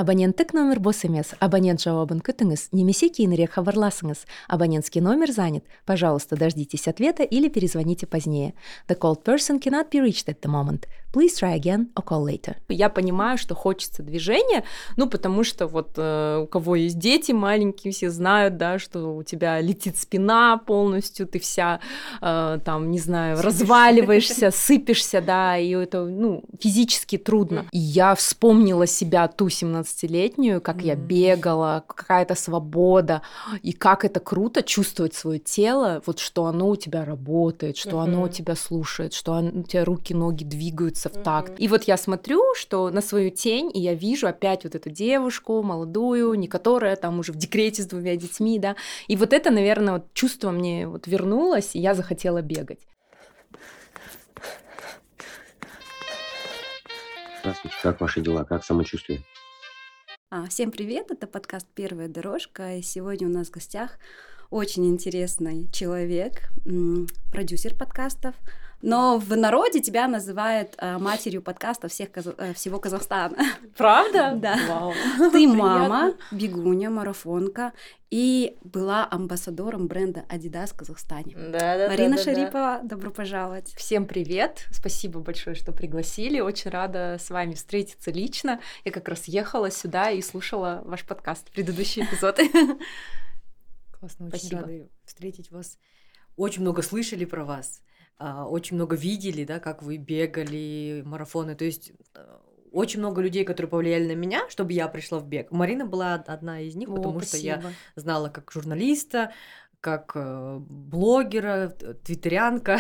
Абоненттік номер бос емес. Абонент жауабын күтіңіз, немесе кейінірек хабарласыңыз. Абонентский номер занят. Пожалуйста, дождитесь ответа или перезвоните позднее. The called person cannot be reached at the moment. Please try again or call later. Я понимаю, что хочется движения, потому что вот у кого есть дети маленькие, все знают, да, что у тебя летит спина полностью, ты вся там, не знаю, разваливаешься, сыпешься, да, и это, физически трудно. И я вспомнила себя ту 17-летнюю, как я бегала, какая-то свобода, и как это круто чувствовать свое тело, вот что оно у тебя работает, что оно у тебя слушает, что у тебя руки, ноги двигаются в такт. И вот я смотрю, что на свою тень, и я вижу опять вот эту девушку молодую, не которая там уже в декрете с 2 детьми, да, и вот это, наверное, вот чувство мне вот вернулось, и я захотела бегать. Здравствуйте, как ваши дела, как самочувствие? Всем привет, это подкаст «Первая дорожка», и сегодня у нас в гостях очень интересный человек, продюсер подкастов, но в народе тебя называют матерью подкаста всего Казахстана. Правда? Да. Вау. Ты мама, бегуня, марафонка и была амбассадором бренда Adidas в Казахстане. Да. Марина Шарипова, добро пожаловать. Всем привет, спасибо большое, что пригласили, очень рада с вами встретиться лично. Я как раз ехала сюда и слушала ваш подкаст, предыдущий эпизод. Классно, очень Спасибо. рада встретить вас. Очень много слышали про вас, очень много видели, да, как вы бегали, марафоны. То есть очень много людей, которые повлияли на меня, чтобы я пришла в бег. Марина была одна из них, потому что я знала как журналиста, как блогера, твиттерянка,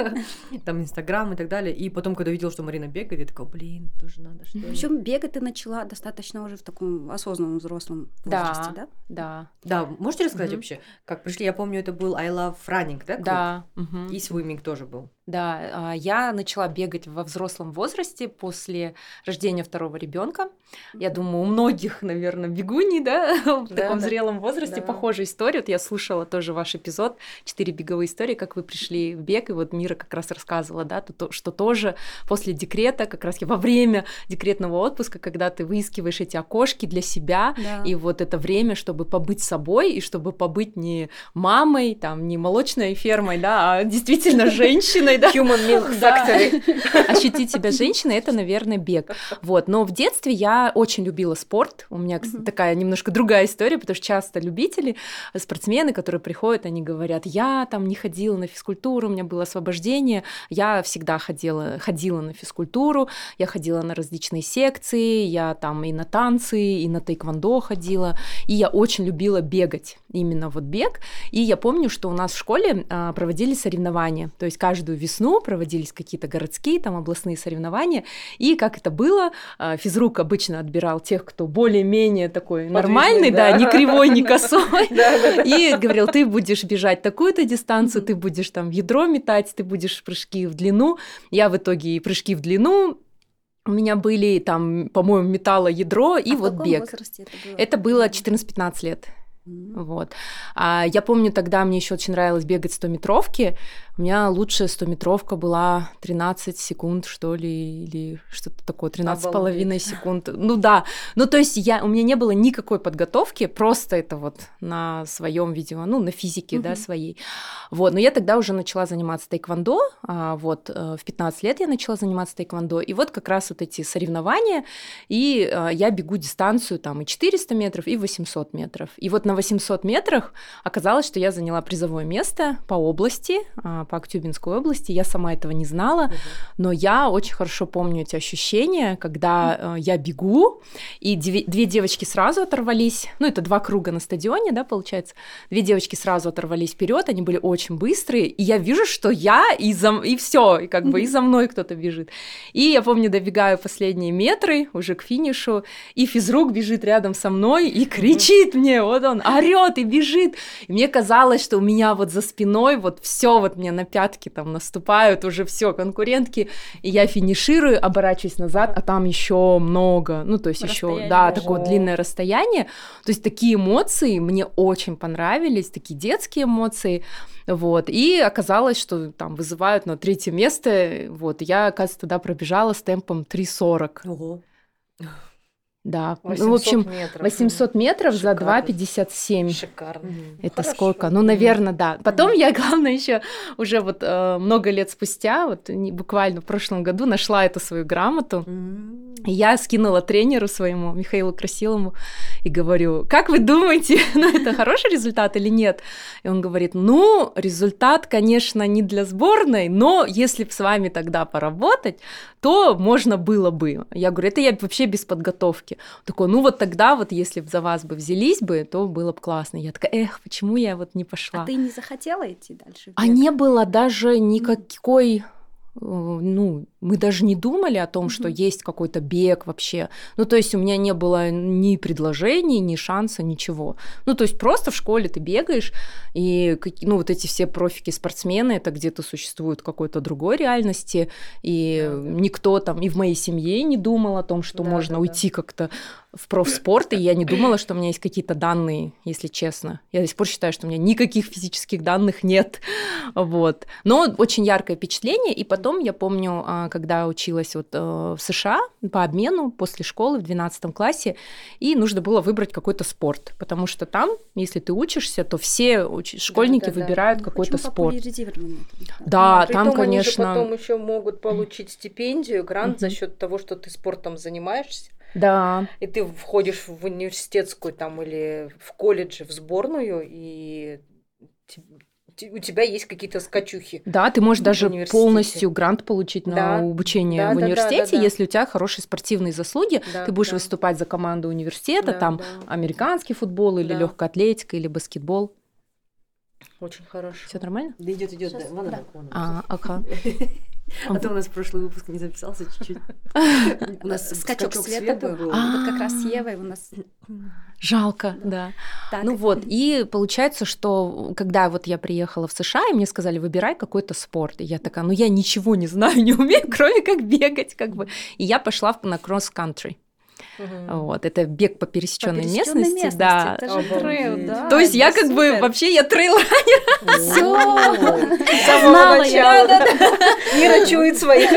там Инстаграм и так далее. И потом, когда видела, что Марина бегает, я такая, тоже надо что-то. Причем бегать ты начала достаточно уже в таком осознанном взрослом возрасте, да? Да. Да, можете рассказать вообще, как пришли? Я помню, это был I Love Running, да? Да. И swimming тоже был. Да, я начала бегать во взрослом возрасте после рождения 2-го ребенка. Я думаю, у многих, наверное, бегуней, да, в таком зрелом возрасте похожая история. Вот я слушала тоже ваш эпизод 4 беговые истории, как вы пришли в бег, и вот Мира как раз рассказывала, да, что тоже после декрета, как раз во время декретного отпуска, когда ты выискиваешь эти окошки для себя, и вот это время, чтобы побыть собой, и чтобы побыть не мамой, там, не молочной фермой, да, а действительно женщиной, да. Human Milk Factory. Ощутить себя женщиной — это, наверное, бег. Вот. Но в детстве я очень любила спорт. У меня такая немножко другая история, потому что часто любители, спортсмены, которые приходят, они говорят, я там не ходила на физкультуру, у меня было освобождение. Я всегда ходила на физкультуру, я ходила на различные секции, я там и на танцы, и на тайквондо ходила, и я очень любила бегать, именно вот бег. И я помню, что у нас в школе проводили соревнования, то есть каждую весну проводились какие-то городские, там, областные соревнования, и как это было, физрук обычно отбирал тех, кто более-менее такой нормальный, да, не кривой, не косой, и говорил, ты будешь бежать такую-то дистанцию, ты будешь там ядро метать, ты будешь прыжки в длину. Я в итоге и прыжки в длину, у меня были там, по-моему, металло ядро и вот бег. В каком возрасте это было? Это было 14-15 лет. Вот. Я помню, тогда мне еще очень нравилось бегать 100-метровки. У меня лучшая 100-метровка была 13 секунд, что ли, или что-то такое, 13,5 секунд. Ну да, то есть у меня не было никакой подготовки, просто это вот на своем, видимо, на физике, да, своей. Вот, но я тогда уже начала заниматься тайквондо, вот, в 15 лет я начала заниматься тайквондо, и вот как раз вот эти соревнования, и я бегу дистанцию там и 400 метров, и 800 метров. И вот на 800 метрах оказалось, что я заняла призовое место по области, по Актюбинской области. Я сама этого не знала, но я очень хорошо помню эти ощущения, когда я бегу, и 2 девочки сразу оторвались, это 2 круга на стадионе, да, получается, 2 девочки сразу оторвались вперед, они были очень быстрые, и я вижу, что я, и все, и как бы и за мной кто-то бежит. И я помню, добегаю последние метры уже к финишу, и физрук бежит рядом со мной и кричит мне, вот он орёт и бежит. И мне казалось, что у меня вот за спиной вот все вот мне на пятки там наступают уже все конкурентки, и я финиширую, оборачиваюсь назад, а там еще много, то есть еще, да, такое длинное расстояние. То есть такие эмоции мне очень понравились, такие детские эмоции. Вот, и оказалось, что там вызывают на 3-е место, вот, я, оказывается, тогда пробежала с темпом 3:40. Ого. Да, 800 ну, в общем, метров. 800 метров за Шикарно. 2,57. Шикарно. Это Хорошо. сколько? Ну, наверное, да. Потом я, главное, еще уже вот много лет спустя, вот буквально в прошлом году, нашла эту свою грамоту. И я скинула тренеру своему, Михаилу Красилову, и говорю: как вы думаете, ну, это хороший результат или нет? И он говорит: ну, результат, конечно, не для сборной, но если бы с вами тогда поработать, то можно было бы. Я говорю: это я вообще без подготовки. Он такой: ну, вот тогда вот если бы за вас бы взялись бы, то было бы классно. Я такая: почему я вот не пошла? А ты не захотела идти дальше? А не было даже никакой... Ну, мы даже не думали о том, что есть какой-то бег вообще. Ну, то есть у меня не было ни предложений, ни шанса, ничего. Ну, то есть просто в школе ты бегаешь, и ну, вот эти все профики-спортсмены, это где-то существуют в какой-то другой реальности, и никто там и в моей семье не думал о том, что можно уйти как-то в профспорт, и я не думала, что у меня есть какие-то данные, если честно. Я до сих пор считаю, что у меня никаких физических данных нет. Вот. Но очень яркое впечатление, и потом я помню, когда училась вот в США по обмену после школы в 12 классе, и нужно было выбрать какой-то спорт, потому что там, если ты учишься, то все школьники выбирают какой-то спорт. Да, там, конечно... Они же потом еще могут получить стипендию, грант за счет того, что ты спортом занимаешься. Да. И ты входишь в университетскую там или в колледж, в сборную, и у тебя есть какие-то скачухи. Да, ты можешь даже полностью грант получить на обучение в университете, если у тебя хорошие спортивные заслуги. Ты будешь выступать за команду университета, там американский футбол или легкая атлетика или баскетбол. Очень хорошо. Все нормально? Да идет. Ага. А то у нас прошлый выпуск не записался чуть-чуть. У нас скачок света был. Вот как раз с Евой у нас... Жалко, да. Ну вот, и получается, что когда вот я приехала в США, и мне сказали: выбирай какой-то спорт. И я такая: ну я ничего не знаю, не умею, кроме как бегать, как бы. И я пошла на кросс-кантри. Вот, это бег по пересеченной местности, да. Это же трейл, да. То есть я как бы вообще я трейл-раннер. Всё. Знала я. Мира чует своих.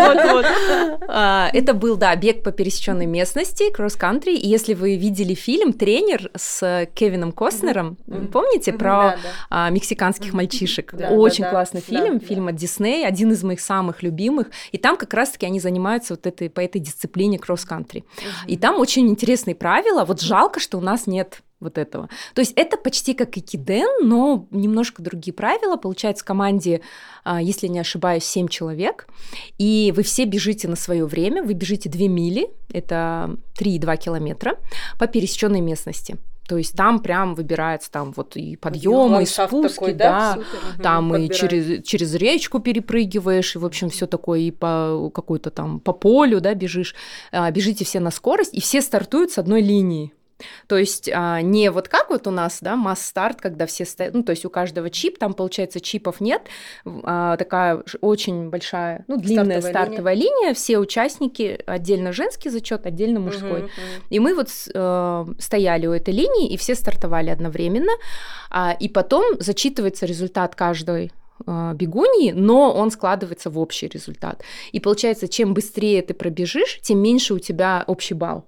Это был, да, бег по пересеченной местности, кросс-кантри. И если вы видели фильм «Тренер» с Кевином Костнером, помните, про мексиканских мальчишек? Очень классный фильм, фильм от Дисней, один из моих самых любимых. И там как раз-таки они занимаются вот по этой дисциплине кросс-кантри. И там очень интересные правила. Вот жалко, что у нас нет вот этого. То есть это почти как экиден, но немножко другие правила. Получается, в команде, если не ошибаюсь, 7 человек, и вы все бежите на свое время, вы бежите 2 мили, это 3,2 километра, по пересеченной местности. То есть там прям выбирается там вот и подъемы, и спуски, такой, да, там и через речку перепрыгиваешь, и, в общем, все такое, и по какой-то там по полю, да, бежишь. Бежите все на скорость, и все стартуют с одной линии. То есть не вот как вот у нас, да, масс-старт, когда все стоят, ну, то есть у каждого чип, там, получается, чипов нет, такая очень большая, ну, длинная стартовая линия, все участники, отдельно женский зачет, отдельно мужской. И мы вот стояли у этой линии, и все стартовали одновременно, и потом зачитывается результат каждой бегуньи, но он складывается в общий результат. И получается, чем быстрее ты пробежишь, тем меньше у тебя общий балл.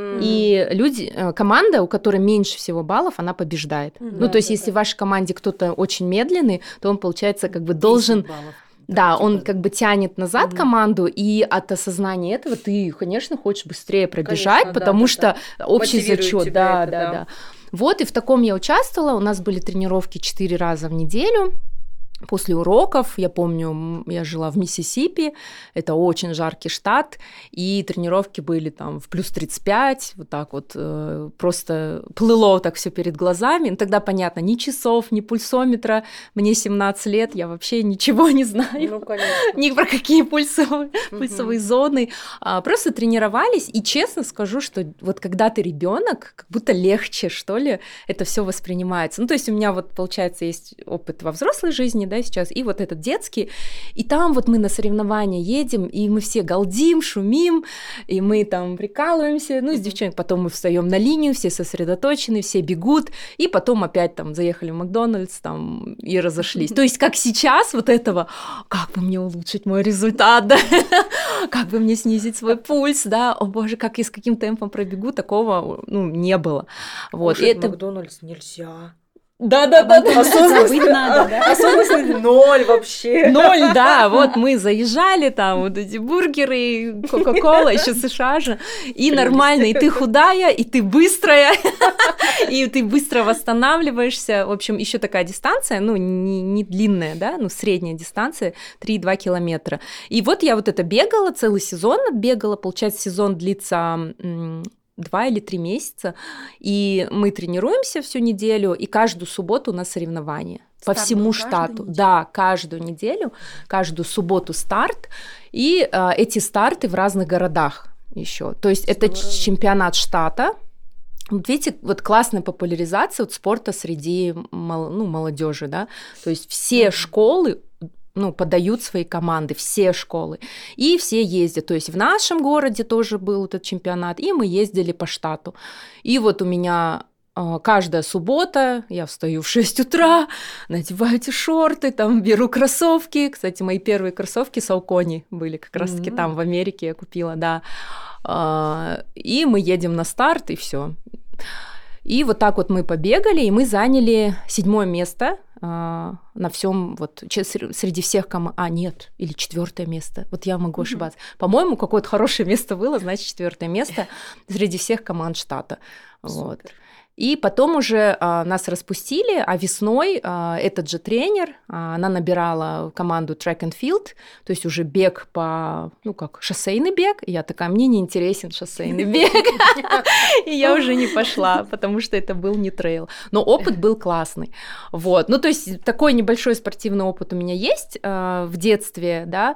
И команда, у которой меньше всего баллов, она побеждает. Ну, то есть, если в вашей команде кто-то очень медленный, то он, получается, как бы должен... Да, он как бы тянет назад команду, и от осознания этого ты, конечно, хочешь быстрее пробежать, конечно, потому что общий зачет. Да. Вот, и в таком я участвовала. У нас были тренировки 4 раза в неделю. После уроков, я помню, я жила в Миссисипи, это очень жаркий штат, и тренировки были там в плюс 35, вот так вот, просто плыло так все перед глазами. Ну, тогда, понятно, ни часов, ни пульсометра, мне 17 лет, я вообще ничего не знаю, ну, конечно. Ни про какие пульсовые зоны, просто тренировались, и честно скажу, что вот когда ты ребенок, как будто легче, что ли, это все воспринимается. Ну, то есть у меня вот, получается, есть опыт во взрослой жизни, да, сейчас, и вот этот детский, и там вот мы на соревнования едем, и мы все галдим, шумим, и мы там прикалываемся, ну, с девчонками, потом мы встаем на линию, все сосредоточены, все бегут, и потом опять там заехали в Макдональдс, там, и разошлись. То есть как сейчас вот этого, как бы мне улучшить мой результат, да? как бы мне снизить свой пульс, да, о боже, как я с каким темпом пробегу, такого, ну, не было. Вот. Кушать Это... Макдональдс нельзя. Да. Забыть надо, да? Осознанность 0 вообще. 0, да, вот мы заезжали, там вот эти бургеры, кока-кола, еще США же, и нормально, и ты худая, и ты быстрая, и ты быстро восстанавливаешься. В общем, еще такая дистанция, ну, не длинная, да, ну, средняя дистанция, 3,2 километра. И вот я вот это бегала, целый сезон отбегала, получается, сезон длится 2 или 3 месяца, и мы тренируемся всю неделю, и каждую субботу у нас соревнования по всему штату. Да, каждую неделю, каждую субботу старт, и эти старты в разных городах еще. То есть это чемпионат штата. Вот видите, вот классная популяризация вот спорта среди молодежи, да, то есть все школы подают свои команды, все школы, и все ездят. То есть в нашем городе тоже был этот чемпионат, и мы ездили по штату. И вот у меня каждая суббота я встаю в 6 утра, надеваю эти шорты, там беру кроссовки. Кстати, мои первые кроссовки Saucony были как раз-таки там в Америке я купила, да. И мы едем на старт, и все. И вот так вот мы побегали, и мы заняли 7 место на всем вот среди всех команд. Нет, или 4 место. Вот я могу ошибаться. По-моему, какое-то хорошее место было, значит, 4 место среди всех команд штата. Вот. И потом уже нас распустили, а весной этот же тренер, она набирала команду track and field, то есть уже бег по, шоссейный бег. И я такая, мне не интересен шоссейный бег. И я уже не пошла, потому что это был не трейл. Но опыт был классный. Вот. Ну, то есть такой небольшой спортивный опыт у меня есть в детстве, да.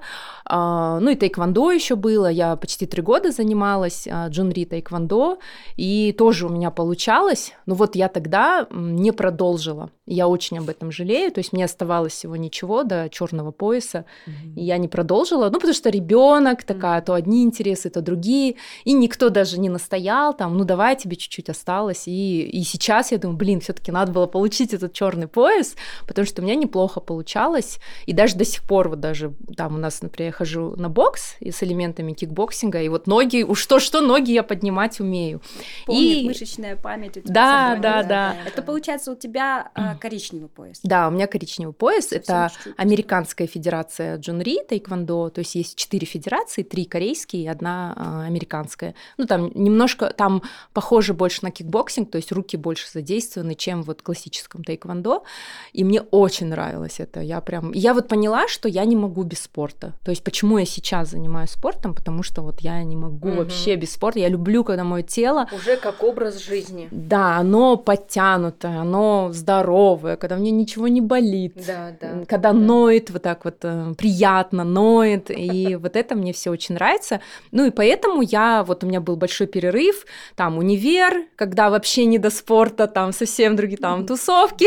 Ну, и тайквондо еще было. Я почти 3 года занималась джунри тайквондо, и тоже у меня получалось. Но вот я тогда не продолжила. Я очень об этом жалею. То есть мне оставалось всего ничего до черного пояса. И я не продолжила. Ну, потому что ребенок такая, то одни интересы, то другие. И никто даже не настоял там, давай, тебе чуть-чуть осталось. И сейчас я думаю, все-таки надо было получить этот черный пояс, потому что у меня неплохо получалось. И даже до сих пор, вот даже там у нас, например, я хожу на бокс и с элементами кикбоксинга, и вот ноги, уж что ноги я поднимать умею. Помнит мышечная память у тебя. Да. Это получается у тебя коричневый пояс. Да, у меня коричневый пояс. Это Американская федерация джунри тайквондо, то есть есть 4 федерации, 3 корейские и 1 американская. Ну, там немножко, там похоже больше на кикбоксинг, то есть руки больше задействованы, чем вот в классическом тайквондо. И мне очень нравилось это. Я вот поняла, что я не могу без спорта. То есть почему я сейчас занимаюсь спортом, потому что вот я не могу вообще без спорта. Я люблю, когда мое тело... Уже как образ жизни. Да, оно подтянутое, оно здоровое, когда мне ничего не болит, когда ноет вот так вот, приятно ноет, и вот это мне все очень нравится. Ну и поэтому у меня был большой перерыв, там универ, когда вообще не до спорта, там совсем другие там тусовки,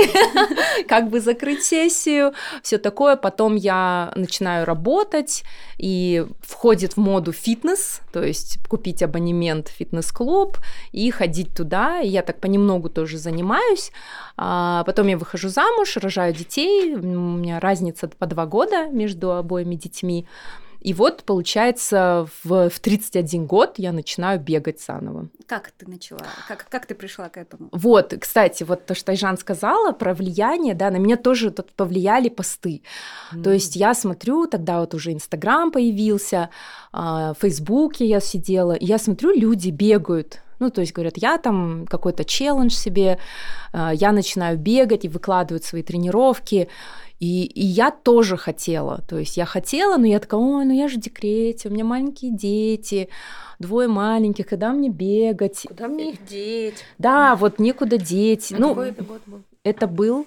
как бы закрыть сессию, все такое. Потом я начинаю работать, и входит в моду фитнес, то есть купить абонемент в фитнес-клуб и ходить туда. И я так понемногу тоже занимаюсь. Потом я выхожу замуж, рожаю детей. У меня разница по 2 года между обоими детьми. И вот, получается, в 31 год я начинаю бегать заново. Как ты начала? Как ты пришла к этому? Вот, кстати, вот то, что Айжан сказала про влияние, да, на меня тоже тут повлияли посты. То есть я смотрю, тогда вот уже Инстаграм появился, в Фейсбуке я сидела, и я смотрю, люди бегают. Ну, то есть говорят, я там какой-то челлендж себе, я начинаю бегать и выкладывать свои тренировки. И я тоже хотела, то есть я хотела, но я такая, я же в декрете, у меня маленькие дети, 2 маленьких, когда мне бегать? Куда мне их деть? Да, вот некуда деть. Какой это год был? Это был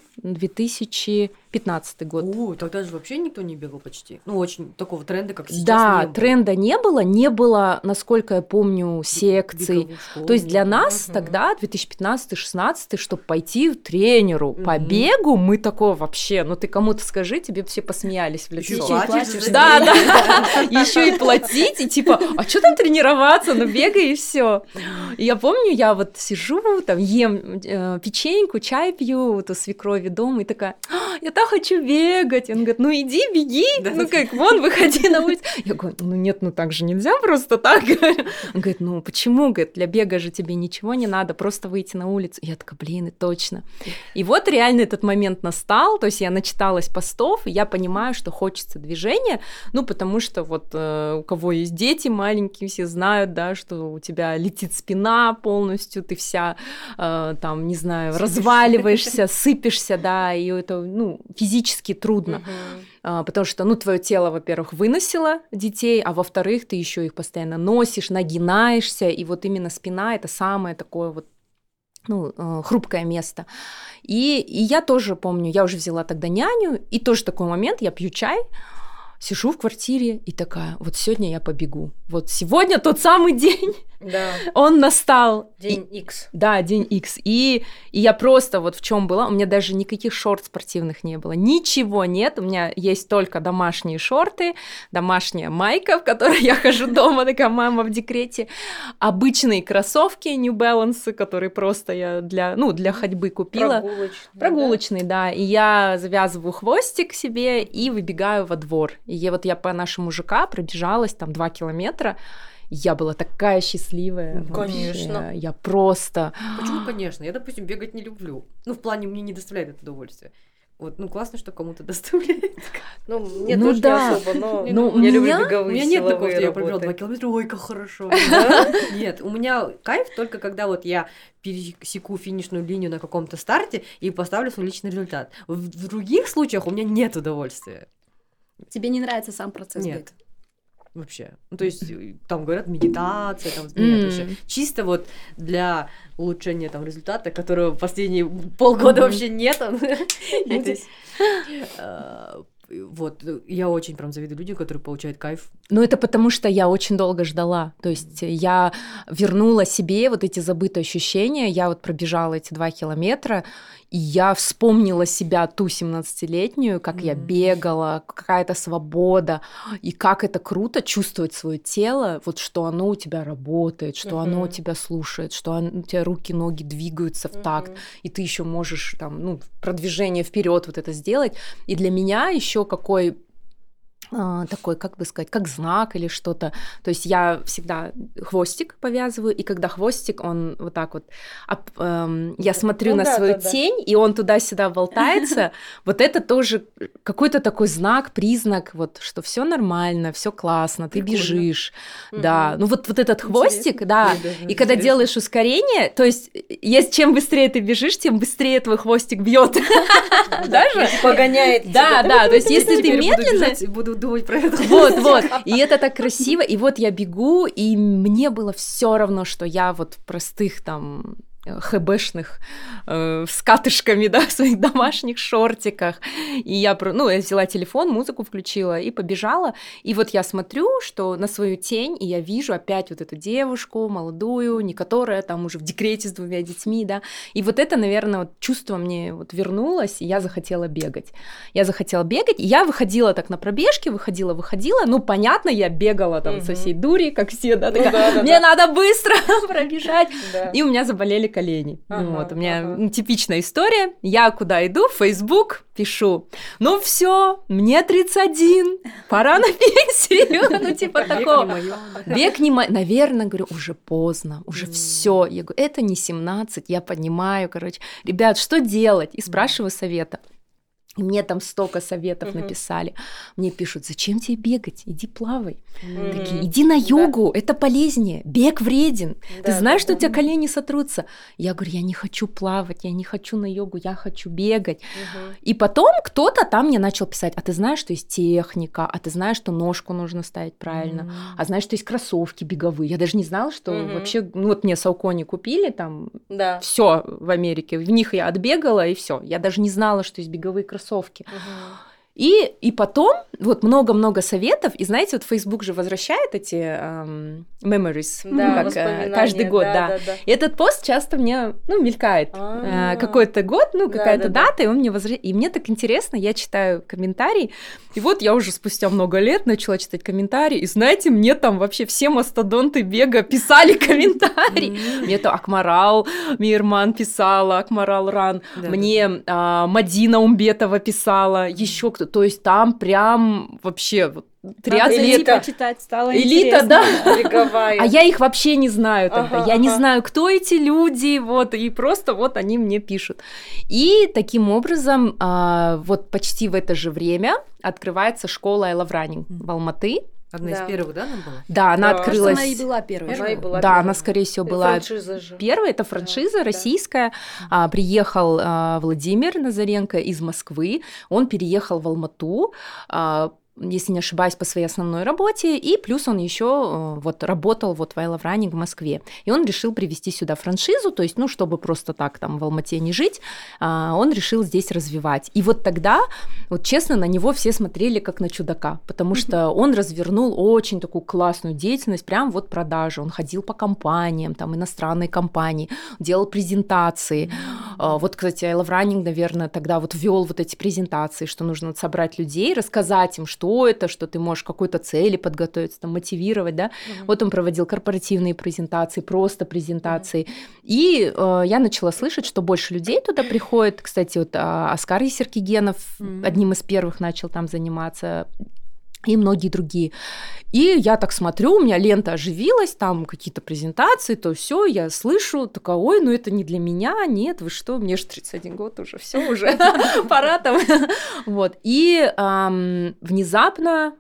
2015 год. Тогда же вообще никто не бегал почти. Очень такого тренда, как сейчас, да, не было. Тренда не было, насколько я помню, секций. То есть для нас тогда, 2015-16, чтобы пойти к тренеру по бегу, мы такое вообще, ты кому-то скажи, тебе все посмеялись в лицо. Ещё и платишь за Да, деньги. да. Еще и платить, и типа, а что там тренироваться, ну бегай и все. И я помню, я вот сижу, там ем печеньку, чай пью вот у свекрови дома, и такая, я так хочу бегать. И он говорит, ну иди, беги, ну как, вон, выходи на улицу. Я говорю, ну нет, ну так же нельзя просто так. Он говорит, ну почему, говорит, для бега же тебе ничего не надо, просто выйти на улицу. И я такая, блин, и точно. И вот реально этот момент настал, то есть я начиталась постов, и я понимаю, что хочется движения, ну потому что вот у кого есть дети маленькие, все знают, да, что у тебя летит спина полностью, ты вся там, не знаю, разваливаешься, сыпешься, да, и это, ну, физически трудно. Потому что, ну, твое тело, во-первых, выносило детей, а во-вторых, ты еще их постоянно носишь, нагинаешься, и вот именно спина — это самое такое вот, ну, хрупкое место. И я тоже помню, я уже взяла тогда няню, и тоже такой момент, я пью чай, сижу в квартире и такая, вот сегодня я побегу. Вот сегодня тот самый день, Да. он настал. День X. Да, день X. И я просто вот в чем была, у меня даже никаких шорт спортивных не было, ничего нет, у меня есть только домашние шорты, домашняя майка, в которой я хожу дома, такая мама в декрете, обычные кроссовки New Balance, которые просто я для ходьбы купила. Прогулочный, да. И я завязываю хвостик себе и выбегаю во двор. И вот я по нашему ЖК пробежалась там 2 километра. Я была такая счастливая. Конечно. Вообще. Я просто... Почему, конечно? Я, допустим, бегать не люблю. Ну, в плане, мне не доставляет это удовольствие. Вот, ну, классно, что кому-то доставляет. Ну, мне Ну тоже да. не особо, но Ну, я у люблю меня- У беговые меня нет такого, силовые что я пробежала 2 работы. километра, ой, как хорошо. Нет, у меня кайф только когда вот я пересеку финишную линию на каком-то старте и поставлю свой личный результат. В других случаях у меня нет удовольствия. Тебе не нравится сам процесс Нет. бега? Вообще. Ну, то есть, там говорят, медитация, там, нет, вообще. Чисто вот для улучшения там результата, которого последние полгода вообще нет. И, то есть, вот, я очень прям завидую людям, которые получают кайф. Ну, это потому, что я очень долго ждала. То есть я вернула себе вот эти забытые ощущения. Я вот пробежала эти 2 километра, и я вспомнила себя, ту 17-летнюю, как я бегала, какая-то свобода, и как это круто чувствовать свое тело, вот что оно у тебя работает, что оно тебя слушает, что у тебя руки, ноги двигаются в такт, и ты еще можешь там, ну, продвижение вперед вот это сделать. И для меня еще какой такой, как бы сказать, как знак или что-то. То есть я всегда хвостик повязываю, и когда хвостик, он вот так вот, я смотрю на свою тень, и он туда-сюда болтается, вот это тоже какой-то такой знак, признак, вот, что все нормально, все классно, ты бежишь, да. Ну вот этот хвостик, да, и когда делаешь ускорение, то есть чем быстрее ты бежишь, тем быстрее твой хвостик бьет. Даже Погоняет. Да, да, то есть если ты медленно... Буду думать про это. Вот, и это так красиво, и вот я бегу, и мне было все равно, что я вот в простых там хэбэшных с катышками, да, в своих домашних шортиках. И я взяла телефон, музыку включила и побежала. И вот я смотрю, что на свою тень, и я вижу опять вот эту девушку молодую, не которая там уже в декрете с 2 детьми, да. И вот это, наверное, вот чувство мне вот вернулось, и я захотела бегать. И я выходила так на пробежки, выходила. Ну, понятно, я бегала там со всей дури, как все, да, такая, мне надо быстро пробежать. И у меня заболели колени. Вот, у меня типичная история. Я куда иду? В Facebook пишу. Ну все, мне 31, пора на пенсию. Ну, типа такого. Бег не мой. Наверное, говорю, уже поздно, уже все. Я говорю, это не 17, я понимаю, короче. Ребят, что делать? И спрашиваю совета. И мне там столько советов написали. Мне пишут, зачем тебе бегать? Иди плавай. Такие, иди на йогу, это полезнее. Бег вреден. Ты знаешь, что у тебя колени сотрутся? Я говорю, я не хочу плавать, я не хочу на йогу, я хочу бегать. И потом кто-то там мне начал писать, а ты знаешь, что есть техника, а ты знаешь, что ножку нужно ставить правильно, а знаешь, что есть кроссовки беговые. Я даже не знала, что вообще, ну вот мне Saucony купили там, все в Америке, в них я отбегала и все. Я даже не знала, что есть беговые кроссовки. И потом вот много-много советов, и знаете, вот Facebook же возвращает эти memories, Да, как каждый год, да. И этот пост часто мне, мелькает. Какой-то год, какая-то дата, и он мне возвращает. И мне так интересно, я читаю комментарии, и вот я уже спустя много лет начала читать комментарии, и знаете, мне там вообще все мастодонты бега писали комментарии. Мне это Акмарал Мирман писала, Акмарал Ран, мне Мадина Умбетова писала, еще кто-то. То есть там прям вообще Элита почитать стало элита, интересно. Да. А я их вообще не знаю тогда. Я не знаю, кто эти люди, вот, и просто вот они мне пишут. И таким образом, вот почти в это же время открывается школа I Love Running в Алматы. Одна из первых, да, она была? Да, она открылась. Она и была первой. Да, она, скорее всего, была первой. Это франшиза российская. Приехал Владимир Назаренко из Москвы. Он переехал в Алмату, если не ошибаюсь, по своей основной работе, и плюс он еще вот работал вот в I Love Running в Москве. И он решил привести сюда франшизу, то есть, чтобы просто так там в Алмате не жить, он решил здесь развивать. И вот тогда, вот честно, на него все смотрели как на чудака, потому что он развернул очень такую классную деятельность, прям вот продажи. Он ходил по компаниям, там иностранные компании, делал презентации. Вот, кстати, I Love Running, наверное, тогда вот ввел вот эти презентации, что нужно собрать людей, рассказать им, что это, что ты можешь к какой-то цели подготовиться, там, мотивировать, да. Вот он проводил корпоративные презентации, просто презентации. И я начала слышать, что больше людей туда приходит. Кстати, вот Оскар Есеркигенов одним из первых начал там заниматься, и многие другие. И я так смотрю, у меня лента оживилась, там какие-то презентации, то все, я слышу, такая, ой, это не для меня, нет, вы что, мне же 31 год уже, все уже, пора там. Вот, и внезапно,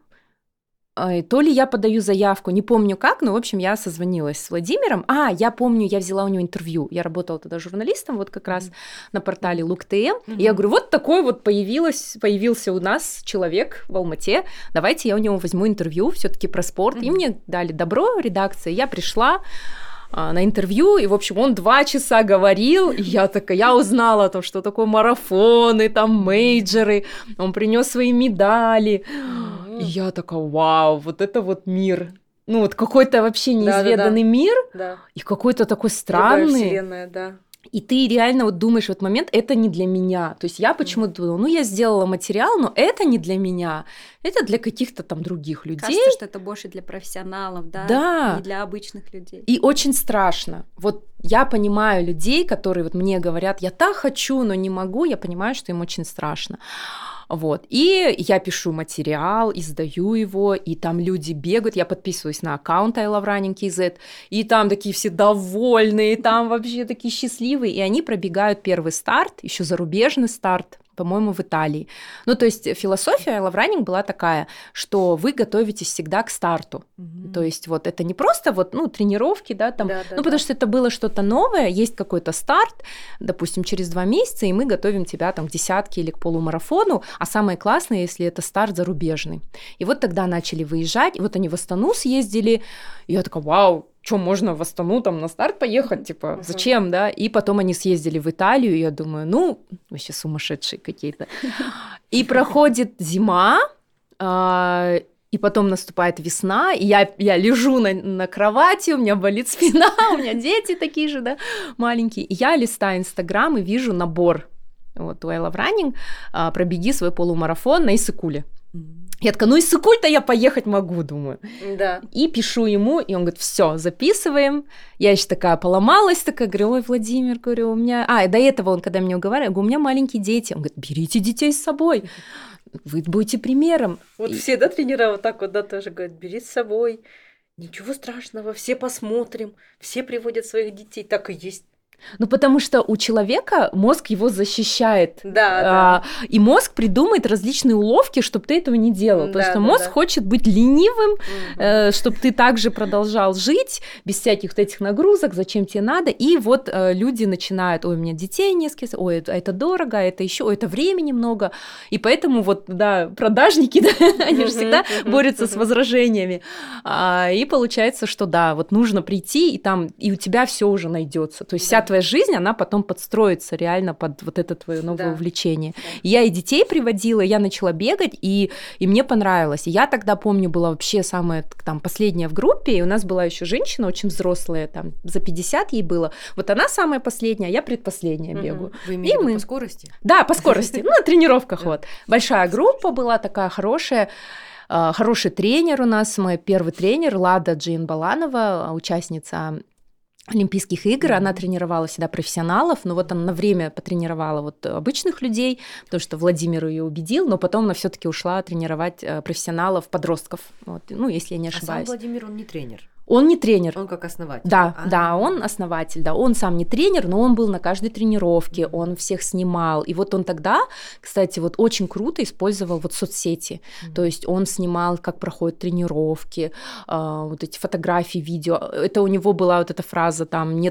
то ли я подаю заявку, не помню как, но, в общем, я созвонилась с Владимиром. Я помню, я взяла у него интервью. Я работала тогда журналистом, вот как раз на портале Look.tm. И я говорю, вот такой вот появился у нас человек в Алмате, давайте я у него возьму интервью все-таки про спорт. И мне дали добро редакция, я пришла на интервью, и, в общем, он 2 часа говорил, и я узнала о том, что такое марафоны, там, мейджоры, он принес свои медали, и я такая, вау, вот это вот мир, вот какой-то вообще неизведанный мир, и какой-то такой странный. Другая вселенная, да. И ты реально вот думаешь в этот момент, это не для меня. То есть я почему-то думала, я сделала материал, но это не для меня. Это для каких-то там других людей. Кажется, что это больше для профессионалов, да? Да. Не для обычных людей. И очень страшно. Вот я понимаю людей, которые вот мне говорят, я так хочу, но не могу, я понимаю, что им очень страшно. Вот. И я пишу материал, издаю его, и там люди бегают, я подписываюсь на аккаунт I Love Running KZ, и там такие все довольные, там вообще такие счастливые, и они пробегают первый старт, еще зарубежный старт, по-моему, в Италии. То есть философия I Love Running была такая, что вы готовитесь всегда к старту. То есть вот это не просто вот, тренировки, да, там, потому что это было что-то новое, есть какой-то старт, допустим, через 2 месяца, и мы готовим тебя там к десятке или к полумарафону, а самое классное, если это старт зарубежный. И вот тогда начали выезжать, и вот они в Астану съездили, и я такая, вау, что, можно в Астану там на старт поехать, типа, зачем, да? И потом они съездили в Италию, и я думаю, вообще сумасшедшие какие-то. И проходит зима, и потом наступает весна, и я лежу на кровати, у меня болит спина, у меня дети такие же, да, маленькие. И я листаю Инстаграм и вижу набор вот у I Love Running, пробеги свой полумарафон на Иссык-Куле. Я такая, Иссык-Куль-то я поехать могу, думаю. Да. И пишу ему, и он говорит, все, записываем. Я еще такая поломалась, говорю, ой, Владимир, говорю, у меня... и до этого он, когда меня уговаривал, я говорю, у меня маленькие дети. Он говорит, берите детей с собой, вы будете примером. Вот все, да, тренера вот так вот, да, тоже говорят, бери с собой, ничего страшного, все посмотрим, все приводят своих детей, так и есть. Потому что у человека мозг его защищает. Да. И мозг придумает различные уловки, чтобы ты этого не делал. Потому что мозг хочет быть ленивым, чтобы ты также продолжал жить без всяких вот этих нагрузок, зачем тебе надо. И вот люди начинают, ой, у меня детей несколько, ой, это дорого, это еще, ой, это времени много. И поэтому вот, да, продажники, да, они же всегда борются с возражениями. И получается, что да, вот нужно прийти, и у тебя все уже найдется. То есть вся твоя жизнь, она потом подстроится реально под вот это твое новое Да. увлечение. И я и детей приводила, я начала бегать, и мне понравилось. И я тогда, помню, была вообще самая там последняя в группе, и у нас была еще женщина очень взрослая, там за 50 ей было. Вот она самая последняя, а я предпоследняя бегаю. Вы имеете в виду мы- по скорости? Да, по скорости, на тренировках вот. Большая группа была такая хорошая. Хороший тренер у нас, мой первый тренер, Лада Джейн-Баланова, участница Олимпийских игр, она тренировала всегда профессионалов, но вот она на время потренировала вот обычных людей, потому что Владимир ее убедил, но потом она все-таки ушла тренировать профессионалов, подростков, вот, ну, если я не А сам ошибаюсь. Владимир, он не тренер, Он не тренер. он как основатель. Да, А. да, он основатель, да, он сам не тренер, но он был на каждой тренировке, он всех снимал, и вот он тогда, кстати, вот очень круто использовал вот соцсети, то есть он снимал, как проходят тренировки, вот эти фотографии, видео, это у него была вот эта фраза там,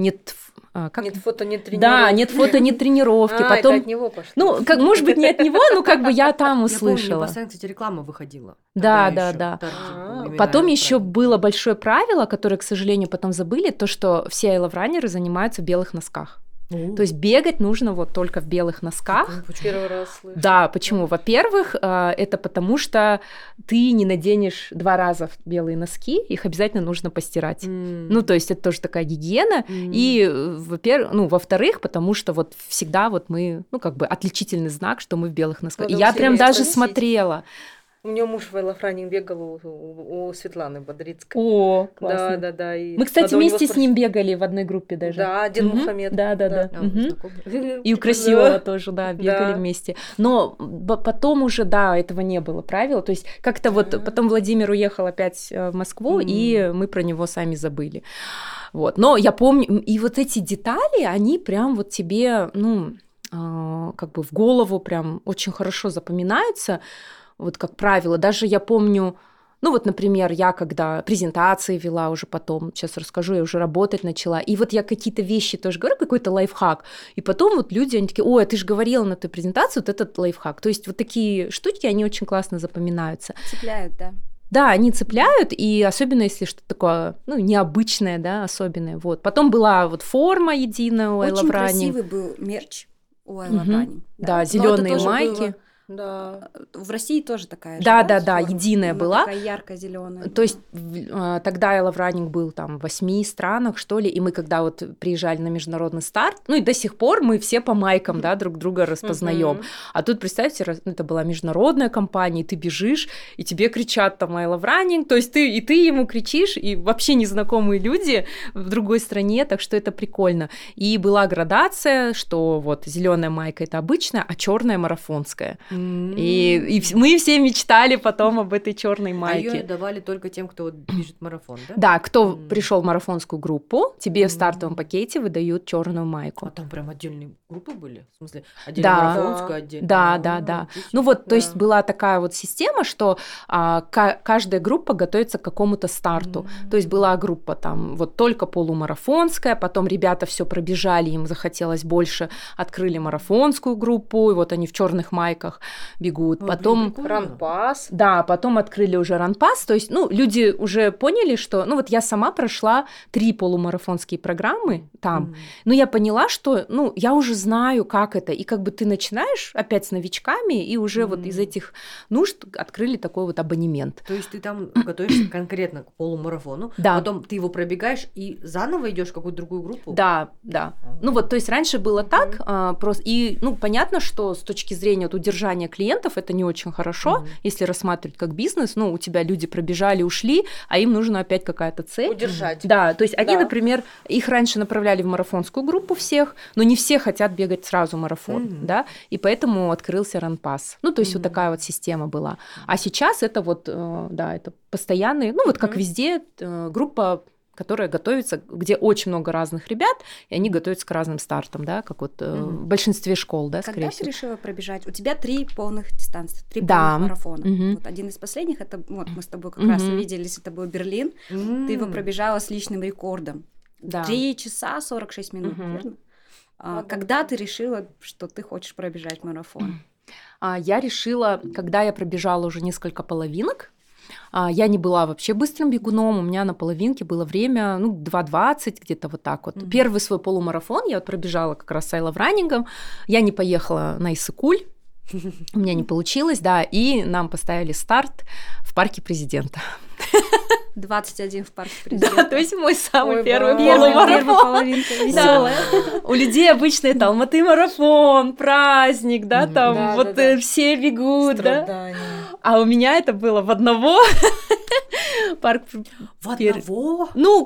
как? Нет фото, нет тренировки. Да, нет фото, нет тренировки, Это потом, от него пошло. ну, как, может быть, не от него, но как бы я там Я помню, услышала. постоянно, кстати, реклама выходила. Да, Тогда да, ещё, да. Тарки, именно Потом это еще правильно. было большое правило, которое, к сожалению, потом забыли, то, что все айловранеры занимаются в белых носках. О, То есть бегать нужно вот только в белых носках. прикольно, почему? Первый раз слышу. Да, почему? Во-первых, это потому что ты не наденешь 2 раза белые носки, их обязательно нужно постирать. Ну, то есть это тоже такая гигиена. И, во-вторых, потому что вот всегда вот мы, ну, как бы отличительный знак, что мы в белых носках. И Надо я у прям себя даже спросить. смотрела. У меня муж в Айлофранинг бегал у Светланы Бодрицкой. О, Да. И Мы, кстати, надо у него вместе с ним спросить. бегали в одной группе даже. Да, Дин Мгм. Мухаммед. Да. А, вы Мгм. знакомы? И у Красивого Да. тоже, да, бегали Да. вместе. Но потом уже, да, этого не было правила. То есть как-то вот потом Владимир уехал опять в Москву, и мы про него сами забыли. Вот. Но я помню, и вот эти детали, они прям вот тебе, ну, как бы в голову прям очень хорошо запоминаются, вот как правило. Даже я помню, ну вот, например, я когда презентации вела уже потом, сейчас расскажу, я уже работать начала, и вот я какие-то вещи тоже говорю, какой-то лайфхак, и потом вот люди, они такие, ой, а ты же говорила на той презентации вот этот лайфхак. То есть вот такие штуки, они очень классно запоминаются. Цепляют, да. Да, они цепляют, и особенно если что-то такое, ну, необычное, да, особенное. Вот. Потом была вот форма единая у Очень Айловрани. красивый был мерч у Айловрани. Да, Но это зеленые тоже майки. было- Да. В России тоже такая же, Да, форма? единая Она была. Такая ярко-зеленая. То есть тогда I Love Running был там в 8 странах, что ли, и мы когда вот приезжали на международный старт, ну и до сих пор мы все по майкам, да, друг друга распознаем. А тут, представьте, это была международная компания, и ты бежишь, и тебе кричат там I Love Running, то есть ты ему кричишь, и вообще незнакомые люди в другой стране, так что это прикольно. И была градация, что вот зеленая майка это обычная, а черная марафонская. И мы все мечтали потом об этой черной А майке. ее давали только тем, кто вот бежит марафон, да? Да, кто пришел в марафонскую группу, тебе в стартовом пакете выдают черную майку. А там прям отдельные группы были? В смысле, отдельно Да. марафонская, отдельно? Да. ничего Ну вот, то Да. есть была такая вот система, что каждая группа готовится к какому-то старту. То есть была группа там вот только полумарафонская, потом ребята все пробежали, им захотелось больше, открыли марафонскую группу, и вот они в черных майках бегут. Ой, блин, Потом прикольно. Ранпас. Да, потом открыли уже ранпас, то есть, ну, люди уже поняли, что, ну, вот я сама прошла 3 полумарафонские программы там, но я поняла, что, ну, я уже знаю, как это, и как бы ты начинаешь опять с новичками, и уже вот из этих нужд открыли такой вот абонемент. То есть ты там готовишься конкретно к полумарафону, Да. потом ты его пробегаешь и заново идешь в какую-то другую группу? Да. Ну вот, то есть раньше было так, просто, и, ну, понятно, что с точки зрения вот удержания клиентов это не очень хорошо, если рассматривать как бизнес, ну, у тебя люди пробежали, ушли, а им нужна опять какая-то цель. Удержать. Да, то есть они, Да. например, их раньше направляли в марафонскую группу всех, но не все хотят бегать сразу марафон, да, и поэтому открылся ранпас. Ну, то есть вот такая вот система была. А сейчас это вот, да, это постоянный, ну, вот как везде, группа, которая готовится, где очень много разных ребят, и они готовятся к разным стартам, да, как вот в большинстве школ, да, скорее Когда ты всего. решила пробежать? У тебя 3 полных дистанции, 3 Да. полных марафона. Мгм. Вот один из последних, это вот мы с тобой как раз увиделись, это был Берлин. Ты его пробежала с личным рекордом. Да. 3 часа 46 минут, верно? Когда ты решила, что ты хочешь пробежать марафон? Я решила, когда я пробежала уже несколько половинок, Я не была вообще быстрым бегуном, у меня на половинке было время, 2:20, где-то вот так вот. Первый свой полумарафон я вот пробежала как раз с I Love Running, я не поехала на Иссык-Куль, у меня не получилось, да, и нам поставили старт в парке Президента. 21 в парке Президента. Да, то есть мой самый первый полумарафон. полумарафон. Веселая. У людей обычно это Алматы-марафон, праздник, да, там вот все бегут, да. А у меня это было в одного. Парк в одного?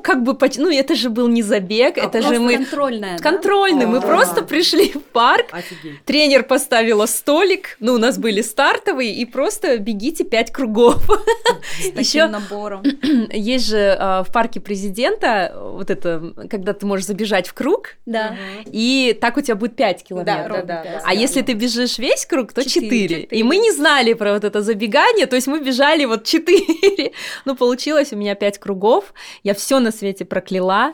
Это же был не забег, это же мы... контрольная, контрольный, мы просто пришли в парк, Офигеть. Тренер поставила столик, у нас были стартовые, и просто бегите 5 кругов. С таким набором. Есть же в парке Президента вот это, когда ты можешь забежать в круг, Да. и так у тебя будет 5 километров. Да. А если ты бежишь весь круг, то 4. И мы не знали про вот это забегание, то есть мы бежали вот 4. Получилось у меня 5 кругов. Я все на свете прокляла.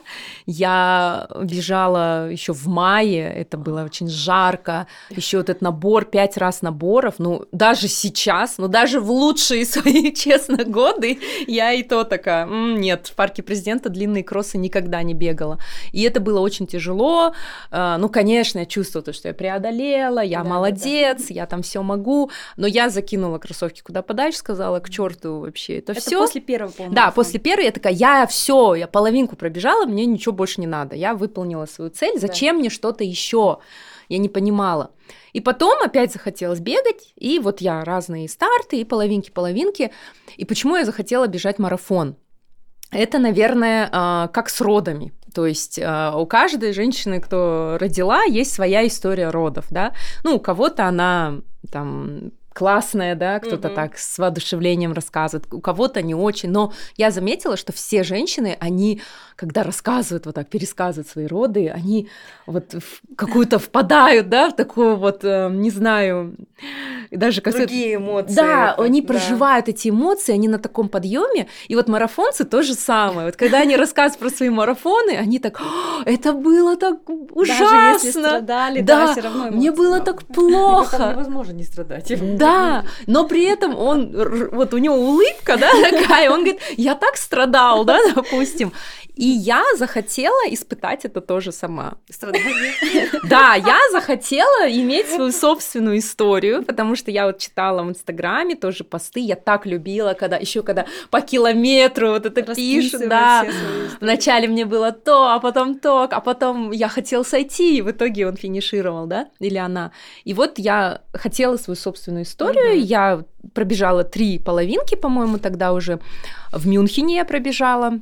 Я бежала еще в мае, это было очень жарко. Еще вот этот набор, 5 раз наборов. Даже сейчас, даже в лучшие свои, честно, годы, я и то такая, нет, в парке Президента длинные кроссы никогда не бегала. И это было очень тяжело. Конечно, я чувствовала, что я преодолела, я молодец, я там все могу. Но я закинула кроссовки куда подальше, сказала, к черту вообще это все. После первого полумарафона. Да, после первой я такая, я половинку пробежала, мне ничего больше не надо. Я выполнила свою цель, зачем мне что-то еще? Я не понимала. И потом опять захотелось бегать, и вот я разные старты, и половинки. И почему я захотела бежать марафон? Это, наверное, как с родами. То есть у каждой женщины, кто родила, есть своя история родов, да. У кого-то она там классная, да, кто-то так с воодушевлением рассказывает, у кого-то не очень, но я заметила, что все женщины, они, когда рассказывают, вот так, пересказывают свои роды, они вот в какую-то впадают, да, в такую вот, не знаю, даже другие эмоции. Да, они проживают эти эмоции, они на таком подъеме, и вот марафонцы то же самое. Вот когда они рассказывают про свои марафоны, они так, это было так ужасно. Даже если страдали, да, все равно эмоции. Мне было так плохо. Там невозможно не страдать. Да, но при этом вот у него улыбка, да, такая, он говорит, я так страдал, да, допустим. И я захотела испытать это тоже сама. Страдания. Да, я захотела иметь свою собственную историю, потому что я вот читала в Инстаграме тоже посты, я так любила, когда по километру вот это пишут, да. Вначале мне было то, а потом я хотела сойти, и в итоге он финишировал, да, или она. И вот я хотела свою собственную историю, я пробежала 3 половинки, по-моему, тогда уже в Мюнхене я пробежала.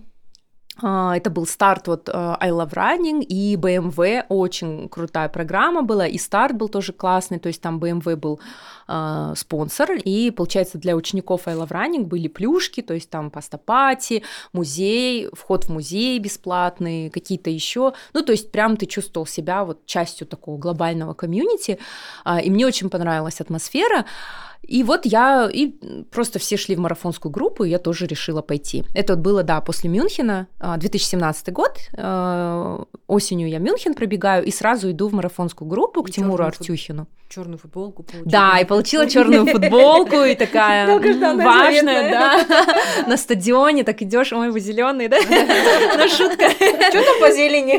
Это был старт вот I Love Running и BMW, очень крутая программа была, и старт был тоже классный, то есть там BMW был спонсор, и, получается, для учеников I Love Running были плюшки, то есть там паста-пати, музей, вход в музей бесплатный, какие-то еще, то есть прям ты чувствовал себя вот частью такого глобального комьюнити, и мне очень понравилась атмосфера. И вот и просто все шли в марафонскую группу, и я тоже решила пойти. Это вот было, да, после Мюнхена, 2017 год, осенью я Мюнхен пробегаю, и сразу иду в марафонскую группу к Тимуру Артюхину. Черную футболку получила. Да, и получила черную футболку, и такая важная, да, на стадионе, так идешь, ой, вы зеленый, да? Ну, шутка. Что там по зелени?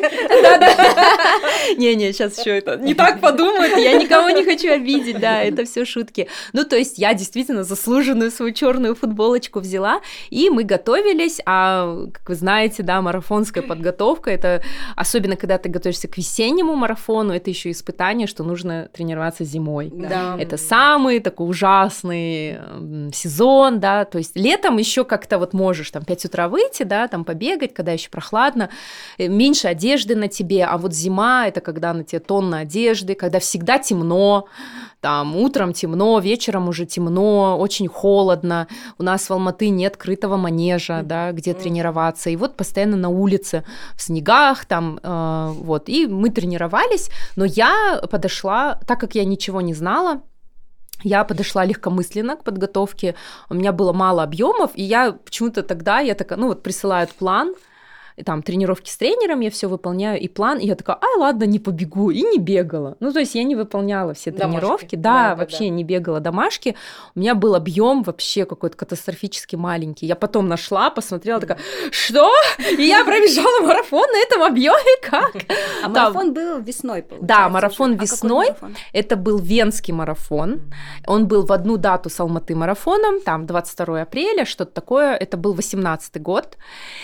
Да. Не, сейчас еще это не так подумают, я никого не хочу обидеть, да, это все шутки. То есть я действительно заслуженную свою черную футболочку взяла, и мы готовились, как вы знаете, да, марафонская подготовка, это особенно когда ты готовишься к весеннему марафону, это еще испытание, что нужно тренироваться зимой. Да. Это самый такой ужасный сезон, да, то есть летом еще как-то вот можешь там 5 утра выйти, да, там побегать, когда еще прохладно, меньше одежды на тебе, а вот зима — это когда на тебе тонна одежды, когда всегда темно, там утром темно, вечером уже темно, очень холодно, у нас в Алматы нет крытого манежа, да, где тренироваться, и вот постоянно на улице, в снегах там, вот, и мы тренировались, но я подошла, так как я ничего не знала, я подошла легкомысленно к подготовке, у меня было мало объемов, и я почему-то тогда, я такая, вот присылают план, там тренировки с тренером, я все выполняю, и план, и я такая, ладно, не побегу, и не бегала. Ну, то есть я не выполняла все тренировки, да, вообще не бегала домашки. У меня был объем вообще какой-то катастрофически маленький. Я потом нашла, посмотрела, такая, что? И я пробежала марафон на этом объеме, как? А марафон был весной, получается? Да, марафон уже. весной. Это был Венский марафон. Он был в одну дату с Алматы марафоном, там 22 апреля, что-то такое. Это был 18-й год.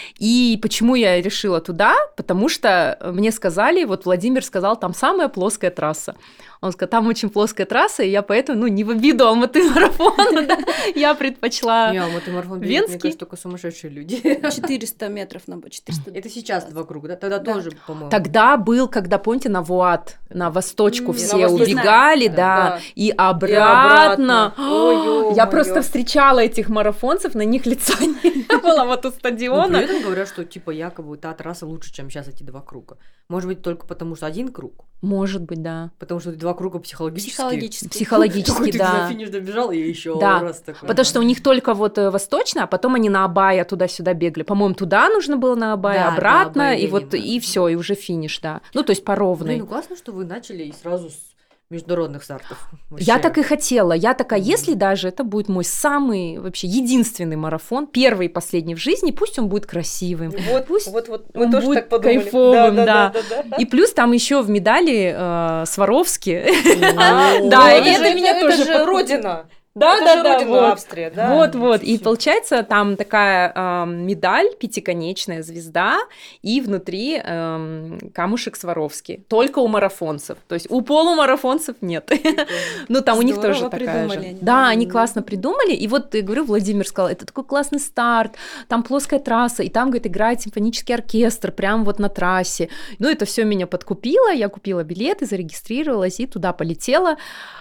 И почему я решила туда? Потому что мне сказали, вот Владимир сказал, там самая плоская трасса. Он сказал, там очень плоская трасса, и я поэтому, не в обиду Алматы марафона, да, я предпочла Алматы марафон бегают, Венский. Мне кажется, только сумасшедшие люди. 400 метров на 400. Это сейчас 2 круга, да? Тогда тоже, по-моему. Тогда был, когда, помните, на Вуат, на восточку все на восточку. убегали, да, и обратно. Ой, Я ё-моё. просто встречала этих марафонцев, на них лица не было вот у Но стадиона. при этом говорят, что типа якобы та трасса лучше, чем сейчас эти 2 круга. Может быть, только потому, что 1 круг? Может быть, да. Потому что 2 круга психологически. Психологически. Психологически, Такой ты да. за финиш добежал, и еще Да, раз такой. Потому что у них только вот восточно, а потом они на Абая туда-сюда бегали. По-моему, туда нужно было на Абая, Да, обратно, да, и Абая, вот, видимо. и все, и уже финиш, да. Ну, то есть по ровной. Блин, ну классно, что вы начали и сразу с международных стартов. Я Вообще. так и хотела. Я такая, если даже это будет мой самый, вообще, единственный марафон, первый и последний в жизни, пусть он будет красивым. Пусть Вот, он мы тоже будет так подумали. кайфовым, да. Да. И плюс там еще в медали Сваровски. Да, Да, и это это меня тоже же подкупило. родина. Да, Это да, же да, родина вот. Австрия, да. Вот. И получается, там такая медаль, пятиконечная звезда, и внутри камушек Сваровски. Только у марафонцев. То есть у полумарафонцев нет. Ну, там у них Здорово тоже такая придумали же. они. Да, они классно придумали. И вот, я говорю, Владимир сказал, это такой классный старт, там плоская трасса, и там, говорит, играет симфонический оркестр прямо вот на трассе. Ну, это все меня подкупило. Я купила билеты, зарегистрировалась и туда полетела.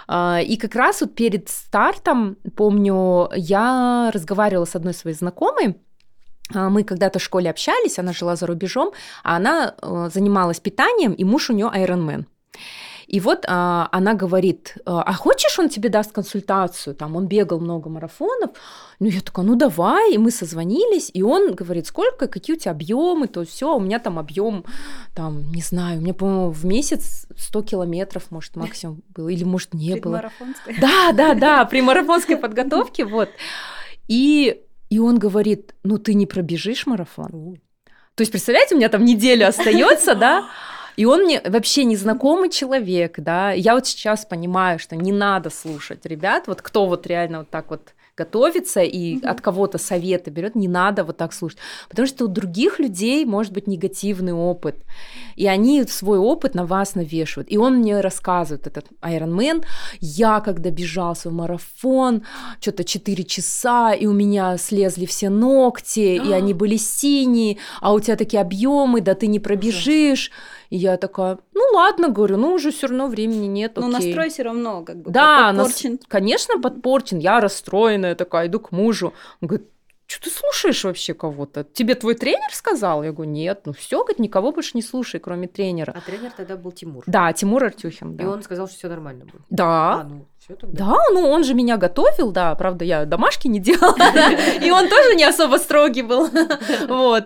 И как раз вот перед стартом, помню, я разговаривала с одной своей знакомой. Мы когда-то в школе общались, она жила за рубежом, а она занималась питанием, и муж у нее айронмен. И вот она говорит, а хочешь, он тебе даст консультацию? Там он бегал много марафонов. Ну, я такая, ну давай. И мы созвонились, и он говорит, сколько, какие у тебя объемы, то все. У меня там объем, там, не знаю, у меня, по-моему, в месяц 100 километров, может, максимум было, или, может, не было. Да, при марафонской подготовке, вот. И он говорит, ну, ты не пробежишь марафон. То есть, представляете, у меня там неделя остается, да? И он мне вообще незнакомый человек, да, я вот сейчас понимаю, что не надо слушать ребят, вот кто вот реально вот так вот готовится и от кого-то советы берет, не надо вот так слушать, потому что у других людей может быть негативный опыт, и они свой опыт на вас навешивают. И он мне рассказывает, этот айронмен, я когда бежал свой марафон, что-то 4 часа, и у меня слезли все ногти, и они были синие, а у тебя такие объемы, да ты не пробежишь. И я такая, ну ладно, говорю, ну уже все равно времени нет, окей. Но настрой все равно как бы да, подпорчен. Конечно, подпорчен. Я расстроенная такая, иду к мужу. Он говорит, что ты слушаешь вообще кого-то? Тебе твой тренер сказал? Я говорю, нет, ну все, говорит, никого больше не слушай, кроме тренера. А тренер тогда был Тимур. Да, Тимур Артюхин. И Да. он сказал, что все нормально будет. Да. Ну все тогда. Да, ну он же меня готовил, да, правда, я домашки не делала, и он тоже не особо строгий был, вот,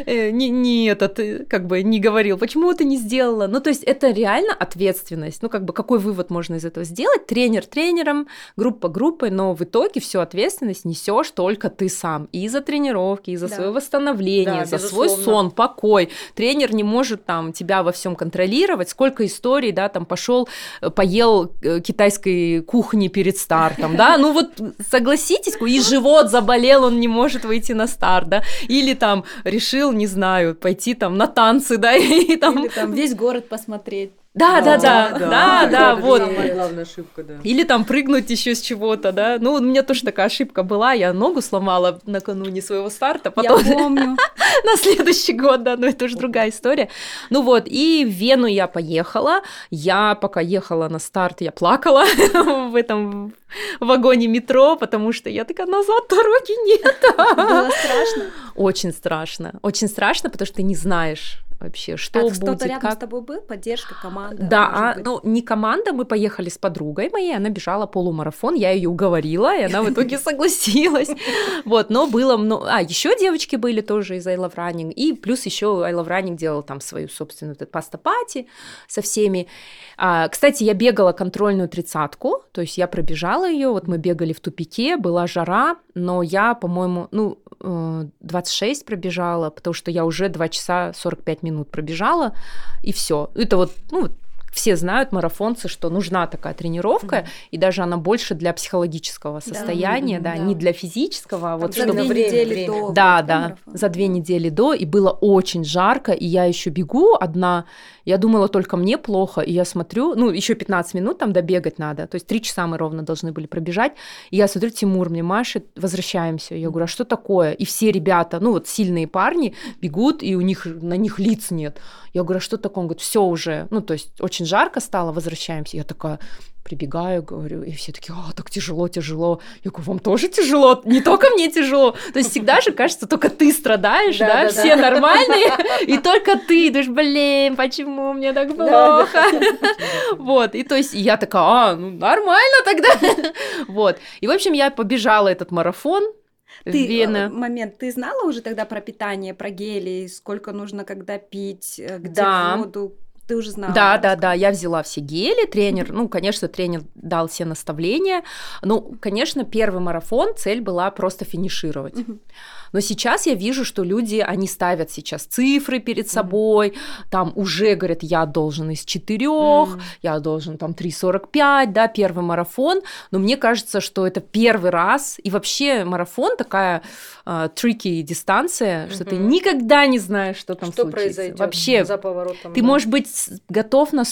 не этот, как бы, не говорил, почему ты не сделала, ну, то есть это реально ответственность, ну, как бы, какой вывод можно из этого сделать, тренер тренером, группа группой, но в итоге всю ответственность несешь только ты сам, и за тренировки, и за свое восстановление, за свой сон, покой, тренер не может там тебя во всем контролировать, сколько историй, да, там пошел, поел китайской кухни перед стартом, да, ну вот согласитесь, и живот заболел, он не может выйти на старт, да, или там решил, не знаю, пойти там на танцы, да, и там... Или там весь город посмотреть. Да, Это вот. самая главная ошибка, да. Или там прыгнуть еще с чего-то, да. Ну, у меня тоже такая ошибка была, я ногу сломала накануне своего старта, потом Я помню. на следующий год, да, но это уже другая история. Ну вот, и в Вену я поехала, я пока ехала на старт, я плакала в этом вагоне метро, потому что я такая, назад дороги нет. Было страшно. Очень страшно, потому что ты не знаешь, вообще, что А будет, кто-то рядом с как. тобой был? Поддержка, команда? Да, может быть? ну не команда, мы поехали с подругой моей, она бежала полумарафон, я ее уговорила, и она в итоге согласилась. Вот, но было много... еще девочки были тоже из I Love Running, и плюс еще I Love Running делал там свою собственную паста-пати со всеми. Кстати, я бегала контрольную 30-ку, то есть я пробежала ее, вот мы бегали в тупике, была жара, но я, по-моему, 26 пробежала, потому что я уже 2 часа 45 минут пробежала, и все. Это вот, все знают, марафонцы, что нужна такая тренировка, и даже она больше для психологического состояния, да, не для физического, а вот за чтобы... 2 недели до. Да, за 2 недели до, и было очень жарко, и я еще бегу одна, я думала, только мне плохо, и я смотрю, еще 15 минут там добегать надо, то есть 3 часа мы ровно должны были пробежать, и я смотрю, Тимур мне машет, возвращаемся, я говорю, а что такое? И все ребята, сильные парни бегут, и на них лиц нет. Я говорю, а что такое? Он говорит, все уже, то есть очень жарко стало, возвращаемся. Я такая прибегаю, говорю, и все такие, так тяжело. Я говорю, вам тоже тяжело? Не только мне тяжело. То есть всегда же кажется, только ты страдаешь, да? Все нормальные, и только ты думаешь, блин, почему мне так плохо? Вот, и то есть я такая, нормально тогда. Вот, и в общем я побежала этот марафон. Ты знала уже тогда про питание, про гели, сколько нужно когда пить, где воду? Ты уже знала? Да, я взяла все гели, тренер дал все наставления. Конечно, первый марафон, цель была просто финишировать. Но сейчас я вижу, что люди, они ставят сейчас цифры перед собой, там уже говорят, я должен из 4, я должен там 3:45, да, первый марафон, но мне кажется, что это первый раз, и вообще марафон такая tricky дистанция, что ты никогда не знаешь, что там случится. Произойдет вообще, за поворотом. Ты можешь быть готов на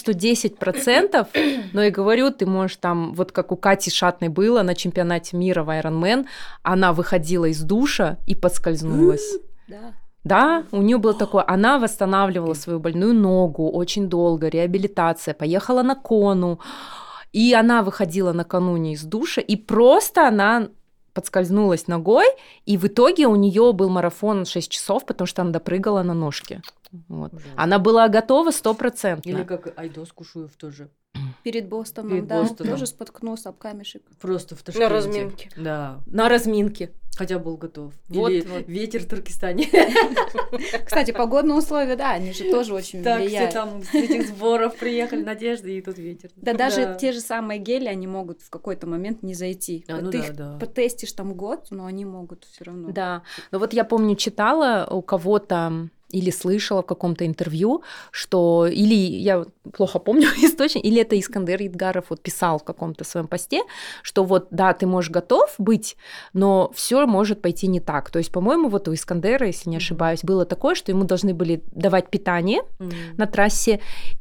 110%, но я говорю, ты можешь там, вот как у Кати Шатной было на чемпионате мира в Ironman, она выходила из душа и подскользнулась. Да, у нее было такое, она восстанавливала свою больную ногу очень долго, реабилитация, поехала на кону, и она выходила накануне из душа, и просто она подскользнулась ногой, и в итоге у нее был марафон 6 часов, потому что она допрыгала на ножке. Вот. Она была готова 100%. Или как Айдос Кушуев тоже. Перед Бостоном, тоже споткнулся об камешек. Просто в Ташкенте. На разминке. Да. На разминке. Хотя был готов. Вот. Ветер в Туркестане. Кстати, погодные условия, да, они же тоже очень влияют. Так, все там с этих сборов приехали, Надежды, и тут ветер. Да, даже те же самые гели, они могут в какой-то момент не зайти. Ты их потестишь там год, но они могут все равно. Да, но вот я помню, читала у кого-то или слышала в каком-то интервью, что, или я плохо помню источник, или это Искандер Идгаров вот писал в каком-то своем посте, что вот, да, ты можешь готов быть, но все может пойти не так. То есть, по-моему, вот у Искандера, если не ошибаюсь, было такое, что ему должны были давать питание на трассе,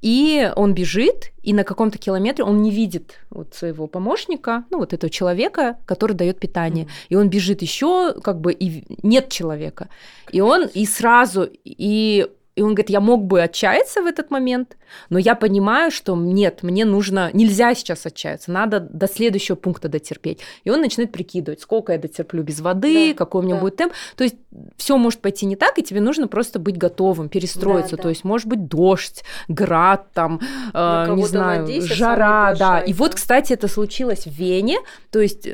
и он бежит, и на каком-то километре он не видит вот своего помощника, вот этого человека, который дает питание, и он бежит еще, как бы, и нет человека, и он и сразу и он говорит, я мог бы отчаяться в этот момент, но я понимаю, что нет, мне нужно, нельзя сейчас отчаяться, надо до следующего пункта дотерпеть. И он начинает прикидывать, сколько я дотерплю без воды, какой у меня будет темп. То есть все может пойти не так, и тебе нужно просто быть готовым, перестроиться. То есть может быть дождь, град, там, не знаю, жара. Да. И вот, кстати, это случилось в Вене, то есть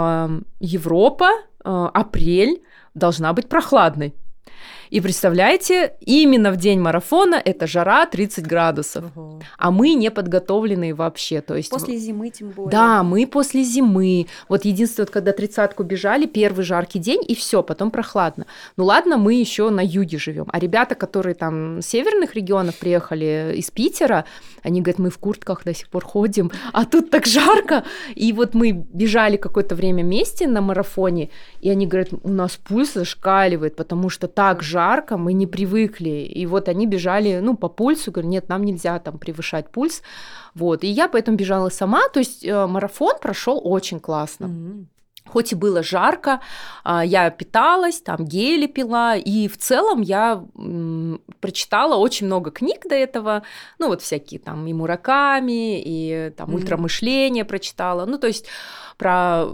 Европа, апрель должна быть прохладной. И представляете, именно в день марафона это жара 30 градусов, а мы не подготовленные вообще. То есть, после зимы тем более. Да, мы после зимы. Вот единственное, когда 30-ку бежали, первый жаркий день, и все, потом прохладно. Ну ладно, мы еще на юге живем. А ребята, которые там с северных регионов приехали из Питера, они говорят, мы в куртках до сих пор ходим, а тут так жарко. И вот мы бежали какое-то время вместе на марафоне, и они говорят, у нас пульс зашкаливает, потому что так жарко, мы не привыкли. И вот они бежали, по пульсу, говорят, нет, нам нельзя там превышать пульс. Вот. И я поэтому бежала сама, то есть марафон прошел очень классно. Хоть и было жарко, я питалась, там гели пила, и в целом я прочитала очень много книг до этого, вот всякие там и Мураками, и там ультрамышление прочитала, то есть про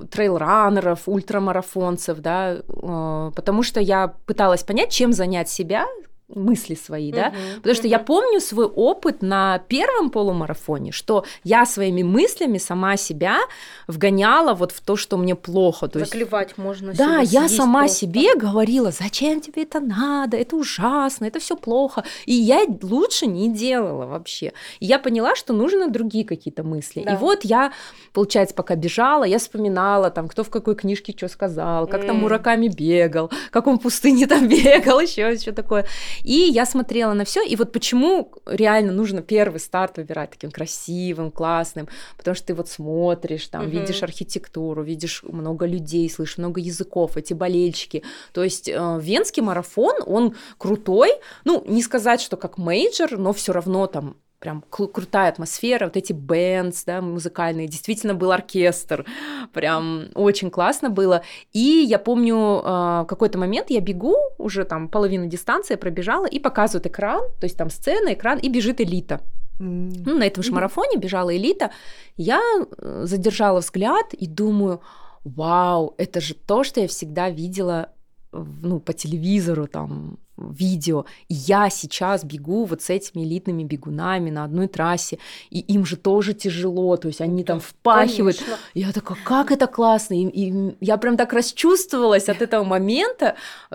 трейлранеров, ультрамарафонцев, да, потому что я пыталась понять, чем занять себя, мысли свои, да, потому что я помню свой опыт на первом полумарафоне, что я своими мыслями сама себя вгоняла вот в то, что мне плохо. То есть, Заклевать можно. да, себя я съесть сама просто. себе говорила, зачем тебе это надо, это ужасно, это все плохо, и я лучше не делала вообще. И я поняла, что нужны другие какие-то мысли. Да. И вот я, получается, пока бежала, я вспоминала, там, кто в какой книжке что сказал, как там Мураками бегал, как он в пустыне там бегал, еще такое. И я смотрела на все, и вот почему реально нужно первый старт выбирать таким красивым, классным, потому что ты вот смотришь, там, видишь архитектуру, видишь много людей, слышишь много языков, эти болельщики. То есть Венский марафон, он крутой, ну, не сказать, что как мейджор, но все равно там прям крутая атмосфера, вот эти бэндс, да, музыкальные, действительно был оркестр, прям очень классно было. И я помню, в какой-то момент я бегу, уже там половину дистанции пробежала, и показывают экран, то есть там сцена, экран, и бежит элита. Ну, на этом же марафоне бежала элита. Я задержала взгляд и думаю, вау, это же то, что я всегда видела, ну, по телевизору, там, видео, и я сейчас бегу вот с этими элитными бегунами на одной трассе, и им же тоже тяжело, то есть они там впахивают. Конечно. Я такая, как это классно, и я прям так расчувствовалась от этого момента,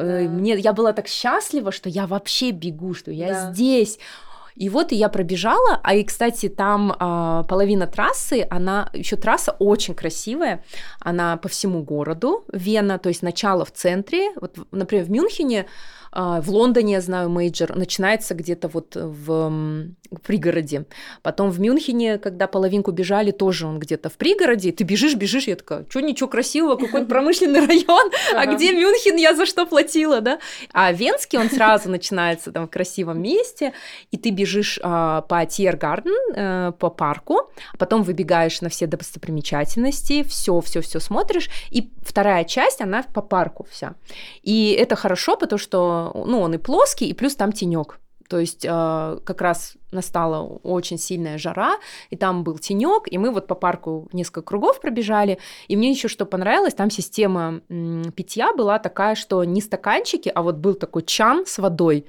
я была так счастлива, что я вообще бегу, что я здесь. И вот и я пробежала, и, кстати, там половина трассы, еще трасса очень красивая, она по всему городу, Вена, то есть начало в центре, вот, например, в Мюнхене, в Лондоне, я знаю, мейджор, начинается где-то вот в пригороде. Потом в Мюнхене, когда половинку бежали, тоже он где-то в пригороде. Ты бежишь, я такая, что ничего красивого, какой-то промышленный район, а где Мюнхен, я за что платила, да? А Венский, он сразу начинается там в красивом месте, и ты бежишь по Тиргарден, по парку, потом выбегаешь на все достопримечательности, все смотришь, и вторая часть, она по парку вся. И это хорошо, потому что он и плоский, и плюс там тенек. То есть как раз настала очень сильная жара, и там был тенек, и мы вот по парку несколько кругов пробежали. И мне еще что понравилось, там система питья была такая, что не стаканчики, а вот был такой чан с водой.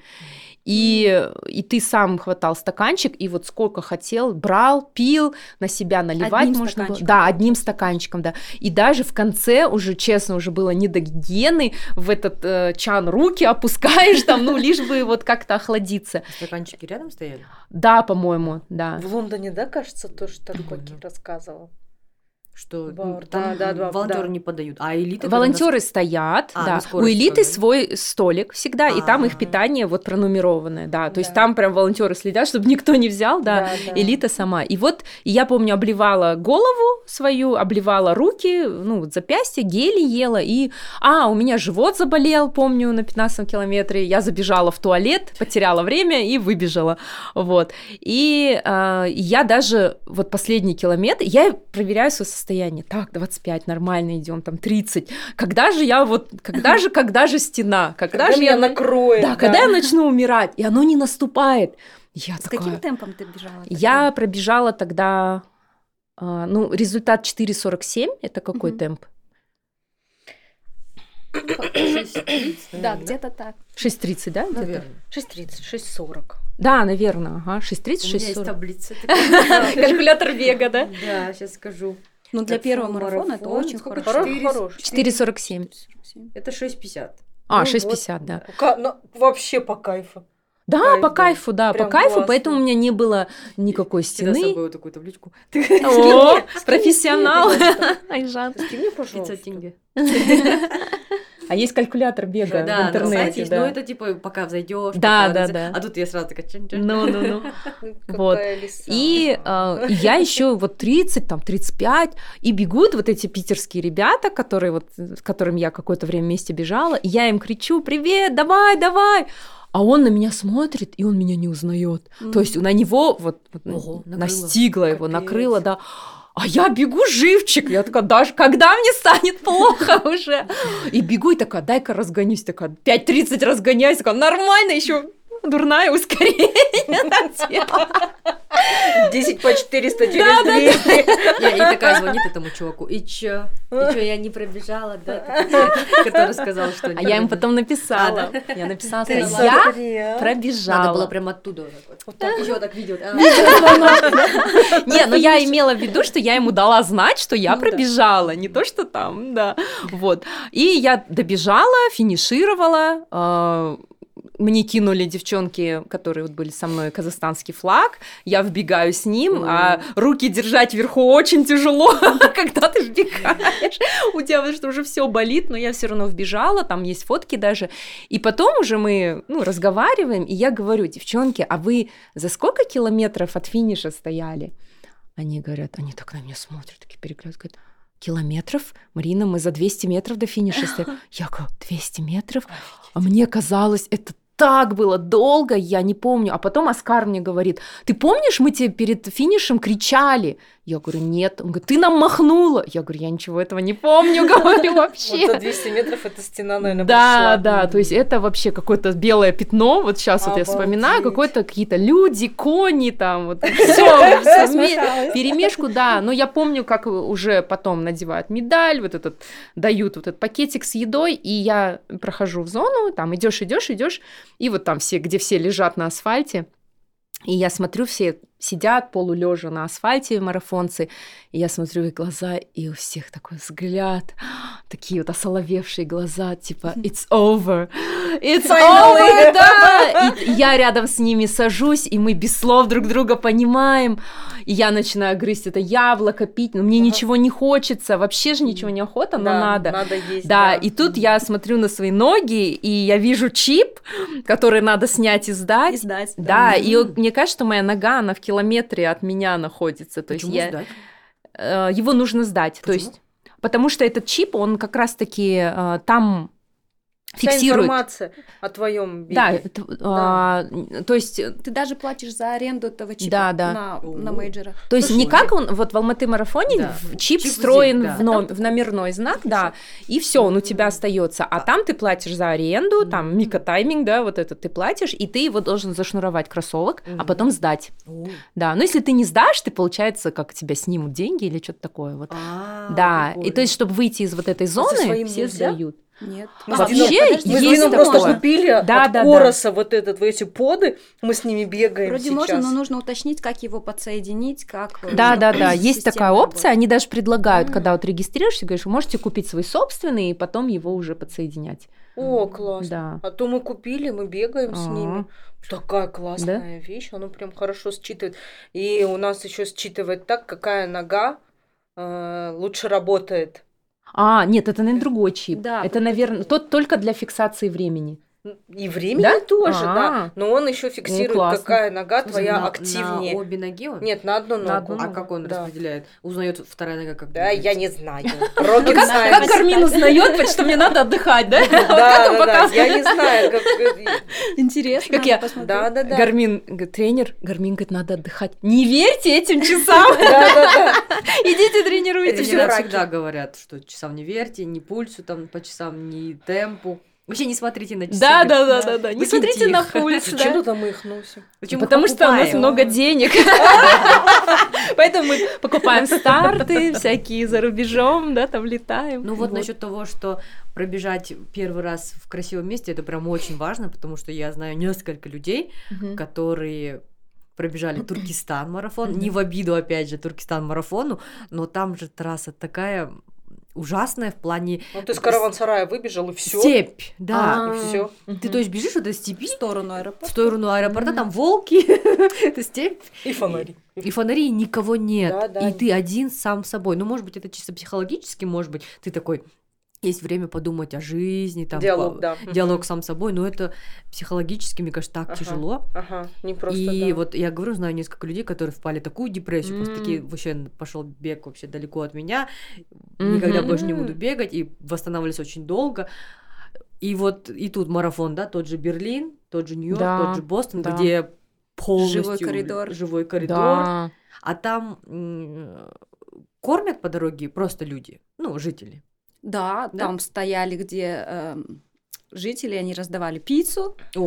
И ты сам хватал стаканчик, и вот сколько хотел, брал, пил, на себя наливать одним можно было. стаканчиком. Да, одним стаканчиком, да. И даже в конце уже, честно, уже было не до гигиены, в этот чан руки опускаешь там, ну, лишь бы вот как-то охладиться. Стаканчики рядом стояли? Да, по-моему, да. В Лондоне, да, кажется, тоже такое рассказывала. Что Бар, там да, волонтеры да. не подают, а элиты... Волонтеры стоят, да. на У скорости элиты подают. свой столик всегда, и там их питание вот пронумерованное, да. То есть там прям волонтеры следят, чтобы никто не взял, да. Элита сама. И вот я помню, обливала голову свою, обливала руки, ну, вот запястья, гели ела, и... у меня живот заболел, помню, на 15 километре. Я забежала в туалет, потеряла время и выбежала, вот. И я даже вот последний километр, я проверяю свое состояние. Так, 25, нормально идем, там 30. Когда же стена? Когда же меня накроет? Да, когда я начну умирать? И оно не наступает. Я С такая... каким темпом ты бежала? Я пробежала тогда, результат 4:47, это какой темп? 6:30, Да, наверное, где-то так. 6:30, да? где-то? Наверное. 6:30, 6:40. Да, наверное, ага, 6:30, У меня есть 6:40. таблица. Калькулятор бега, да? Да, сейчас скажу. Ну, для Так, первого марафона это марафон, очень сколько? хорошо. 4:47. Это 6:50. 6:50, да. Вообще по кайфу. Да, Кайф, по да. кайфу, да, по Прям кайфу, классно. поэтому у меня не было никакой Всегда с стены. собой вот такую табличку. О, профессионал. Айжан. Скинь мне, пожалуйста. 500 тенге. А есть калькулятор бега в Да, на сайте интернете, есть, но да. это типа пока взойдешь. Да, пока да. А тут я сразу такая... Ну. Вот. Какая лиса. И я еще вот 30, там 35, и бегут вот эти питерские ребята, которые вот, с которыми я какое-то время вместе бежала, и я им кричу: «Привет, давай!» А он на меня смотрит, и он меня не узнает. То есть на него вот Ого, настигла его, Капец. накрыла, да. А я бегу живчик. Я такая, даже когда мне станет плохо уже? И бегу, и такая, дай-ка разгонюсь. Такая, 5:30 разгоняюсь. Такая, нормально еще. дурная ускорение так делала. 10 по 400 через 200. И такая звонит этому чуваку. И чё, я не пробежала, да? Который сказал, что А я ему потом написала. Я написала, я пробежала. Надо было прям оттуда вот так. Ещё так видео. Не, но я имела в виду, что я ему дала знать, что я пробежала, не то, что там, да. Вот. И я добежала, финишировала, мне кинули девчонки, которые вот были со мной, казахстанский флаг, я вбегаю с ним, а руки держать вверху очень тяжело, когда ты вбегаешь, у тебя что уже все болит, но я все равно вбежала, там есть фотки даже, и потом уже мы разговариваем, и я говорю: девчонки, а вы за сколько километров от финиша стояли? Они говорят, они так на меня смотрят, такие переглядывают, говорят: километров? Марина, мы за 200 метров до финиша стоим. Я говорю: 200 метров? А мне казалось, это так было долго, я не помню. А потом Оскар мне говорит: ты помнишь, мы тебе перед финишем кричали? Я говорю: нет. Он говорит: ты нам махнула. Я говорю: я ничего этого не помню, говорю, вообще. Вот за 200 метров эта стена, наверное, Да, прошла. да, то есть это вообще какое-то белое пятно. Вот сейчас вот я вспоминаю, какое-то какие-то люди, кони там, вот все перемешку, да. Но я помню, как уже потом надевают медаль, вот этот, дают вот этот пакетик с едой, и я прохожу в зону, там идешь, и вот там все, где все лежат на асфальте, и я смотрю, все сидят полулежа на асфальте марафонцы, и я смотрю в их глаза, и у всех такой взгляд, такие вот осоловевшие глаза, типа it's over, да! И я рядом с ними сажусь, и мы без слов друг друга понимаем, и я начинаю грызть это яблоко, пить, но мне ничего не хочется, вообще же ничего не охота, но надо. Надо есть, да, и тут я смотрю на свои ноги, и я вижу чип, который надо снять и сдать. Да, и мне кажется, что моя нога, она в километре от меня находится. То Почему есть сдать? Его нужно сдать. Почему? То есть, потому что этот чип, он как раз-таки там Вся фиксирует. информация о твоем беге. Да, Да. То есть... Ты даже платишь за аренду этого чипа Да. на мейджорах. То есть Хорошо, не как он, вот в Алматы-марафоне Да. чип Чип встроен здесь, да. в номерной знак, да, и все, он у тебя остается. А там ты платишь за аренду, там микротайминг, да, вот этот ты платишь, и ты его должен зашнуровать кроссовок, а потом сдать. Да, но если ты не сдашь, ты, получается, как тебя снимут деньги или что-то такое. Вот. Да, и то есть, чтобы выйти из вот этой зоны, своим все нельзя? сдают. Нет. Мы Вообще с Дином есть просто такое. купили от Короса вот эти поды, мы с ними бегаем Вроде сейчас. можно, но нужно уточнить, как его подсоединить, как... Да, чтобы есть система такая опция, работала. они даже предлагают, когда вот регистрируешься, говоришь, вы можете купить свой собственный и потом его уже подсоединять. О, классно. Да. А то мы купили, мы бегаем с ними. Такая классная Да? вещь, оно прям хорошо считывает. И у нас еще считывает так, какая нога лучше работает. Нет, это, наверное, другой чип. Да, это, наверное, тот только для фиксации времени. И времени Да? тоже, да. Но он еще фиксирует, классно. какая нога В смысле, твоя на активнее. На обе ноги он? Нет, на одну На ногу. одну А как он Да. распределяет? Узнает вторая нога как Да, двигается? я не знаю. Rocket Как science. Гармин узнает, потому что мне надо отдыхать, да? Да, я не знаю, как... Интересно, Как надо я- посмотреть. Да. Гармин, тренер, Гармин говорит, надо отдыхать. Не верьте этим часам, Да. идите тренируйтесь. Тренера раки. всегда говорят, что часам не верьте, ни пульсу там по часам, ни темпу. Вообще не смотрите на часы. Да. говорят. Не смотрите на пульс, Зачем да. туда мы их носим? Зачем мы их Потому что у нас покупаем? много денег. Поэтому мы покупаем старты всякие за рубежом, да, там летаем. Ну вот насчет того, что пробежать первый раз в красивом месте, это прям очень важно, потому что я знаю несколько людей, Мгм. которые пробежали Туркестан марафон, не в обиду, опять же, Туркестан марафону, но там же трасса такая ужасная в плане Ну, ты с караван-сарая выбежал, и все. степь, да. И все. Ты то есть бежишь в этой степи, В сторону в аэропорта. сторону аэропорта, там волки, это степь, И фонари. и фонарей никого нет, Да. и ты один сам с собой. Ну, может быть, это чисто психологически, может быть, ты такой, есть время подумать о жизни, там, Диалог, да. диалог сам с собой, но это психологически, мне кажется, так Ага. тяжело. Ага, не просто, И да. вот я говорю, знаю несколько людей, которые впали в такую депрессию, просто такие, М. вообще пошел бег вообще далеко от меня, никогда Мгм. больше не буду бегать, и восстанавливались очень долго. И вот и тут марафон, да, тот же Берлин, тот же Нью-Йорк, Да, тот же Бостон, да. где полностью Живой коридор. Да. а там кормят по дороге просто люди, ну, жители. Да, Да? там стояли, где жители, они раздавали пиццу. Ого.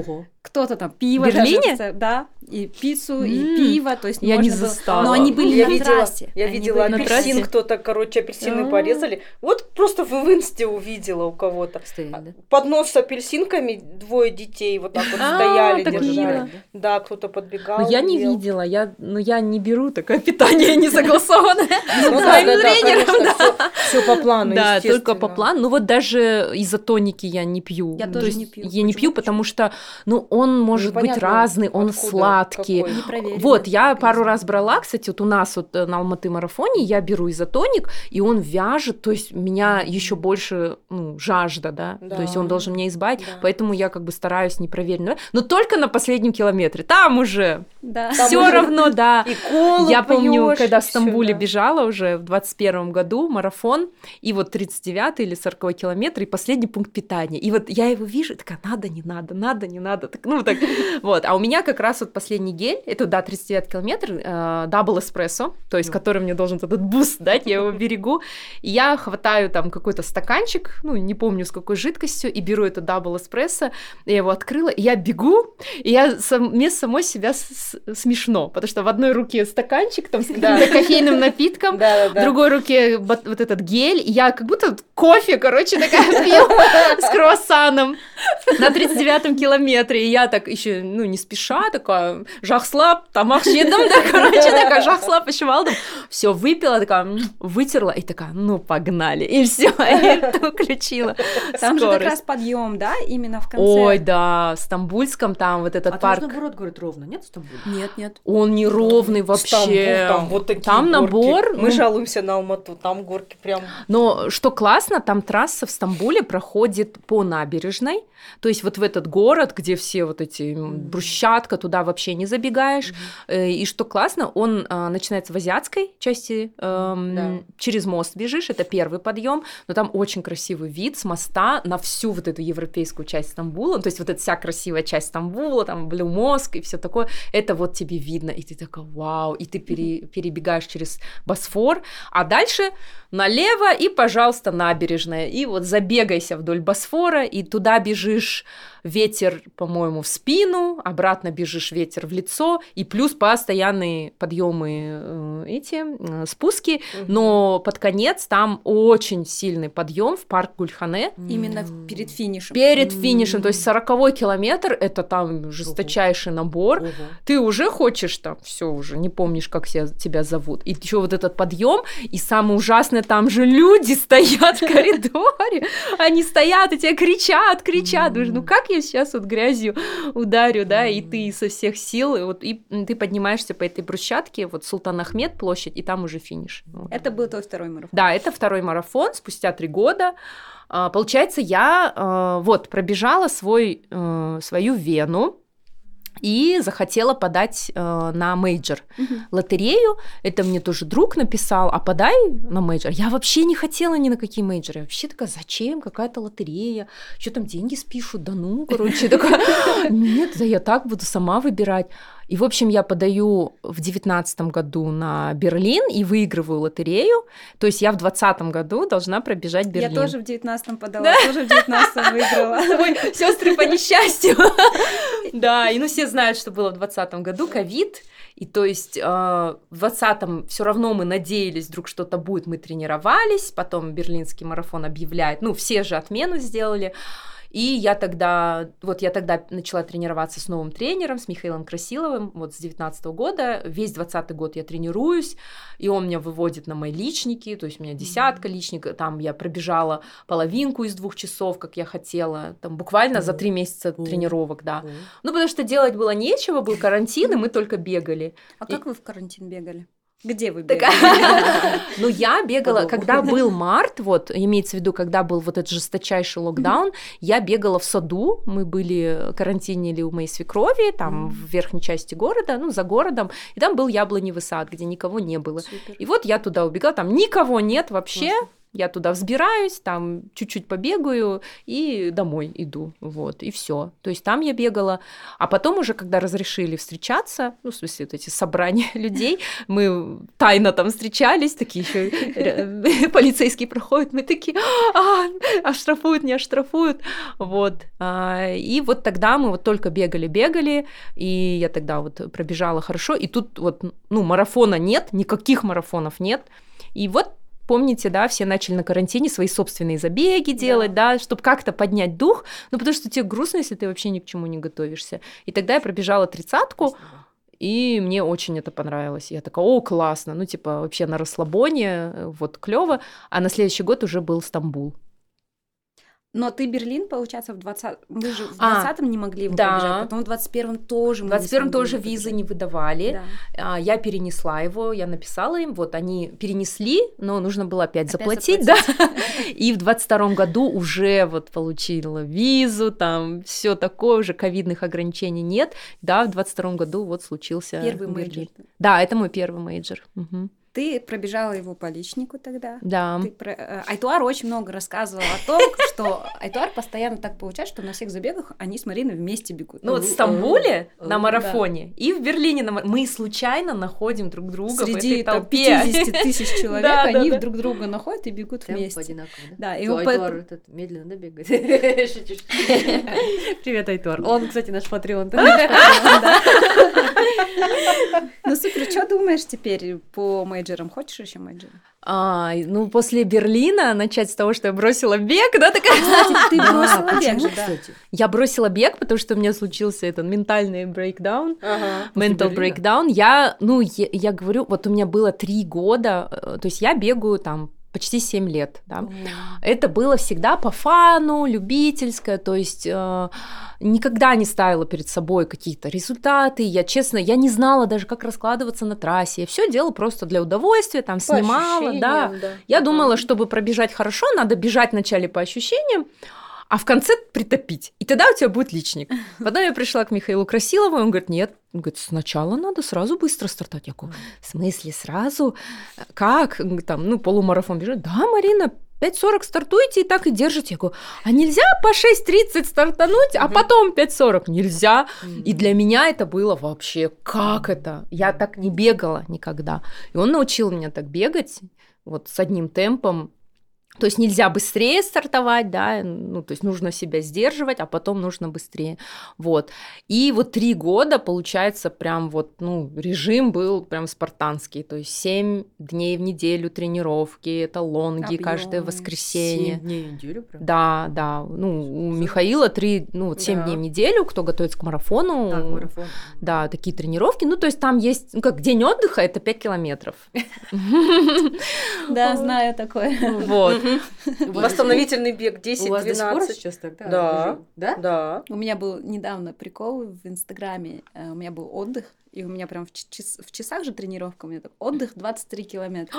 кто-то там пиво. Берлине? Даже, да, и пиццу, и пиво. То есть Я не можно было... застала. Но они были на трассе. Я Они видела были на апельсин, трассе. кто-то, короче, апельсины порезали. Вот просто в инсте увидела у кого-то. Стояли, да? Поднос с апельсинками, 2 детей вот так вот стояли, так держали. мило. Да, кто-то подбегал. Но я не ел. видела, я не беру такое питание не согласованное Ну с да, моим да, да, тренером. конечно, все по плану, Да, естественно. только по плану. Ну вот даже изотоники я не пью. Я То тоже есть не пью. Я не Почему? пью, потому что, ну, он может быть Непонятно, разный, он откуда, сладкий. какой. Не проверено. Вот, я организм. пару раз брала, кстати, вот у нас вот на Алматы марафоне я беру изотоник, и он вяжет, то есть меня еще больше, жажда, да, Да. то есть он должен меня избавить, Да. поэтому я как бы стараюсь непроверенно, но только на последнем километре, там уже Да. Там все уже равно, да. И колу Я помню, пьёшь, когда и в всё, Стамбуле да. бежала уже в 21 году марафон, и вот 39 или 40 километр, и последний пункт питания. И вот я его вижу, и такая, надо, не надо, надо, не надо. Так, так. Вот. А у меня как раз вот последний гель, это, да, 39 километр, дабл эспрессо, то есть, который мне должен этот буст дать, я его берегу. И я хватаю там какой-то стаканчик, не помню с какой жидкостью, и беру это дабл эспрессо, я его открыла, и я бегу, и мне самой себя смешно, потому что в одной руке стаканчик там с каким-то кофейным напитком, в другой руке вот этот гель, и я как будто кофе, короче, такая пью с круассаном на 39-м километре, и я так еще, не спеша, такая, жахслап, тамақ жедім, да, короче, такая, жахслап, еще алдым, все выпила, такая, вытерла, и такая, погнали, и все, и включила Там же как скорость. раз подъем, да, именно в конце. Ой, да, в Стамбульском там вот этот А там парк. же наоборот, говорят, ровно, нет в Стамбуле? Нет. Он неровный вообще. Стамбул, там вот такие Там горки. набор. Мы жалуемся на Алмату, там горки прям. Но что классно, там трасса в Стамбуле проходит по набережной. То есть вот в этот город, где все вот эти брусчатка, туда вообще не забегаешь. И что классно, он начинается в азиатской части, через мост бежишь, это первый подъем, но там очень красивый вид с моста на всю вот эту европейскую часть Стамбула. То есть вот эта вся красивая часть Стамбула, там Блю Моск и все такое, это вот тебе видно, и ты такая, вау, и ты перебегаешь через Босфор, а дальше налево и, пожалуйста, набережная, и вот забегайся вдоль Босфора, и туда бежишь, ветер, по-моему, в спину, обратно бежишь, ветер в лицо, и плюс постоянные подъемы спуски, но под конец там очень сильный подъем в парк Гульхане. Именно перед финишем. Перед финишем, то есть 40-й километр, это там жесточайший набор. Ты уже хочешь там, все уже, не помнишь, как тебя зовут. И еще вот этот подъем, и самое ужасное, там же люди стоят в коридоре, они стоят и тебе кричат. Думаешь, как я сейчас вот грязью ударю, да, и ты со всех сил, и ты поднимаешься по этой брусчатке, вот Султан Ахмед площадь, и там уже финиш. Это был твой второй марафон. Да, это второй марафон спустя 3 года. Получается, я пробежала свою Вену и захотела подать на мейджор лотерею. Это мне тоже друг написал, а подай на мейджор. Я вообще не хотела ни на какие мейджоры. Я вообще такая, зачем? Какая-то лотерея? Что там деньги спишут? Да короче, такая, нет, да я так буду сама выбирать. И, в общем, я подаю в 2019 году на Берлин и выигрываю лотерею. То есть я в 2020 году должна пробежать Берлин. Я тоже в 19-м подала, тоже в 19-м выиграла. Сестры по несчастью. Да, и все знают, что было в 2020 году, ковид. И то есть в 2020-м все равно мы надеялись, вдруг что-то будет, мы тренировались, потом берлинский марафон объявляет, все же отмену сделали. И я тогда начала тренироваться с новым тренером, с Михаилом Красиловым, вот с 19 года. Весь 20 год я тренируюсь, и он меня выводит на мои личники, то есть у меня 10 личник, там я пробежала половинку из 2 часов, как я хотела, там буквально за 3 месяца тренировок, да. Потому что делать было нечего, был карантин, и мы только бегали. А как вы в карантин бегали? Где вы бегали? Я бегала, когда был март, имеется в виду, когда был вот этот жесточайший локдаун, я бегала в саду, мы карантинили у моей свекрови, там в верхней части города, за городом, и там был яблоневый сад, где никого не было. И вот я туда убегала, там никого нет вообще, я туда взбираюсь, там чуть-чуть побегаю и домой иду, вот, и все. То есть там я бегала, а потом уже, когда разрешили встречаться, ну, в смысле, вот эти собрания людей, мы тайно там встречались, такие еще полицейские проходят, мы такие, оштрафуют, не оштрафуют, вот. И вот тогда мы вот только бегали, и я тогда вот пробежала хорошо, и тут вот, ну, марафона нет, никаких марафонов нет, и вот помните, да, все начали на карантине свои собственные забеги делать, да, чтобы как-то поднять дух, ну, потому что тебе грустно, если ты вообще ни к чему не готовишься. И тогда я пробежала 30-ку, и мне очень это понравилось. Я такая, о, классно, ну, типа, вообще на расслабоне, вот, клево. А на следующий год уже был Стамбул. Но ты Берлин, получается, в 20... Мы же в 20-м не могли его пробежать, потом в 21-м тоже. В 21-м тоже визы не выдавали. Да. Я перенесла его, я написала им, вот они перенесли, но нужно было опять заплатить. Да? И в 22-м году уже вот получила визу, там все такое, уже ковидных ограничений нет. Да, в 22-м году вот случился первый мейджор. Да, это мой первый мейджор. Угу. Ты пробежала его по личнику тогда. Да. Айтуар очень много рассказывал о том, что Айтуар постоянно так получается, что на всех забегах они с Мариной вместе бегут. Ну вот в Стамбуле на марафоне и в Берлине мы случайно находим друг друга среди в этой толпе. 50 тысяч человек, они друг друга находят и бегут вместе. Одинаково, да? И Айтуар этот медленно бегает. Привет, Айтуар. Он, кстати, наш патреон. Ну супер, что думаешь теперь по мейджорам? Хочешь еще мейджором? Ну, после Берлина начать с того, что я бросила бег, да, такая... Кстати, ты бросила бег же, да. Я бросила бег, потому что у меня случился этот ментальный брейкдаун, mental breakdown. Я говорю, вот у меня было 3 года, то есть я бегаю там почти 7 лет, да. Это было всегда по фану, любительское, то есть никогда не ставила перед собой какие-то результаты. Я, честно, я не знала даже, как раскладываться на трассе. Я все делала просто для удовольствия, там снимала, да. Я думала, чтобы пробежать хорошо, надо бежать вначале по ощущениям, а в конце притопить. И тогда у тебя будет личник. Потом я пришла к Михаилу Красилову, и он говорит, нет, он говорит, сначала надо сразу быстро стартовать. Я говорю, в смысле сразу? Как? Там, полумарафон бежать. Да, Марина, 5:40 стартуете и так и держите. Я говорю, а нельзя по 6:30 стартануть, а потом 5:40? Нельзя. И для меня это было вообще, как это? Я так не бегала никогда. И он научил меня так бегать, вот с одним темпом. То есть нельзя быстрее стартовать, да, то есть нужно себя сдерживать, а потом нужно быстрее, вот. И вот 3 года, получается, прям вот, режим был прям спартанский, то есть 7 дней в неделю тренировки, это лонги каждое воскресенье. 7 дней в неделю прям? Да, у Михаила 7 дней в неделю, кто готовится к марафону, марафон. Да, такие тренировки, то есть там есть, как день отдыха, это 5 километров. Да, знаю такое. Вот. Восстановительный бег 10-12. У вас до сих пор сейчас так? Да. Да? У меня был недавно прикол в Инстаграме, у меня был отдых, и у меня прям в часах же тренировка, у меня так, отдых 23 километра.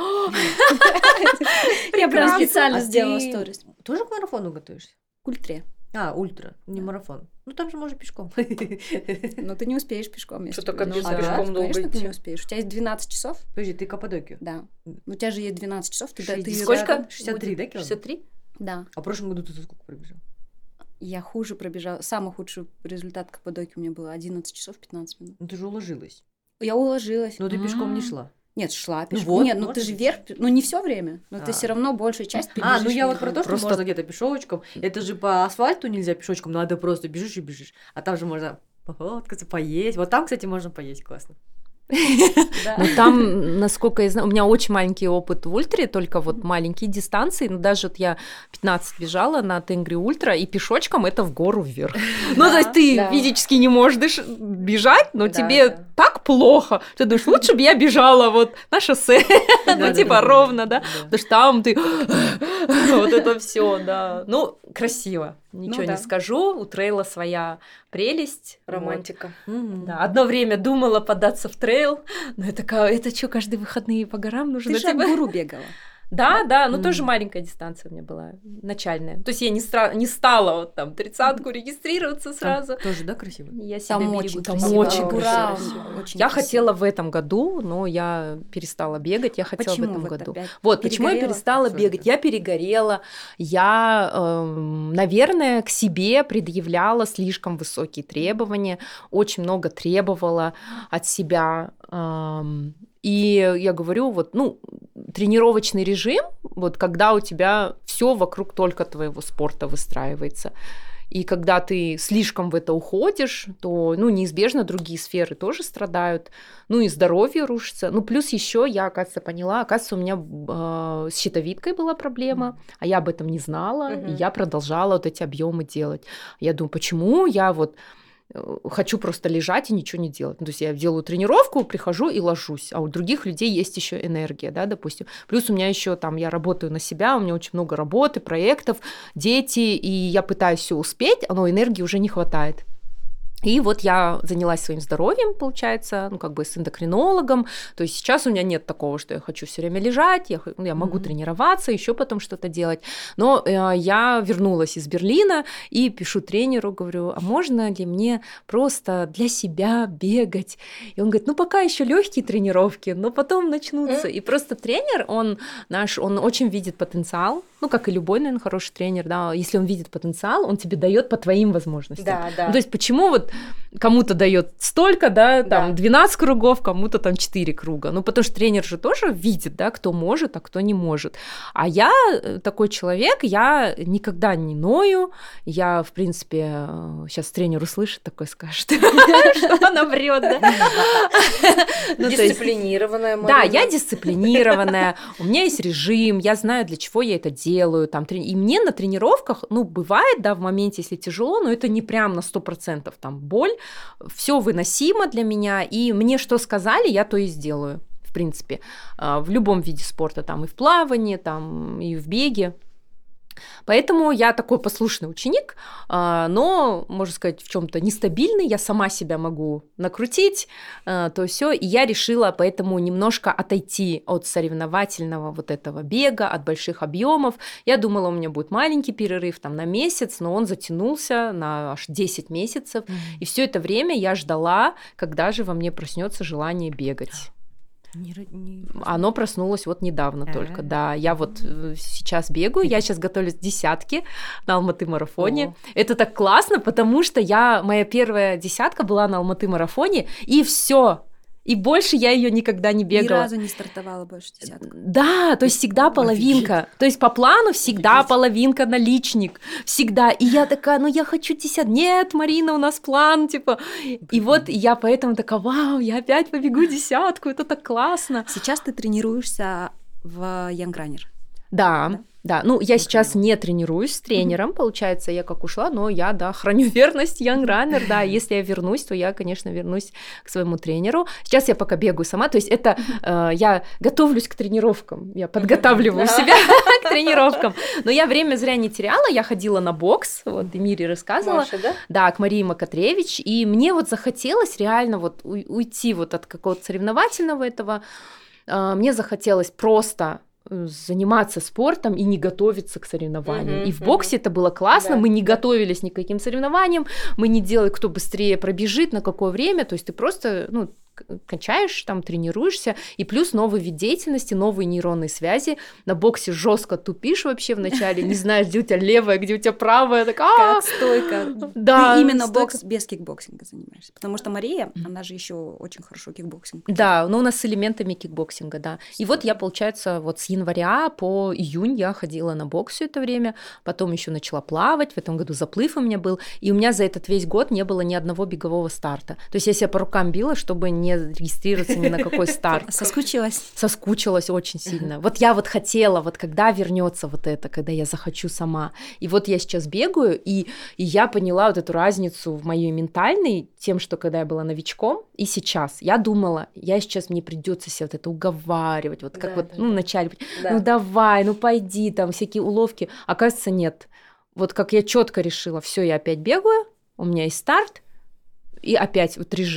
Я прям специально сделала сторис. Тоже к марафону готовишься? К ультре. Ультра, не марафон. Там же можно пешком. Но ты не успеешь пешком. Что так пешком долго идти? Конечно, ты не успеешь. У тебя есть 12 часов. Подожди, ты Каппадокию? Да. У тебя же есть 12 часов. Сколько? 63, да, километров? 63? Да. А в прошлом году ты сколько пробежал? Я хуже пробежала. Самый худший результат Каппадокии у меня было 11 часов 15 минут. Ну ты же уложилась. Я уложилась. Но ты пешком не шла. Нет, шла пешком. Нет, ты же вверх, не все время, но ты все равно большую часть побежишь. Я вот про то, что можно где-то пешочком. Это же по асфальту нельзя пешочком, надо просто бежишь и бежишь. А там же можно пофоткаться, поесть. Вот там, кстати, можно поесть классно. Ну там, насколько я знаю, у меня очень маленький опыт в ультре, только вот маленькие дистанции, даже вот я 15 бежала на Тенгри Ультра, и пешочком это в гору вверх. То есть ты физически не можешь бежать, но тебе так плохо, ты думаешь, лучше бы я бежала вот на шоссе, ровно, да, потому что там ты вот это все, да, красиво. Ничего не скажу, у трейла своя прелесть. Романтика. Да, одно время думала податься в трейл, но это что, каждые выходные по горам нужно? Ты же в гору бегала. Да, но тоже маленькая дистанция у меня была, начальная. То есть я не стала вот там 30-ку регистрироваться сразу. Там тоже, да, красиво? Я себя Там берегу. очень Там красиво. очень Ура! красиво. Очень Я красиво. хотела в этом году, но я перестала бегать, я хотела Почему в этом вот году. опять? Вот, почему я Перегорела? перестала Всё бегать? это. Я перегорела, я, наверное, к себе предъявляла слишком высокие требования, очень много требовала от себя. И я говорю, вот, тренировочный режим, вот когда у тебя все вокруг только твоего спорта выстраивается. И когда ты слишком в это уходишь, то, неизбежно другие сферы тоже страдают, и здоровье рушится. Плюс еще я, оказывается, поняла, у меня с щитовидкой была проблема, а я об этом не знала, и я продолжала вот эти объемы делать. Я думаю, почему я вот хочу просто лежать и ничего не делать. То есть я делаю тренировку, прихожу и ложусь, а у других людей есть еще энергия, да, допустим. Плюс у меня еще там, я работаю на себя, у меня очень много работы, проектов, дети, и я пытаюсь все успеть, но энергии уже не хватает. И вот я занялась своим здоровьем, получается, с эндокринологом. То есть сейчас у меня нет такого, что я хочу все время лежать, я могу тренироваться, еще потом что-то делать. Но я вернулась из Берлина и пишу тренеру, говорю, а можно ли мне просто для себя бегать? И он говорит, пока еще легкие тренировки, но потом начнутся. И просто тренер, он очень видит потенциал, как и любой, наверное, хороший тренер, да, если он видит потенциал, он тебе дает по твоим возможностям. Да. То есть почему вот кому-то дает столько, да, там 12 кругов, кому-то там 4 круга. Потому что тренер же тоже видит, да, кто может, а кто не может. А я такой человек, я никогда не ною. Я, в принципе, сейчас тренер услышит, такой скажет, что она врет, да. Дисциплинированная. Да, я дисциплинированная, у меня есть режим, я знаю, для чего я это делаю. И мне на тренировках, бывает, да, в моменте, если тяжело, но это не прям на 100%, там, боль, все выносимо для меня, и мне что сказали, я то и сделаю, в принципе, в любом виде спорта, там, и в плавании, там, и в беге. Поэтому я такой послушный ученик, но, можно сказать, в чем-то нестабильный, я сама себя могу накрутить, то все, и я решила поэтому немножко отойти от соревновательного вот этого бега, от больших объемов. Я думала, у меня будет маленький перерыв там на месяц, но он затянулся на аж 10 месяцев, и все это время я ждала, когда же во мне проснется желание бегать. Оно проснулось вот недавно только, да. Я вот сейчас бегаю, я сейчас готовлюсь к 10-ке на Алматы-марафоне. Это так классно, потому что моя первая 10-ка была на Алматы-марафоне, и все. И больше я ее никогда не бегала. Ни разу не стартовала больше 10-ку. Да, то есть всегда половинка. То есть по плану всегда половинка наличник. Всегда. И я такая, я хочу 10. Нет, Марина, у нас план, типа. И вот я поэтому такая, вау, я опять побегу 10-ку, это так классно. Сейчас ты тренируешься в Young Runner. Да. Я сейчас не тренируюсь с тренером, получается, я как ушла, но я, храню верность Young Runner, да, если я вернусь, то я, конечно, вернусь к своему тренеру. Сейчас я пока бегаю сама, то есть это я готовлюсь к тренировкам, я подготавливаю себя к тренировкам, но я время зря не теряла, я ходила на бокс, вот, и Мире рассказывала. Маша, да? Да, к Марии Макатревич, и мне вот захотелось реально вот уйти вот от какого-то соревновательного этого, мне захотелось просто заниматься спортом и не готовиться к соревнованиям. И в боксе это было классно, мы не готовились ни к каким соревнованиям, мы не делали, кто быстрее пробежит, на какое время, то есть ты просто, качаешь, там, тренируешься, и плюс новый вид деятельности, новые нейронные связи. На боксе жестко тупишь вообще вначале, не знаешь, где у тебя левая, где у тебя правая. Как стойка. Да, Ты именно бокс без кикбоксинга занимаешься. Потому что Мария, она же еще очень хорошо кикбоксинг. Да, но у нас с элементами кикбоксинга, да. И вот я, получается, вот с января по июнь я ходила на бокс все это время, потом еще начала плавать, в этом году заплыв у меня был, и у меня за этот весь год не было ни одного бегового старта. То есть я себя по рукам била, чтобы не регистрироваться ни на какой старт. Соскучилась очень сильно. Вот я вот хотела, вот когда вернется вот это, когда я захочу сама. И вот я сейчас бегаю, и я поняла вот эту разницу в моей ментальной, тем, что когда я была новичком, и сейчас. Я думала, мне придется себя вот это уговаривать, вот как вначале, давай, пойди, там всякие уловки. Оказывается, нет. Вот как я четко решила, все, я опять бегаю, у меня есть старт, и опять вот режим.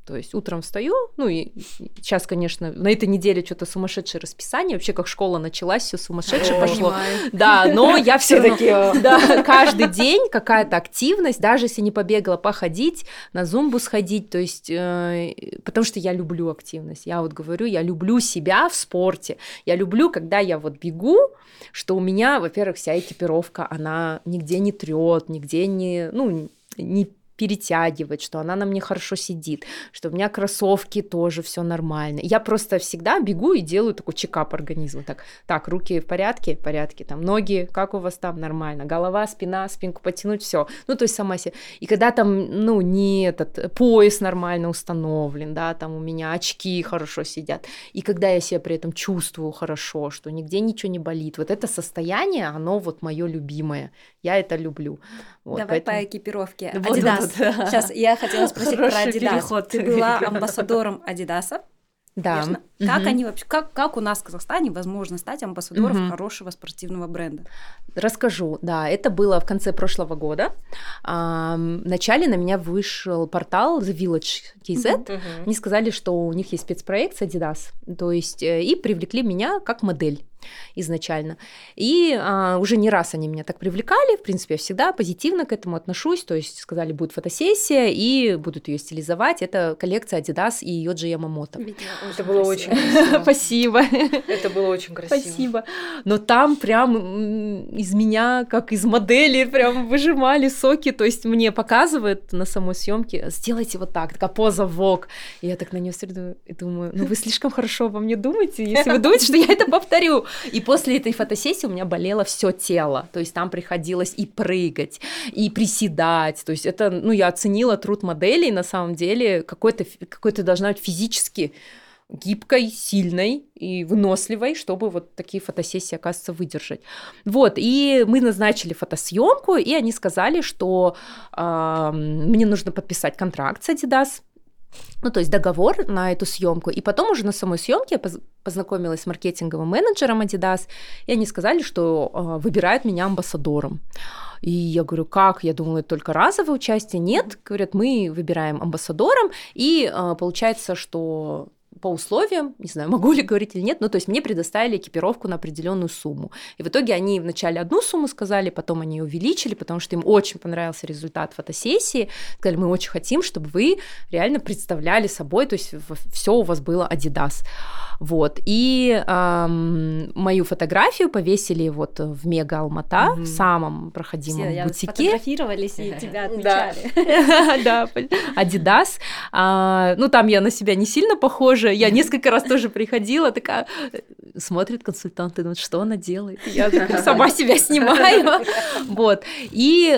То есть утром встаю, ну и сейчас, конечно, на этой неделе что-то сумасшедшее расписание, вообще как школа началась, все сумасшедшее пошло. Да, но я все равно, да, каждый день какая-то активность, даже если не побегала, походить, на зумбу сходить, то есть, потому что я люблю активность, я вот говорю, я люблю себя в спорте, я люблю, когда я вот бегу, что у меня, во-первых, вся экипировка, она нигде не трёт, нигде не, ну, не перетягивает, что она на мне хорошо сидит, что у меня кроссовки тоже все нормально. Я просто всегда бегу и делаю такой чекап организма. Так, руки в порядке, там ноги, как у вас там, нормально, голова, спина, спинку подтянуть, все. Ну, то есть сама себе. И когда там, ну, не этот пояс нормально установлен, да, там у меня очки хорошо сидят, и когда я себя при этом чувствую хорошо, что нигде ничего не болит, вот это состояние, оно вот мое любимое. Я это люблю. Вот, Давай поэтому... по экипировке. Вот, Adidas. да. Сейчас я хотела спросить про Хороший Adidas. переход. Ты была амбассадором Адидаса. Да. Верно? Как они вообще, как у нас в Казахстане возможно стать амбассадором хорошего спортивного бренда? Расскажу, да, это было в конце прошлого года. Вначале на меня вышел портал The Village KZ. Они сказали, что у них есть спецпроект с Adidas, то есть и привлекли меня как модель изначально. И уже не раз они меня так привлекали, в принципе, я всегда позитивно к этому отношусь, то есть сказали, будет фотосессия, и будут ее стилизовать. Это коллекция Adidas и Йоджи Ямамото. Это было очень красиво. Спасибо. Это было очень красиво. Спасибо. Но там прям из меня, как из модели, прям выжимали соки, то есть мне показывают на самой съемке, сделайте вот так, такая поза Vogue. И я так на нее смотрю и думаю, ну вы слишком хорошо обо мне думаете, если вы думаете, что я это повторю. И после этой фотосессии у меня болело все тело, то есть там приходилось и прыгать, и приседать, то есть это, ну, я оценила труд моделей, на самом деле, какой-то должна быть физически гибкой, сильной и выносливой, чтобы вот такие фотосессии, оказывается, выдержать. Вот, и мы назначили фотосъемку, и они сказали, что мне нужно подписать контракт с Adidas, ну, то есть договор на эту съемку. И потом уже на самой съемке я познакомилась с маркетинговым менеджером Adidas, и они сказали, что выбирают меня амбассадором. И я говорю, как? Я думала, это только разовое участие. Нет, говорят, мы выбираем амбассадором, и получается, что по условиям, не знаю, могу ли говорить или нет, но то есть мне предоставили экипировку на определенную сумму. И в итоге они вначале одну сумму сказали, потом они ее увеличили, потому что им очень понравился результат фотосессии. Сказали, мы очень хотим, чтобы вы реально представляли собой, то есть все у вас было Adidas. Вот. И мою фотографию повесили вот в Мега Алмата, в самом проходимом бутике. Сфотографировались и тебя отмечали. Да, Adidas. Ну, там я на себя не сильно похожа. Я несколько раз тоже приходила, такая, смотрит консультант и думает, что она делает. Я сама себя снимаю. Вот. И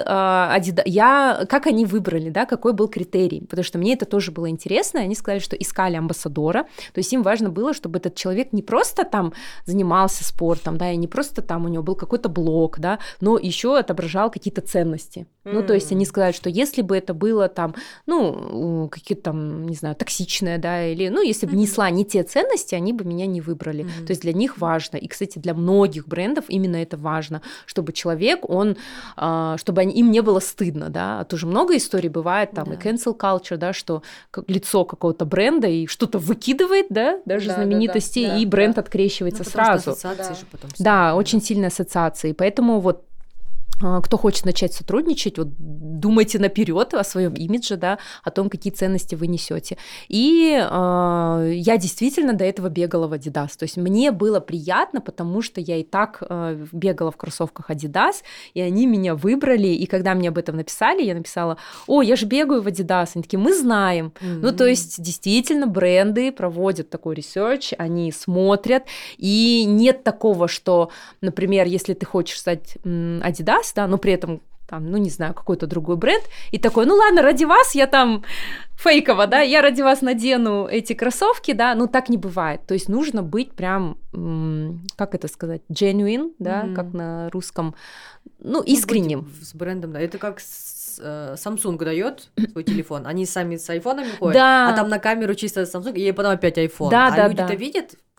как они выбрали, да, какой был критерий? Потому что мне это тоже было интересно. Они сказали, что искали амбассадора. То есть им важно было, чтобы этот человек не просто там занимался спортом, да, и не просто там у него был какой-то блог, да, но еще отображал какие-то ценности. Ну, то есть они сказали, что если бы это было там, ну, какие-то там, не знаю, токсичное, да, или, ну, если бы несла не те ценности, они бы меня не выбрали. То есть для них важно, и, кстати, для многих брендов именно это важно, чтобы человек, чтобы им не было стыдно, да, а тоже много историй бывает, там, и cancel culture, да, что лицо какого-то бренда и что-то выкидывает, да, даже знаменитости, и бренд открещивается сразу. Да, очень сильные ассоциации, поэтому вот кто хочет начать сотрудничать, вот думайте наперед о своем имидже, да, о том, какие ценности вы несете. И я действительно до этого бегала в Adidas. То есть мне было приятно, потому что я и так бегала в кроссовках Adidas, и они меня выбрали. И когда мне об этом написали, я написала: о, я же бегаю в Adidas. Они такие: мы знаем. Ну, то есть действительно бренды проводят такой ресерч, они смотрят, и нет такого, что, например, если ты хочешь стать Adidas, да, но при этом там, ну, не знаю, какой-то другой бренд, и такой, ну, ладно, ради вас я там фейково, да, я ради вас надену эти кроссовки, да, ну, так не бывает, то есть нужно быть прям, как это сказать, genuine, да, как на русском, ну, искренним. С брендом, да, это как Samsung дает свой телефон, они сами с айфонами ходят, да. А там на камеру чисто Samsung, и потом опять iPhone, да, а да, люди-то да. видят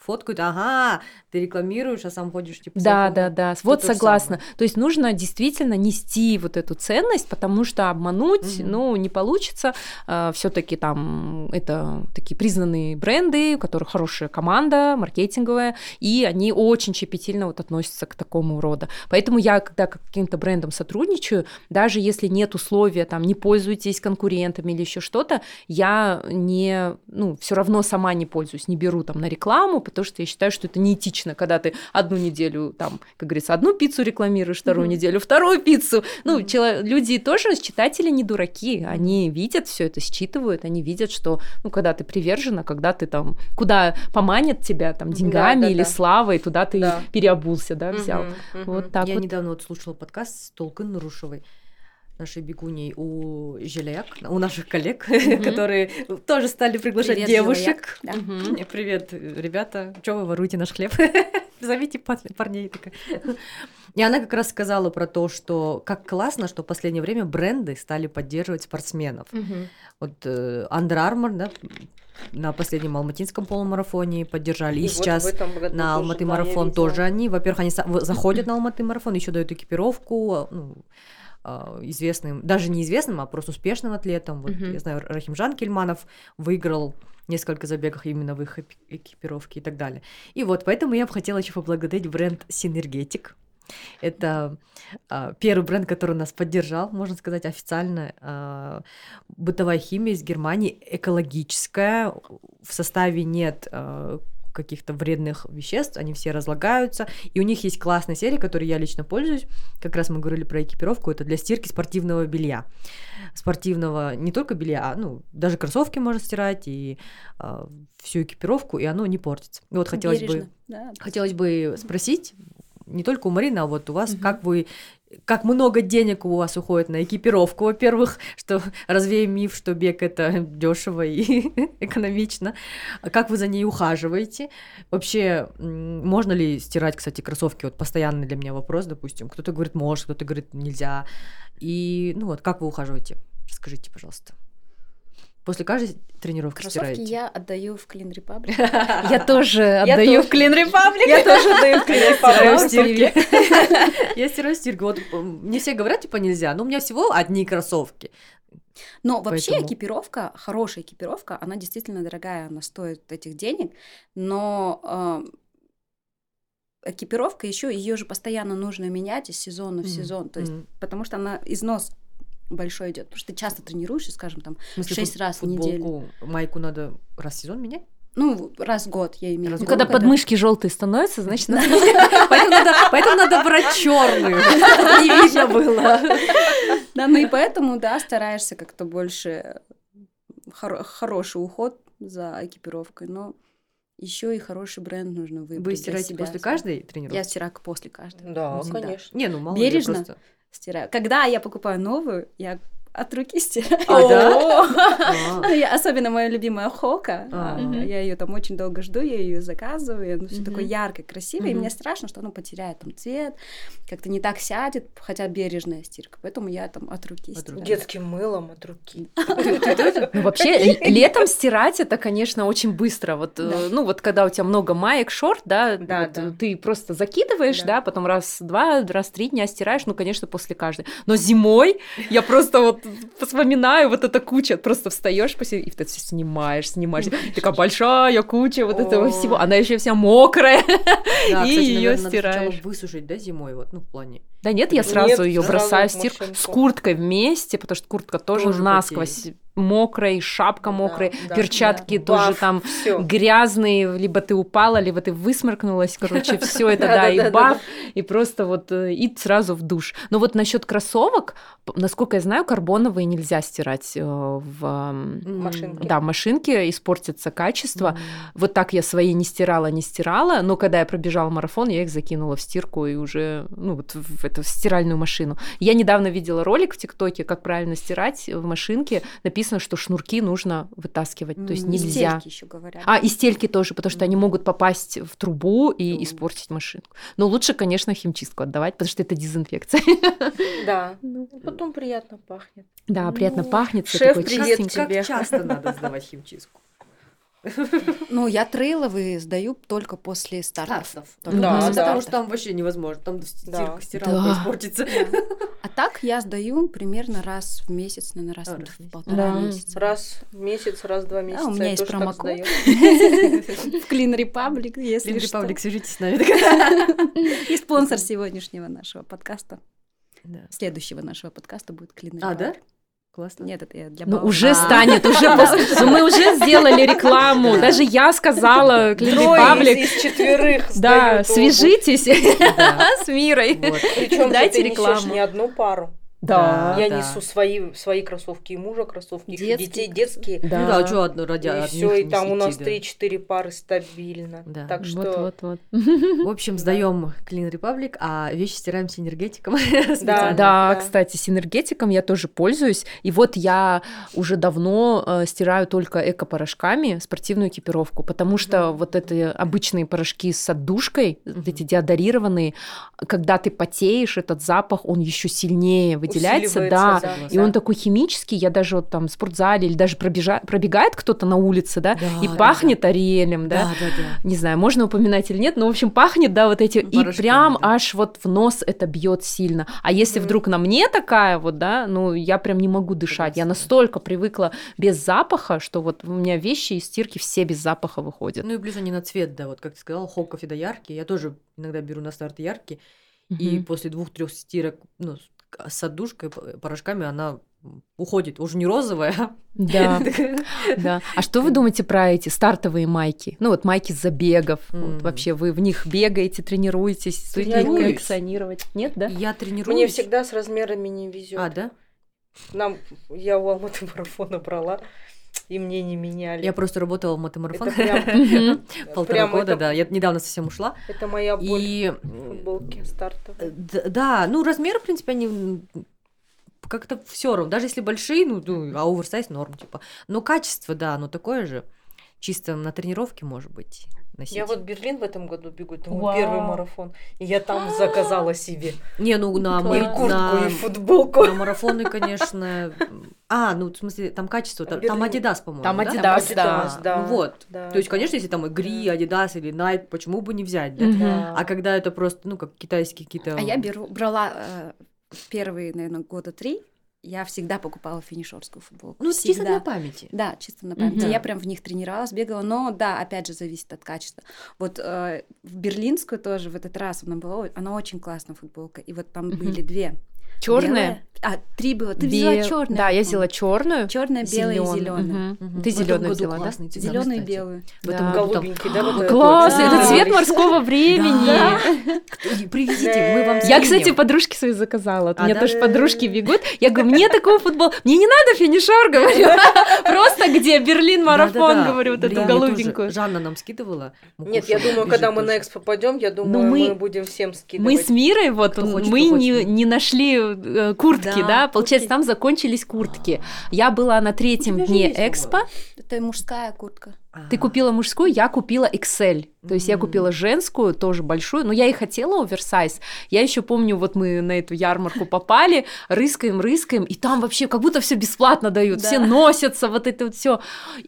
фоткают, ага, ты рекламируешь, а сам ходишь типа с Да, айфоном. да, Всё вот то же согласна. самое. То есть нужно действительно нести вот эту ценность, потому что обмануть, Мгм. не получится. Все-таки там это такие признанные бренды, у которых хорошая команда маркетинговая, и они очень щепетильно вот относятся к такому рода. Поэтому я, когда к каким-то брендам сотрудничаю, даже если нет условия, там, не пользуйтесь конкурентами или еще что-то, я все равно сама не пользуюсь, не беру там на рекламу, потому что я считаю, что это неэтично, когда ты одну неделю, там, как говорится, одну пиццу рекламируешь, вторую неделю вторую пиццу. Люди тоже, читатели не дураки, они видят все это, считывают, они видят, что, когда ты привержена, когда ты там, куда поманят тебя там деньгами или славой, туда ты переобулся, да, взял. Вот так Я вот. недавно вот слушала подкаст с Толкын Нурушевой, нашей бегуней у Желяк, у наших коллег, которые тоже стали приглашать Привет, девушек. Желяк. Да. Привет, ребята, что вы воруете наш хлеб? Зовите парней. Такая. И она как раз сказала про то, что как классно, что в последнее время бренды стали поддерживать спортсменов. Вот Under Armour, да, на последнем алматинском полумарафоне поддержали. И сейчас вот в этом году на тоже, Алматы да, я марафон видела. тоже они. Во-первых, они заходят на Алматы марафон, еще дают экипировку, известным, даже неизвестным, а просто успешным атлетам. Вот, я знаю, Рахимжан Кельманов выиграл несколько забегов именно в их экипировке и так далее. И вот поэтому я бы хотела еще поблагодарить бренд Синергетик. Это первый бренд, который нас поддержал, можно сказать, официально. Бытовая химия из Германии, экологическая, в составе нет каких-то вредных веществ, они все разлагаются, и у них есть классная серия, которой я лично пользуюсь, как раз мы говорили про экипировку, это для стирки спортивного белья. Спортивного не только белья, а даже кроссовки можно стирать, и всю экипировку, и оно не портится. И вот хотелось бы спросить, не только у Марины, а вот у вас, как много денег у вас уходит на экипировку, во-первых, что развеем миф, что бег это дешево и экономично, как вы за ней ухаживаете, вообще можно ли стирать, кстати, кроссовки, вот постоянный для меня вопрос, допустим, кто-то говорит может, кто-то говорит нельзя, и как вы ухаживаете, расскажите, пожалуйста. После каждой тренировки Кроссовки стираете? я отдаю в Clean Republic. Я тоже отдаю в Clean Republic. Я тоже отдаю в Clean Republic. Я стираю стирку. Вот мне все говорят, типа, нельзя, но у меня всего одни кроссовки. Но вообще Поэтому- экипировка, хорошая экипировка, она действительно дорогая, она стоит этих денег, но экипировка еще ее же постоянно нужно менять из сезона в сезон, то есть потому что она износ большой идет, потому что ты часто тренируешься, скажем, там В смысле, 6 раз в неделю. футболку, майку надо раз в сезон менять? Раз в год, я имею в виду. Когда подмышки желтые становятся, значит, надо... Поэтому надо брать черную. Не видно было. Да, и поэтому, стараешься как-то больше хороший уход за экипировкой, но еще и хороший бренд нужно выбрать. Вы для стираете себя. после каждой тренировки? Я стираю после каждой. Да, Всегда. конечно. Не, мало ли, Бережно. просто... Стираю. Когда я покупаю новую, я от руки стираю. Особенно моя любимая Хока. Я ее там очень долго жду, я ее заказываю, оно все такое яркое, красивое, и мне страшно, что оно потеряет там цвет, как-то не так сядет, хотя бережная стирка, поэтому я там от руки стираю. Детским мылом от руки. Вообще, летом стирать это, конечно, очень быстро. Вот, когда у тебя много маек, шорт, да, ты просто закидываешь, да, потом раз-два, раз-три дня стираешь, конечно, после каждой. Но зимой я просто вспоминаю вот эта куча, просто встаешь и ты все снимаешь. Такая большая куча вот этого всего. Она еще вся мокрая. Да, И кстати, ее наверное, надо сначала стираешь. высушить, да, зимой, в плане. Да нет, я сразу ее сразу бросаю в в стирку машинку. с курткой вместе, потому что куртка тоже насквозь мокрая, шапка мокрая, да, перчатки тоже Баф, там всё. грязные, либо ты упала, либо ты высморкнулась, короче, все это, и баф, и просто и сразу в душ. Но вот насчет кроссовок, насколько я знаю, карбоновые нельзя стирать в Машинке. Да, в машинке, испортится качество. Вот так я свои не стирала, но когда я пробежала марафон, я их закинула в стирку и уже, в эту стиральную машину. Я недавно видела ролик в ТикТоке, как правильно стирать в машинке. Написано, что шнурки нужно вытаскивать, то есть нельзя. Стельки еще говорят. И стельки тоже, потому что они могут попасть в трубу и испортить машинку. Но лучше, конечно, химчистку отдавать, потому что это дезинфекция. Да. Потом приятно пахнет. Да, приятно пахнет. всё шеф, такое привет чистенькое. тебе. Как часто надо сдавать химчистку? Ну, я трейловые сдаю только после стартов. Только Да, после Потому стартов. что там вообще невозможно, там Да. стиралка Да. испортится. А так я сдаю примерно раз в месяц, наверное, раз Раз в в месяц. полтора Да. месяца. Раз в месяц, раз в 2 месяца. у меня я есть тоже так промокод. сдаю. В Clean Republic, если Лин что. Репаблик, свяжитесь с нами. И спонсор сегодняшнего нашего подкаста. Да. Следующего нашего подкаста будет Clean А, да? Republic. Классно. Нет, это я для Ну, баллы. уже станет, уже ну, мы уже сделали рекламу. Даже я сказала, Clean Трое Republic. из 4 Да, сдают обувь. свяжитесь Да. с Мирой. Вот. Причем Дайте ты несешь рекламу. не одну пару. Да. Я да. несу свои кроссовки и мужа кроссовки, и Детские детей детские. Ну да, что одно ради И одних все, и не там у нас идти, да. 3-4 пары стабильно. Да. Так что Вот. В общем, сдаем Clean Republic, а вещи стираем с энергетиком. Специально. Да, Да. кстати, с энергетиком я тоже пользуюсь. И вот я уже давно стираю только эко-порошками спортивную экипировку, потому что вот эти обычные порошки с отдушкой, вот эти деодорированные, когда ты потеешь, этот запах, он еще сильнее выделяется, да. усиливается, И он такой химический, я даже вот там в спортзале или даже пробегает кто-то на улице, да, Да, и да, пахнет ариэлем, да. Да. Не знаю, можно упоминать или нет, но, в общем, пахнет, да, вот эти, и Порошками, прям да. аж вот в нос это бьет сильно. А если Мгм. вдруг на мне такая вот, да, ну, я прям не могу дышать. Я Согласна. настолько привыкла без запаха, что вот у меня вещи из стирки все без запаха выходят. Ну и плюс они на цвет, да, вот как ты сказала, хоков всегда яркие. Я тоже иногда беру на старт яркие, и Мгм. после 2-3 стирок, ну, с отдушкой, порошками она уходит. Уже не розовая, а Да, такая. да. А что вы думаете про эти стартовые майки? Ну, вот майки с забегов. М. Вот вообще вы в них бегаете, тренируетесь, стоит ли Тренируюсь. коллекционировать? Нет, да? Я тренируюсь. мне всегда с размерами не везет. А, да? Я у Алматы марафона брала, и мне не меняли. Я просто работала в мотомарафоне. Это прям, Мгм. Полтора прям года, это- да. Я недавно совсем ушла. это моя боль И в футболке стартовой. да, ну размеры, в принципе, они как-то все равно. Даже если большие, а оверсайз норм, типа. Но качество, да, оно такое же. Чисто на тренировке, может быть, носить. Я вот в Берлин в этом году бегу, это мой Вау. первый марафон, и я там заказала себе Не, ну на и мои куртку, и футболку. на марафоны, конечно. Ну, в смысле, там качество, там Берлин. Adidas, по-моему. Там да? Adidas, да. да. Ну вот. Да, То есть, да. конечно, если там Игри, Adidas или Nike, почему бы не взять, да? Мгм. Да. А когда это просто, ну, как китайские какие-то... А я брала первые, наверное, года 3. Я всегда покупала финишерскую футболку. Ну, это чисто Всегда. на памяти. Да, чисто на память. Мгм. Я прям в них тренировалась, бегала, но да, опять же, зависит от качества. Вот в берлинскую тоже в этот раз она очень классная футболка, и вот там Мгм. были 2. Черная? 3 было. Ты взяла черную. Да, я взяла черную. Черная, белая и зеленая. Ты В этом зеленую году взяла, да? классные цвета, Зеленую и кстати. белую. В этом Да. году там- Голубенький, да? вот Класс, этот? это Да. цвет морского времени. Да. Привезите, мы вам Я, скинем. кстати, подружке своей заказала. Вот у А, меня да? тоже подружки бегут. Я говорю, мне такого футбола... Мне не надо финишер, говорю. Просто где Берлин-марафон, Да-да-да. говорю, вот Блин, эту мне тоже голубенькую. Жанна нам скидывала. Нет, я думаю, когда мы на экспо пойдем, я думаю, мы- мы будем всем Мы скидывать. с Мирой, вот, Кто хочет, мы кто не, хочет. не нашли куртки, Да, да, получается, куртки. там закончились куртки. Я была на третьем тебя же дне есть, экспо. Это мужская куртка. Ты купила мужскую, я купила XL. То есть я Мгм. купила женскую, тоже большую, но я и хотела оверсайз. Я еще помню, вот мы на эту ярмарку попали, рыскаем, и там вообще как будто все бесплатно дают, Да. все носятся, вот это вот все.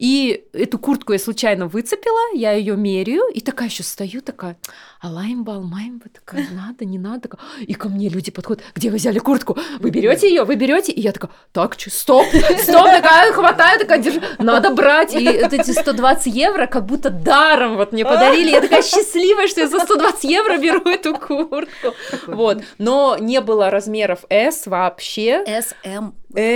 И эту куртку я случайно выцепила, я ее меряю, и такая еще стою, такая, алаймба, такая, надо, не надо. Такая. И ко мне люди подходят, где вы взяли куртку? Вы берете ее, вы берете? И я такая, так, стоп, такая, хватаю, такая, держу, надо брать. И вот эти 120 евро как будто даром вот мне подарили. Я такая счастливая, что я за 120 евро беру эту куртку. Вот. Но не было размеров S вообще. SM.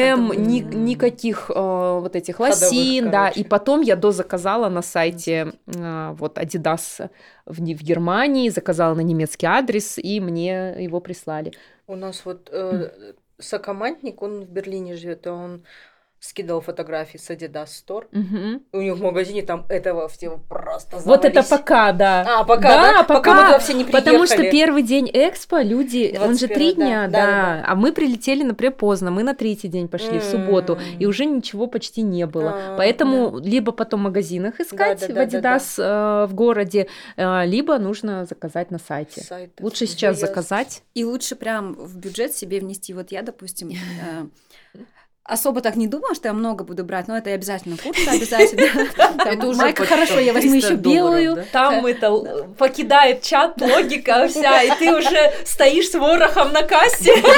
Никаких вот этих Ходовых, лосин, да. короче. И потом я дозаказала на сайте вот Adidas в Германии, заказала на немецкий адрес, и мне его прислали. У нас вот сокомандник, он в Берлине живет, и он скидывал фотографии с Adidas Store. Мгм. У них в магазине там этого всего просто Вот это завались. пока, да. Пока, Да, да? Пока мы туда все не приехали. Потому что первый день экспо люди, он же 3 21, дня, да, да, а мы прилетели, например, поздно, мы на третий день пошли в субботу, и уже ничего почти не было. Поэтому либо потом в магазинах искать в Adidas в городе, либо нужно заказать на сайте. Сайты. Лучше сейчас Я- заказать. И лучше прям в бюджет себе внести. Вот я, допустим, особо так не думала, что я много буду брать, но это обязательно куртка, обязательно. Это уже Майка, почти хорошо, я возьму еще $300, белую. да? Там это покидает чат, логика вся, и ты уже стоишь с ворохом на кассе, и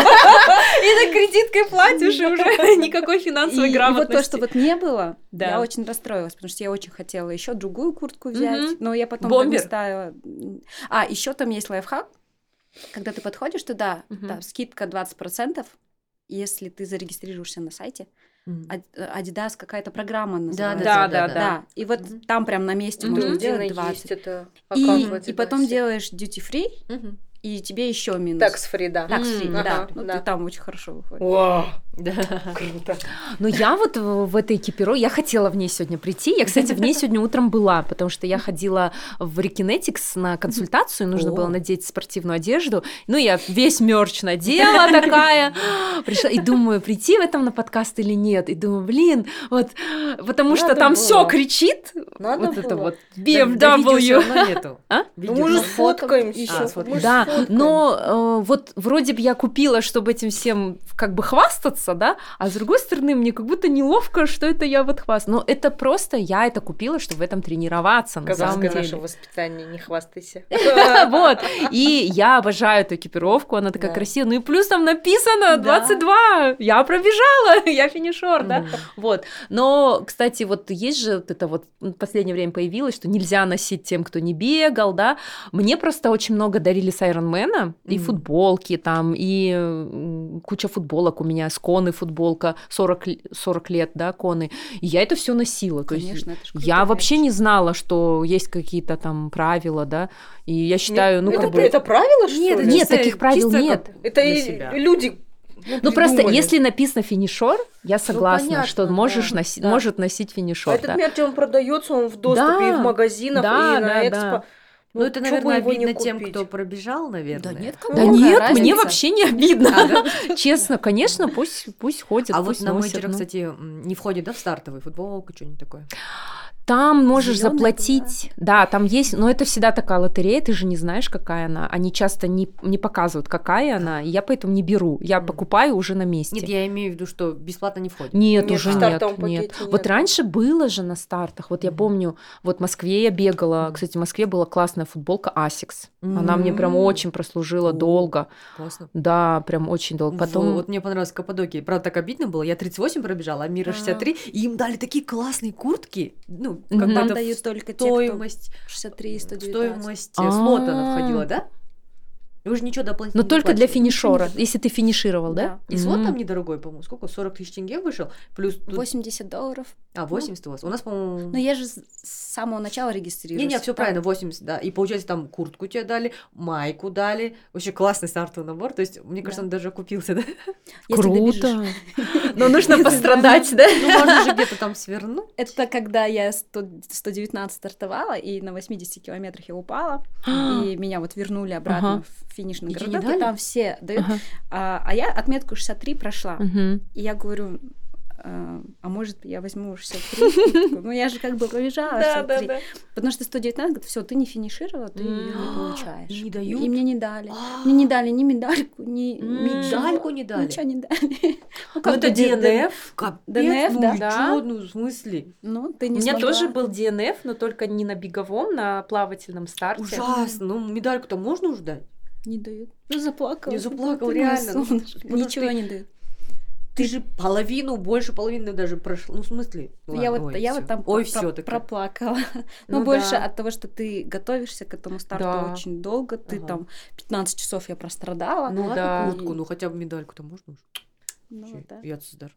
на кредиткой платишь, и уже никакой финансовой И грамотности. вот то, что вот не было, Да. я очень расстроилась, потому что я очень хотела еще другую куртку взять, но я потом Бомбер? ставила. Еще там есть лайфхак, когда ты подходишь туда, там скидка 20%, если ты зарегистрируешься на сайте. Adidas какая-то программа называется. Да. И вот там прям на месте можно сделать 20. это И потом делаешь duty free, и тебе еще минус. Tax-free, да. Tax-free, да. Ага, Ну, да. и там очень хорошо выходит. Вау, Да. круто. Но я вот в этой экипировке, я хотела в ней сегодня прийти. Я, кстати, в ней сегодня утром была, потому что я ходила в Rekinetics на консультацию, нужно было надеть спортивную одежду. Ну, я весь мерч надела такая, пришла и думаю, прийти в этом на подкаст или нет. И думаю, блин, вот, потому что Надо там было. все кричит. Надо Вот это было. вот Да, видео BMW. всё равно нету. А? Ну, мы же сфоткаемся. ещё. Сфоткаемся. Да, но вот вроде бы я купила, чтобы этим всем как бы хвастаться, да, а с другой стороны мне как будто неловко, что это я вот хвастаюсь. Но это просто я это купила, чтобы в этом тренироваться, на самом Казахское деле. наше воспитание, не хвастайся. Вот, и я обожаю эту экипировку, она такая Да. красивая, ну и плюс там написано Да. 22, я пробежала, я финишер, да, вот. Но, кстати, вот есть же вот это вот в последнее время появилось, что нельзя носить тем, кто не бегал, да. Мне просто очень много дарили с Айронмена, и футболки там, и куча футболок у меня, с Коны футболка, 40 лет, да, Коны, и я это все носила, то есть Конечно, это ж крутая я вообще вещь. не знала, что есть какие-то там правила, да, и я считаю, ну, это, как бы... это правило, что Нет, ли? Нет, чисто- таких правил чисто нет. как Это для и себя. люди Ну, просто придумали. если написано финишер, я согласна, понятно, что да. можешь Да. может носить А финишер, этот да. мерч, он продается, он в доступе и в магазинах, да, и на да, экспо. да. Ну, это, чё бы наверное, его не обидно тем, купить? кто пробежал, наверное. Да нет, Да какая нет, разница? мне вообще не обидно. А, да? Честно, конечно, пусть ходят, А вот пусть на носят, мейджерах, ну. кстати, не входит, да, в стартовый футболку, что-нибудь такое? Там можешь Зелёная заплатить, да, там есть, но это всегда такая лотерея, ты же не знаешь, какая она. Они часто не показывают, какая она, и я поэтому не беру. Я покупаю уже на месте. Нет, я имею в виду, что бесплатно не входит. Нет, Нет, уже в нет, стартовом нет. пакете Вот нет. раньше было же на стартах. Вот я помню, вот в Москве я бегала. Кстати, в Москве была классная футболка Asics. Она мне прям очень прослужила О, долго. Классно. Да, прям очень долго. Потом... Вот мне понравилось в Каппадокии. Правда, так обидно было. Я 38 пробежала, а Мира 63. И им дали такие классные куртки. Ну, как Мгм. бы Там это дают только те, кто стоимость. 63 и 119. Стоимость А. слота она входила, да? Вы же ничего дополнительно Но не только для платили. финишера, если ты финишировал, да? И слот там недорогой, по-моему. Сколько? 40 тысяч тенге вышел? Плюс тут... $80. 80 у вас. У нас, по-моему... Но я же с самого начала регистрируюсь. Не-не, все Там- правильно, 80, да. И получается, там куртку тебе дали, майку дали. Вообще классный стартовый набор. То есть, мне кажется, Да. он даже окупился, да? Если добежишь. Круто. Но нужно пострадать, да? Ну, можно же где-то там свернуть. Это когда я 119 стартовала, и на 80 километрах я упала, и меня вот вернули обратно Ага. в финишный И тебе не городок, дали? и там все дают. Ага. А я отметку 63 прошла. Мгм. И я говорю, а может, я возьму 63? Ну, я же как бы пробежала 63. Потому что 119 говорит, все, ты не финишировала, ты ее не получаешь. И не дают? И мне не дали. Мне не дали ни медальку, ни Медальку не дали? Ничего не дали. Ну, Ну, как это бы DNF. Капец, ДНФ, ну да. и Да. чё, ну, в смысле? Ну, ты У не меня смогла. тоже был DNF, но только не на беговом, на плавательном старте. Ужасно. Ну, медальку-то можно уже дать? Не дают. Ну, заплакала. Я заплакала, Ты моё реально. Ну, солнышко. потому Ничего что не дают. Ты же половину, больше половины даже прошла. Ну, в смысле? Я Ладно, вот, ой, я всё. вот там Ой, все такое. проплакала. Ну Но больше да. от того, что ты готовишься к этому старту Да. очень долго. Ты Ага. там 15 часов я прострадала. Ну, ладно, да. куртку, ну хотя бы медальку-то можно уже? Ну, Чё, да. Я создар.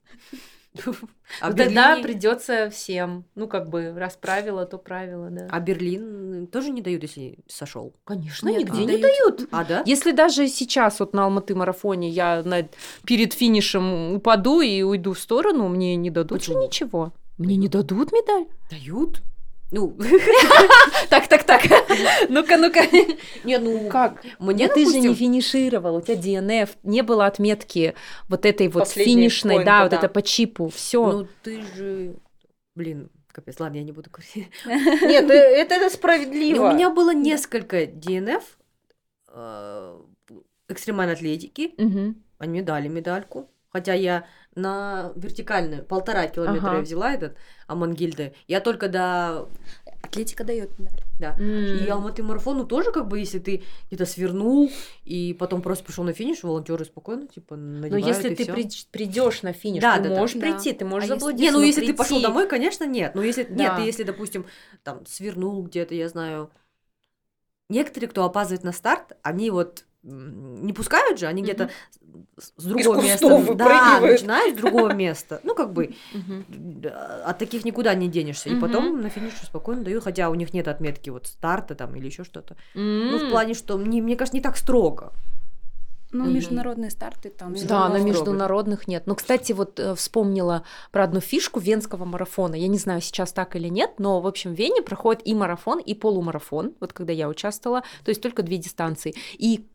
А А тогда Берлине- придется всем. Ну, как бы, раз правило, то правило, да. А Берлин тоже не дают, если сошел. Конечно, Нет, нигде не не дают. дают. А, да? Если даже сейчас вот на Алматы-марафоне я перед финишем упаду и уйду в сторону, мне не дадут же Почему? ничего. Мне не дадут медаль. Дают? Ну, Так. Ну-ка. не, ну Как? Мне, ты же не допустим, финишировал, у тебя DNF, не было отметки вот этой вот Последней финишной, поинта, да, вот да. это по чипу, все. ну ты же, блин, капец, ладно, я не буду говорить. Нет, это справедливо. У меня было несколько DNF экстремальной атлетики. Они мне дали медальку. хотя я на вертикальную 1,5 километра Ага. я взяла этот Амангильды. Я только до... Атлетика дает медаль. Да. И Алматы марафону тоже, как бы, если ты где-то свернул и потом просто пришел на финиш, волонтеры спокойно, типа, Но надевают, если и ты всё. придешь на финиш, Да, ты да, да. можешь Да. прийти, ты можешь А если- заблудиться. Не, ну но если ты пошел прийти- домой, конечно, нет. Но если Да. нет, если, допустим, там свернул где-то, я знаю, некоторые, кто опаздывает на старт, они вот не пускают же, они где-то с другого Из места, кустов да, выпрыгивают. начинают с другого места. Ну, как бы, Мгм. от таких никуда не денешься. И Мгм. потом на финише спокойно дают, хотя у них нет отметки вот старта там или еще что-то. Ну, в плане, что, мне кажется, не так строго. Ну, Мгм. международные старты там. всё Да, равно на строго. международных нет. Ну, кстати, вот вспомнила про одну фишку Венского марафона. Я не знаю, сейчас так или нет, но, в общем, в Вене проходит и марафон, и полумарафон. Вот когда я участвовала, то есть только 2 дистанции. И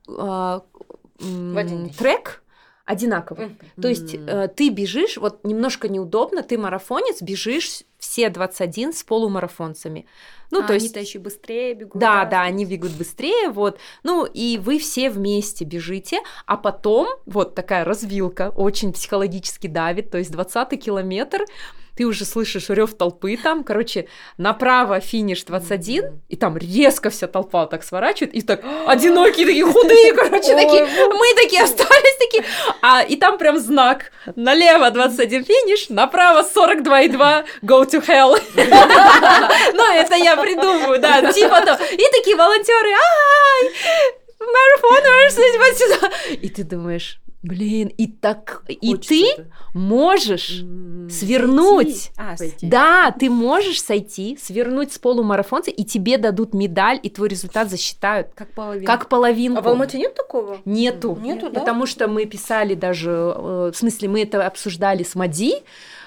один день. трек одинаковый. То есть ты бежишь, вот немножко неудобно, ты марафонец, бежишь все 21 с полумарафонцами. Ну, то есть... Они-то еще быстрее бегут. Да, да, они бегут быстрее, вот. Ну, и вы все вместе бежите, а потом, вот такая развилка, очень психологически давит, то есть 20-й километр, ты уже слышишь рев толпы там, короче, направо финиш 21, и там резко вся толпа так сворачивает, и так одинокие такие худые, короче, такие, мы такие остались, такие, и там прям знак, налево 21 финиш, направо 42,2 go to hell. Ну, это я придумываю, да, типа то. И такие волонтеры, марафонерс, вот сюда. И ты думаешь, блин, и так, и ты можешь свернуть. Пойти. Да, ты можешь сойти, свернуть с полумарафонца, и тебе дадут медаль, и твой результат засчитают Как половина. как половинку. А в Алмате нет такого? Нету. Нету, да? Потому что мы писали даже, в смысле, мы это обсуждали с Мади,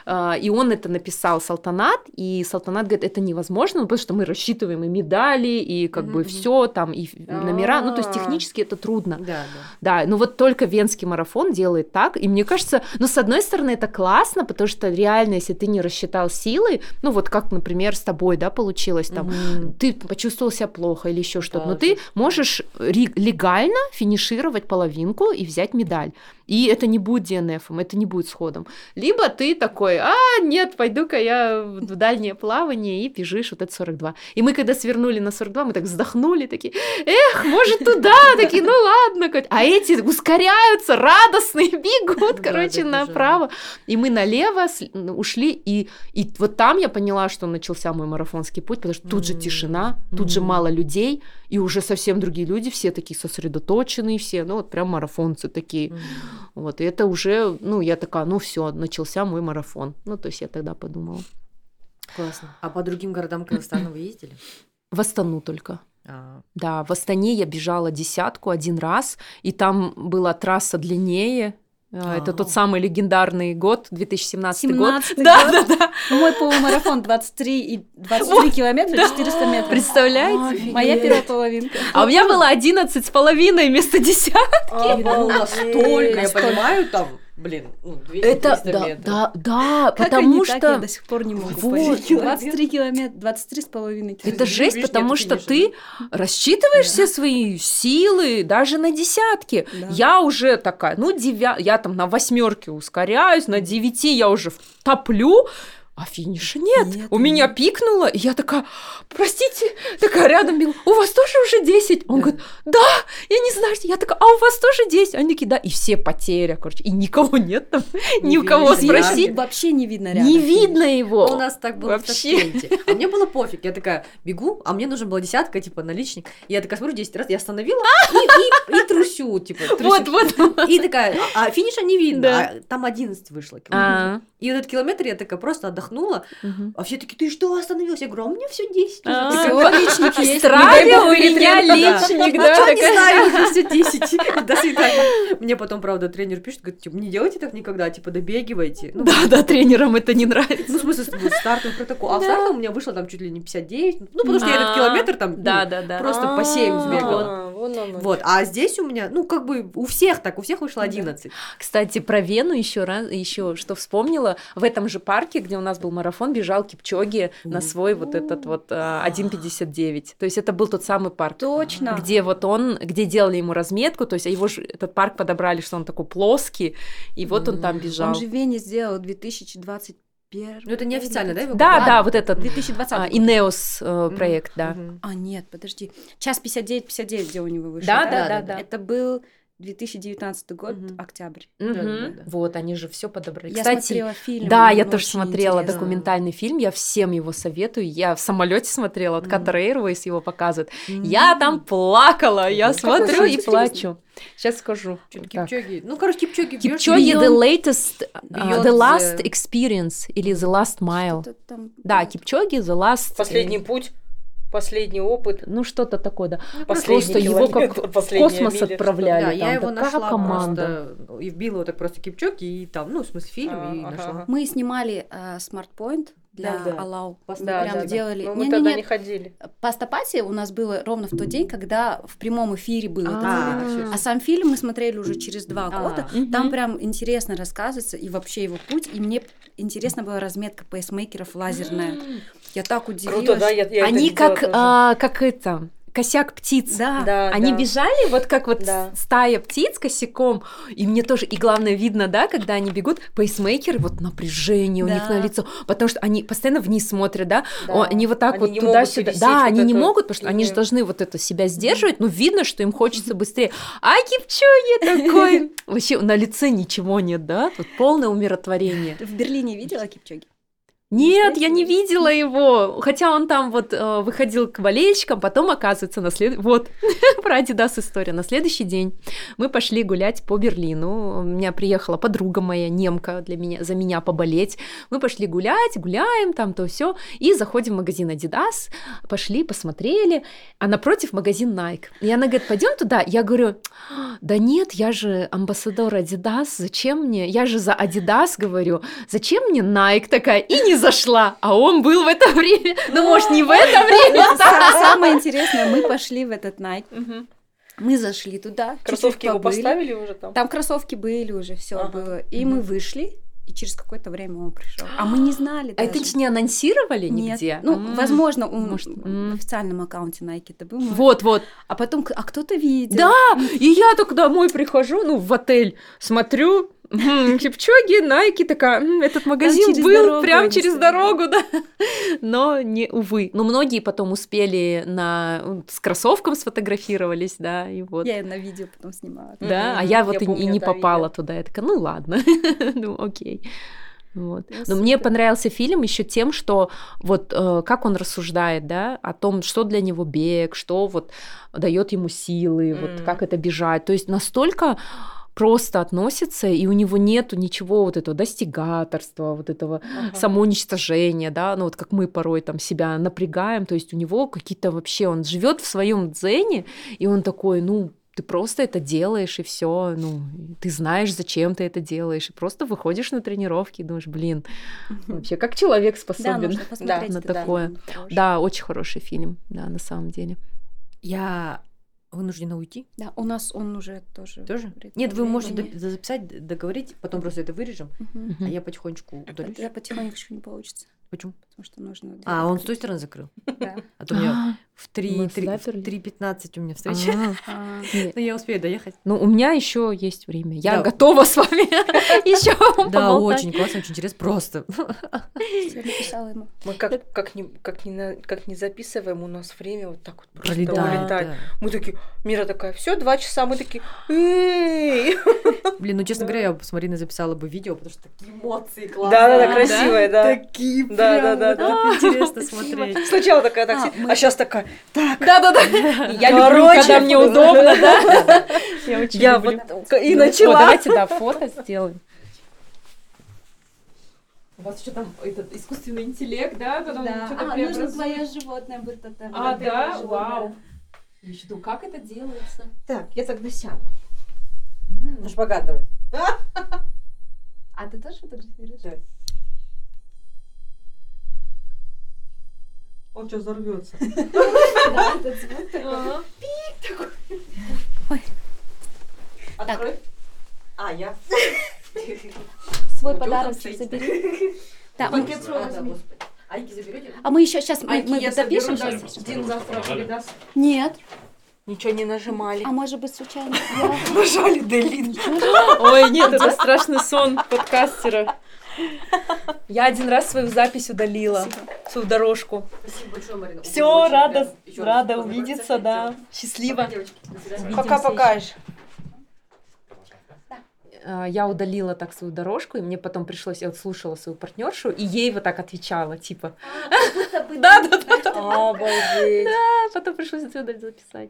и он это написал Салтанат, и Салтанат говорит, это невозможно, потому что мы рассчитываем и медали, и как бы все там, и номера, ну то есть технически это трудно. Да. Да, ну вот только Венский марафон делает так, и мне кажется, ну с одной стороны это классно, потому что реально, если ты не рассчитал силы, ну вот как, например, с тобой, да, получилось там, ты почувствовал себя плохо или еще что-то, но ты можешь легально финишировать половинку и взять медаль. И это не будет DNF, это не будет сходом. Либо ты такой, нет, пойду-ка я в дальнее плавание, и бежишь вот это 42. И мы когда свернули на 42, мы так вздохнули, такие, может туда, такие, ну ладно. А эти ускоряются, радостные, бегут, короче, направо. И мы налево ушли, и вот там я поняла, что начался мой марафонский путь, потому что тут же тишина, тут же мало людей, и уже совсем другие люди, все такие сосредоточенные, все, ну вот прям марафонцы такие. Вот, и это уже, ну, я такая, ну все, начался мой марафон. Ну, то есть я тогда подумала. Классно. А по другим городам Казахстана вы ездили? В Астану только. Да, в Астане я бежала 10 один раз, и там была трасса длиннее. Это тот самый легендарный год, 2017 год. Да. Мой полумарафон 23 километра, 400 метров. Представляете? Моя первая половинка. А у меня было 11,5 вместо 10. Ну, настолько, я понимаю, там, блин, 200-300 метров. Да, Как потому они что... так, я до сих пор не могу Вот. понять. 23 километра, 23 с половиной километра. Это жесть, Видишь, потому нет что финиша, ты рассчитываешь все свои силы даже на десятки. Да. Я уже такая, я там на 8 ускоряюсь, на 9 я уже топлю, а финиша нет. У меня пикнуло, и я такая, простите, такая рядом бегу, у вас тоже уже 10? Он говорит, да, я не знаю, я такая, а у вас тоже 10? Они такие, да, и все потеря, короче, и никого нет там, ни у кого видно, спросить. Вообще не видно рядом. Не видно его. У нас так было Вообще. в Ташкенте. А мне было пофиг. Я такая бегу, а мне нужна была 10, типа наличник. И я такая смотрю 10 раз, я остановила и трусю, типа. Вот. И такая, а финиша не видно. Да. А там 11 вышло километров. И вот этот километр я такая просто отдохнула. А все такие, ты что, остановилась? Я говорю, а у меня все 10. Всё, личник есть. Страве у меня личник, да, Ничего не такая. знаю, уже все 10. До свидания. Мне потом, правда, тренер пишет, говорит, типа, не делайте так никогда, типа, добегивайте. Ну, Да, тренерам это не нравится. ну, в смысле, стартовый протокол. А в стартовом у меня вышло там чуть ли не 59. Ну, потому что я этот километр там Да. просто по 7 сбегала. Вон оно. Вот, а здесь у меня, ну, как бы у всех вышло 11. Кстати, про Вену еще что вспомнила. В этом же парке, где у нас был марафон, бежал Кипчоги на свой вот этот вот 1,59. То есть это был тот самый парк. Точно. Где делали ему разметку, то есть этот парк под подобрали, что он такой плоский, и вот он там бежал. Он же в Вене сделал 2021. Ну, это неофициально, да? его Да, купили? да, вот этот 2020. Инеос проект, да. А, нет, подожди. Час 59, где у него вышел. Да. Это был 2019 год, октябрь. Мгм. Да. Вот, они же все подобрали. Я Кстати, смотрела фильм. да, я он тоже очень смотрела интересный. документальный фильм, я всем его советую. Я в самолете смотрела, от Qatar Airways его показывают. Я там плакала, я Какой смотрю фильм и интересный? плачу. Сейчас скажу. Чё-то Так. Кипчоги. Ну, короче, Кипчоги. бьёшь Кипчоги The Beyond- Latest, Beyond The Last the- Experience или The Last Mile. Что-то там Да, было. Кипчоги The Last... Последний путь, последний опыт, Ну, что-то такое, да. последний Просто его как километр, в последняя космос миля, что-то. отправляли. Да, там я его такая нашла команда. просто и вбила вот так просто Кипчоги и там, ну, в смысле, фильм, и Ага. нашла. Мы снимали Smart Point для Да, да. Алау. Мы Да, прям да. делали. Но мы Не-не-не, тогда не ходили. по Астапате у нас было ровно в тот день, когда в прямом эфире было это А, время. всё. А сам фильм мы смотрели уже через 2 года. Мгм. Там прям интересно рассказывается и вообще его путь. И мне интересна была разметка пейсмейкеров лазерная. Я так удивилась. Круто, да? Я это Они видела как, тоже. как это, косяк птиц. Да. Да, Они да. бежали вот как вот Да. стая птиц косяком, и мне тоже, и главное видно, да, когда они бегут, пейсмейкеры, вот напряжение у них Да. на лицо, потому что они постоянно вниз смотрят, да, Да. они вот так Они вот не могут туда-сюда, пересечь да, вот они не эту могут, потому что они же линию. должны вот это себя сдерживать, но видно, что им хочется быстрее, а Кипчоги такой, вообще на лице ничего нет, да, тут полное умиротворение. Ты в Берлине видела Кипчоги? Нет, я не видела его, хотя он там вот выходил к болельщикам, потом, оказывается, вот, про Adidas история. На следующий день мы пошли гулять по Берлину, у меня приехала подруга моя, немка, за меня поболеть, мы пошли гулять, гуляем там, то все, и заходим в магазин Adidas, пошли, посмотрели, а напротив магазин Nike. И она говорит, пойдем туда, я говорю, да нет, я же амбассадор Adidas, зачем мне, я же за Adidas говорю, зачем мне Nike такая, и не зашла, а он был в это время. Ну, может, не в это время. Самое интересное, мы пошли в этот Nike. Мы зашли туда. Кроссовки чуть-чуть его побыли. поставили уже там? Там кроссовки были уже, все Ага. было. И мы вышли, и через какое-то время он пришел. А мы не знали А даже. это не анонсировали Нет. нигде? Ну, возможно, он Может, в официальном аккаунте Nike это был. Вот. А потом, а кто-то видел. Да, и я только домой прихожу, ну, в отель, смотрю, Кипчоги, Найки, такая, этот магазин через был дорогу прям они через стояли. дорогу, да. Но не, увы. Но многие потом успели с кроссовком сфотографировались, да, и вот. Я на видео потом снимала. Да, а Мгм. я вот Я и помню, не да, попала видела. туда. Я такая, ну ладно, ну окей. Вот. Ну, Но мне супер. понравился фильм еще тем, что вот как он рассуждает, да, о том, что для него бег, что вот дает ему силы, вот как это бежать. То есть настолько просто относится, и у него нету ничего вот этого достигаторства, вот этого самоуничтожения, да, ну вот как мы порой там себя напрягаем, то есть у него какие-то вообще, он живет в своем дзене, и он такой, ну, ты просто это делаешь, и все, ну, ты знаешь, зачем ты это делаешь, и просто выходишь на тренировки и думаешь, блин, вообще как человек Да, способен нужно посмотреть. на это, да, такое. он хороший. Да, очень хороший фильм, да, на самом деле. Я вынуждена уйти. Да, у нас он уже тоже. Тоже? говорит, Нет, вы можете времени. записать, договорить, потом просто это вырежем, Мгм. а я потихонечку удалюсь. Да, потихонечку не получится, Почему? потому что нужно... А, дверь он с той открыть. стороны закрыл. Да. А то у меня в мы заперли? 3:15 у меня встреча. А, Нет. Но я успею доехать. Ну, у меня еще есть время. Я Да. готова с вами еще Да, очень классно, очень интересно. Просто. я написала ему. Мы как не записываем, у нас время вот так вот просто Пролетает. улетает. Да. Мы такие, Мира такая, все, 2 часа, мы такие, «Эй!» Блин, ну честно говоря, я бы с Мариной записала бы видео, потому что такие эмоции классные. Да-да-да, красивая, да. Такие Да, прям, да, вот да, так интересно смотреть. Сначала такая так А, сидит, мы- а сейчас такая, Да-да-да. Я люблю, Короче, когда мне да. удобно, да. Я очень я люблю. вот и Вот, начала. давайте, да, фото сделаем. У вас еще там этот искусственный интеллект, да? Потом что-то преобразует. твое животное будет это. А, да? Вау. Я еще думаю, как это делается? Так, я тогда сяду. На шпагат давай. А ты тоже фотографируешь? Да. Он что, взорвется? Да, этот звук такой. Ой. Открой. А, я. Свой Ну, подарок там стоит. забери. Да, мы- Пакет свой возьми. Айки заберете? а мы еще сейчас мы Я соберу, допишем да, сейчас. Дин завтра передаст. Нет. Ничего не нажимали. А может быть, случайно? Нажали delete. Ой, нет, это страшный сон подкастера. Я один раз свою запись удалила, свою дорожку. Спасибо большое, Марина. Все, рада увидеться, да. Счастливо. Пока-пока. Я удалила так свою дорожку, и мне потом пришлось, я вот слушала свою партнершу, и ей вот так отвечала, типа. Да. Обалдеть. Да, потом пришлось это записать.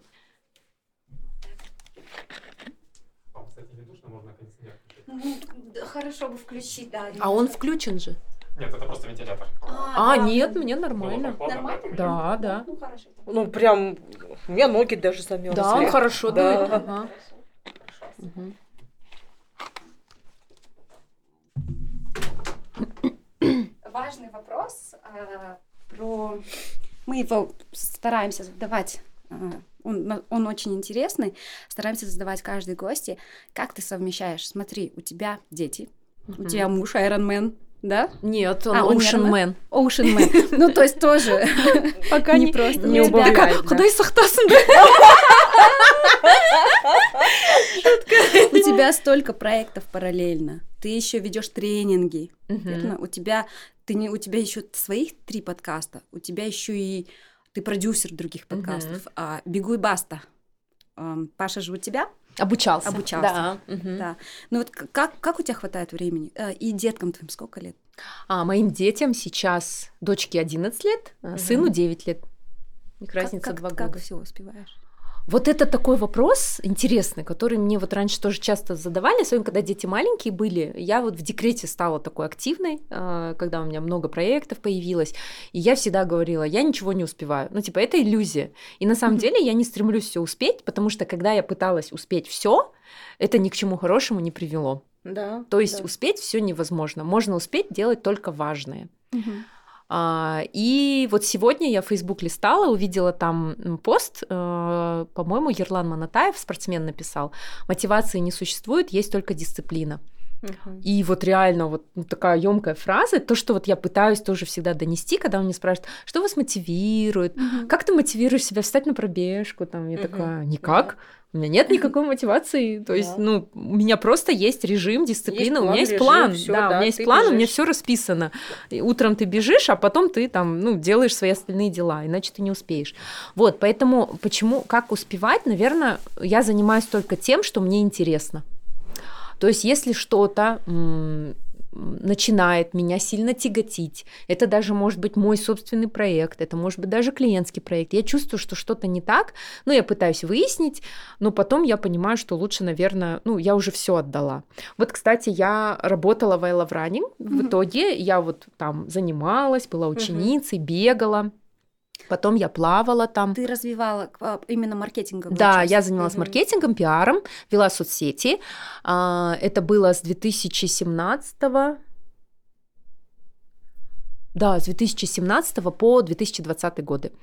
Кстати, не душно, можно кондиционер включить. Хорошо бы включить, да. А он включен же. Нет, это просто вентилятор. Нет, мне нормально. Нормально? Да. Ну, хорошо. Ну, прям, у меня ноги даже замерзли. Да, он хорошо Да. дует. Ага. Мгм. Важный вопрос Мы его стараемся задавать. Он очень интересный. Стараемся задавать каждой гости. Как ты совмещаешь? Смотри, у тебя дети, у тебя муж Iron Man, да? Нет, он он Ocean Man. Ocean Man. Ну, то есть тоже Пока не просто. не У тебя- убавляет. Куда и сахтасын? У тебя столько проектов параллельно. Ты еще ведешь тренинги, верно? У тебя еще своих 3 подкаста. У тебя еще и ты продюсер других подкастов. Бегу и баста. Паша же у тебя? Обучался. Да. Мгм. Да. Ну вот как у тебя хватает времени? И деткам твоим сколько лет? Моим детям сейчас дочке 11 лет, сыну 9 лет. У них разница 2 года. Как все успеваешь? Вот это такой вопрос интересный, который мне вот раньше тоже часто задавали, особенно когда дети маленькие были. Я вот в декрете стала такой активной, когда у меня много проектов появилось, и я всегда говорила, я ничего не успеваю. Ну, типа, это иллюзия. И на самом деле я не стремлюсь все успеть, потому что когда я пыталась успеть все, это ни к чему хорошему не привело. Да. То есть успеть все невозможно. Можно успеть делать только важное. И вот сегодня я Facebook листала, увидела там пост, по-моему, Ерлан Манатаев, спортсмен, написал: мотивации не существует, есть только дисциплина. И вот реально вот такая ёмкая фраза, то, что вот я пытаюсь тоже всегда донести, когда меня спрашивают, что вас мотивирует, как ты мотивируешь себя встать на пробежку, там, я такая, никак. У меня нет никакой мотивации, то есть, у меня просто есть режим, дисциплина, у меня есть план, у меня есть план, у меня все расписано. И утром ты бежишь, а потом ты там, делаешь свои остальные дела, иначе ты не успеешь. Вот, поэтому как успевать, наверное, я занимаюсь только тем, что мне интересно. То есть, если что-то начинает меня сильно тяготить, это даже может быть мой собственный проект, это может быть даже клиентский проект, я чувствую, что что-то не так, я пытаюсь выяснить, но потом я понимаю, что лучше, наверное, я уже все отдала. Вот, кстати, я работала в I Love Running, в итоге я вот там занималась, была ученицей, бегала. Потом я плавала там. Ты развивала именно маркетинговую Да, часть. я занималась маркетингом, пиаром, вела соцсети. Это было с 2017 по 2020 годы.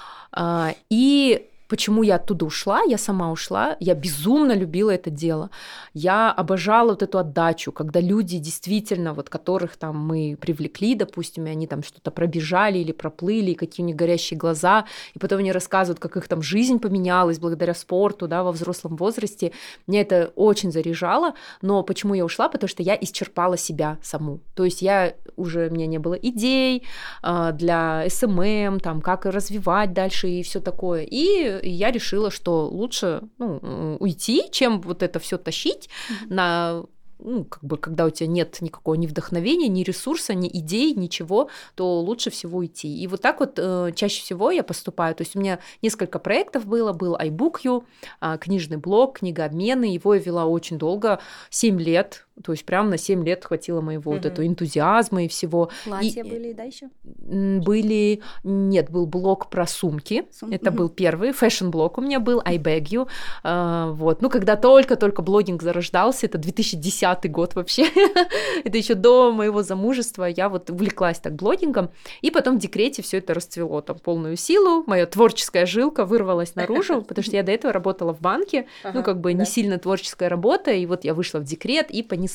И почему я оттуда ушла? Я сама ушла. Я безумно любила это дело. Я обожала вот эту отдачу, когда люди действительно, вот которых там мы привлекли, допустим, и они там что-то пробежали или проплыли, и какие у них горящие глаза, и потом они рассказывают, как их там жизнь поменялась благодаря спорту, да, во взрослом возрасте. Меня это очень заряжало. Но почему я ушла? Потому что я исчерпала себя саму. То есть у меня не было идей для SMM, там, как развивать дальше и все такое. И я решила, что лучше уйти, чем вот это все тащить на... когда у тебя нет никакого ни вдохновения, ни ресурса, ни идей, ничего, то лучше всего уйти. И вот так вот чаще всего я поступаю. То есть у меня несколько проектов было. Был iBookYou, книжный блог, книгообмены. Его я вела очень долго, 7 лет. То есть прям на 7 лет хватило моего вот этого энтузиазма и всего. Платья были, да, еще? Нет, был блог про сумки. Это был первый. Фэшн-блог у меня был, I Beg You. Вот. Когда только-только блогинг зарождался, это 2010 год вообще. Это еще до моего замужества. Я вот увлеклась так блогингом. И потом в декрете все это расцвело там полную силу. Моя творческая жилка вырвалась наружу, потому что я до этого работала в банке. Не сильно творческая работа. И вот я вышла в декрет и понеслась.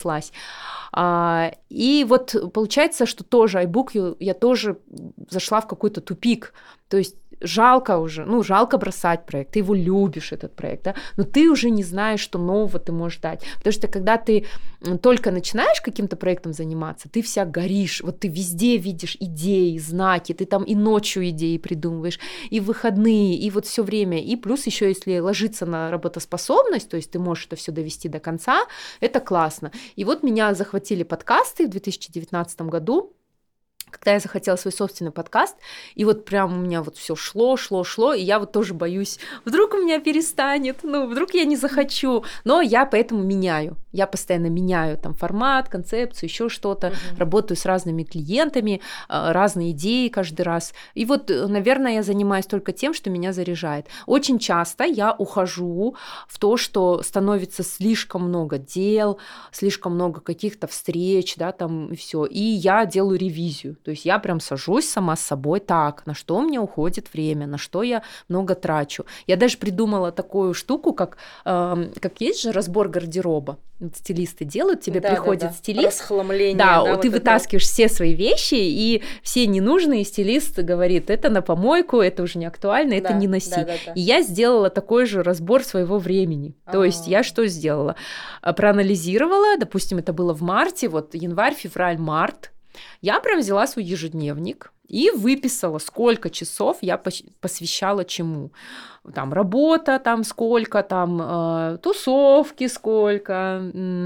И вот получается, что тоже iBookYou, я тоже зашла в какой-то тупик. То есть жалко уже, жалко бросать проект, ты его любишь, этот проект, да, но ты уже не знаешь, что нового ты можешь дать. Потому что когда ты только начинаешь каким-то проектом заниматься, ты вся горишь, вот ты везде видишь идеи, знаки, ты там и ночью идеи придумываешь, и в выходные, и вот все время, и плюс еще если ложиться на работоспособность, то есть ты можешь это все довести до конца, это классно. И вот меня захватили подкасты в 2019 году, когда я захотела свой собственный подкаст, и вот прям у меня вот все шло, и я вот тоже боюсь, вдруг у меня перестанет, вдруг я не захочу, но я поэтому меняю, я постоянно меняю там формат, концепцию, еще что-то, работаю с разными клиентами, разные идеи каждый раз, и вот, наверное, я занимаюсь только тем, что меня заряжает. Очень часто я ухожу в то, что становится слишком много дел, слишком много каких-то встреч, да, там и все, и я делаю ревизию. То есть я прям сажусь сама с собой, так, на что у меня уходит время, на что я много трачу. Я даже придумала такую штуку, как есть же разбор гардероба. Вот стилисты делают, тебе приходит стилист. Расхламление. Да, ты вытаскиваешь все свои вещи, и все ненужные стилист говорит, это на помойку, это уже не актуально, это не носи. И я сделала такой же разбор своего времени. То есть я что сделала? Проанализировала, допустим, это было в марте, вот январь, февраль, март. Я прям взяла свой ежедневник и выписала, сколько часов я посвящала чему. Там работа, там сколько, там тусовки сколько,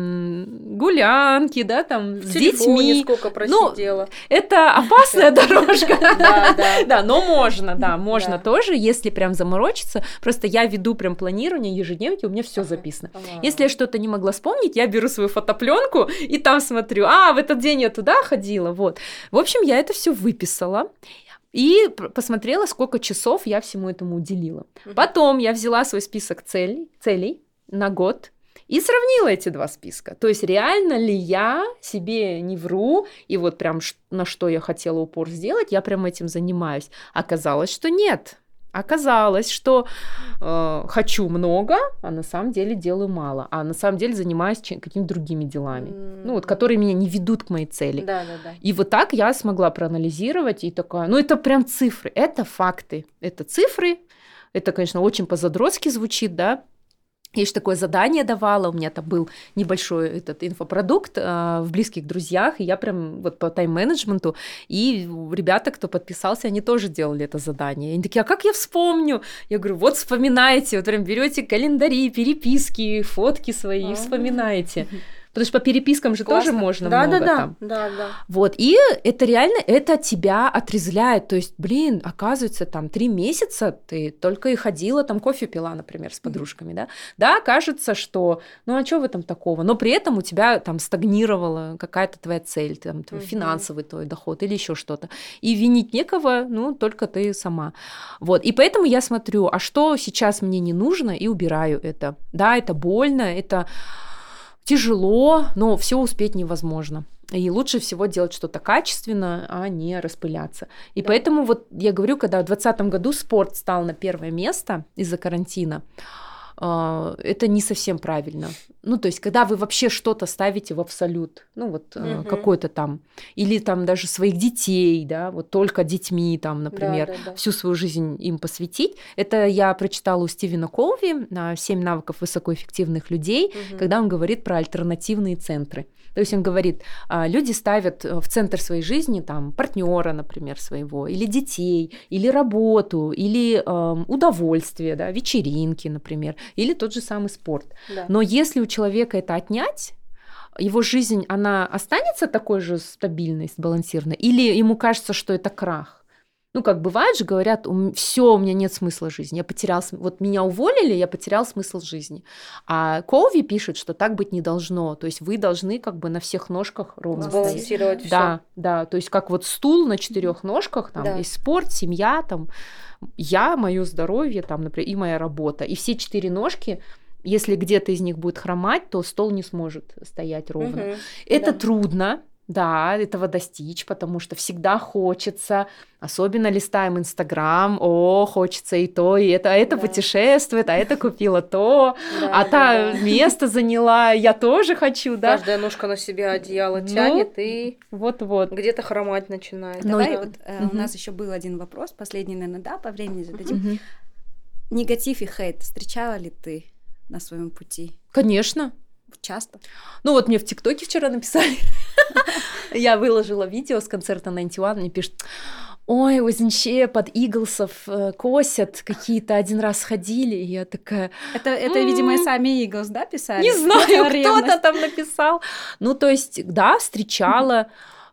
гулянки, да, там с детьми. Сколько просидела. Это опасная дорожка. Да, но можно тоже, если прям заморочиться. Просто я веду прям планирование, ежедневники, у меня все записано. Если я что-то не могла вспомнить, я беру свою фотопленку и там смотрю, в этот день я туда ходила, вот. В общем, я это все выписала. И посмотрела, сколько часов я всему этому уделила. Потом я взяла свой список целей на год и сравнила эти два списка. То есть реально ли я себе не вру, и вот прям на что я хотела упор сделать, я прям этим занимаюсь. Оказалось, что нет. Оказалось, что хочу много, а на самом деле делаю мало. А на самом деле занимаюсь какими-то другими делами, которые меня не ведут к моей цели. Да. И вот так я смогла проанализировать и такая, это прям цифры, это факты, это цифры. Это, конечно, очень по-задротски звучит, да. Я еще такое задание давала, у меня там был небольшой этот инфопродукт в близких друзьях, и я прям вот по тайм-менеджменту, и ребята, кто подписался, они тоже делали это задание. Они такие, а как я вспомню? Я говорю, вот вспоминайте, вот прям берете календари, переписки, фотки свои, вспоминаете. Потому что по перепискам же тоже можно много там. Да. Вот, и это реально, это тебя отрезвляет. То есть, оказывается, там 3 месяца ты только и ходила, там кофе пила, например, с подружками, да? Да, кажется, что, а что в этом такого? Но при этом у тебя там стагнировала какая-то твоя цель, там, твой финансовый твой доход или еще что-то. И винить некого, только ты сама. Вот, и поэтому я смотрю, а что сейчас мне не нужно, и убираю это. Да, это больно, это тяжело, но все успеть невозможно. И лучше всего делать что-то качественно, а не распыляться. И поэтому вот я говорю, когда в 2020 году спорт стал на первое место из-за карантина, это не совсем правильно. То есть, когда вы вообще что-то ставите в абсолют, какой-то там, или там даже своих детей, да, вот только детьми там, например, всю свою жизнь им посвятить. Это я прочитала у Стивена Колви «7 навыков высокоэффективных людей», когда он говорит про альтернативные центры. То есть он говорит, люди ставят в центр своей жизни там партнера, например, своего, или детей, или работу, или удовольствие, да, вечеринки, например, или тот же самый спорт. Да. Но если у человека это отнять, его жизнь, она останется такой же стабильной, сбалансированной, или ему кажется, что это крах? Как бывает же, говорят, все, у меня нет смысла жизни, я потерял, вот меня уволили, я потерял смысл жизни. А Колви пишет, что так быть не должно, то есть вы должны как бы на всех ножках ровно сбалансировать все. Да, то есть как вот стул на 4 ножках, там есть спорт, семья, там я, мое здоровье, там, например, и моя работа, и все 4 ножки. Если где-то из них будет хромать, то стол не сможет стоять ровно. Это трудно. да, этого достичь, потому что всегда хочется, особенно листаем Инстаграм, хочется и то, и это Да. путешествует, а это купила то, Да, а та да. место заняла, я тоже хочу, да. Каждая ножка на себя одеяло Ну, тянет и Вот-вот. где-то хромать начинает. Ну, Давай и- вот у Мгм. нас еще был один вопрос, последний, наверное, да, по времени зададим. Мгм. Негатив и хейт встречала ли ты на своем пути? Конечно. Часто? Ну вот мне в ТикТоке вчера написали. Я выложила видео с концерта 91, мне пишут: ой, вообще под Иглсов косят, какие-то один раз ходили, и я такая, Это, видимо, и сами Eagles, да, писали? не знаю, Ревность. кто-то там написал. Ну, то есть, да, встречала.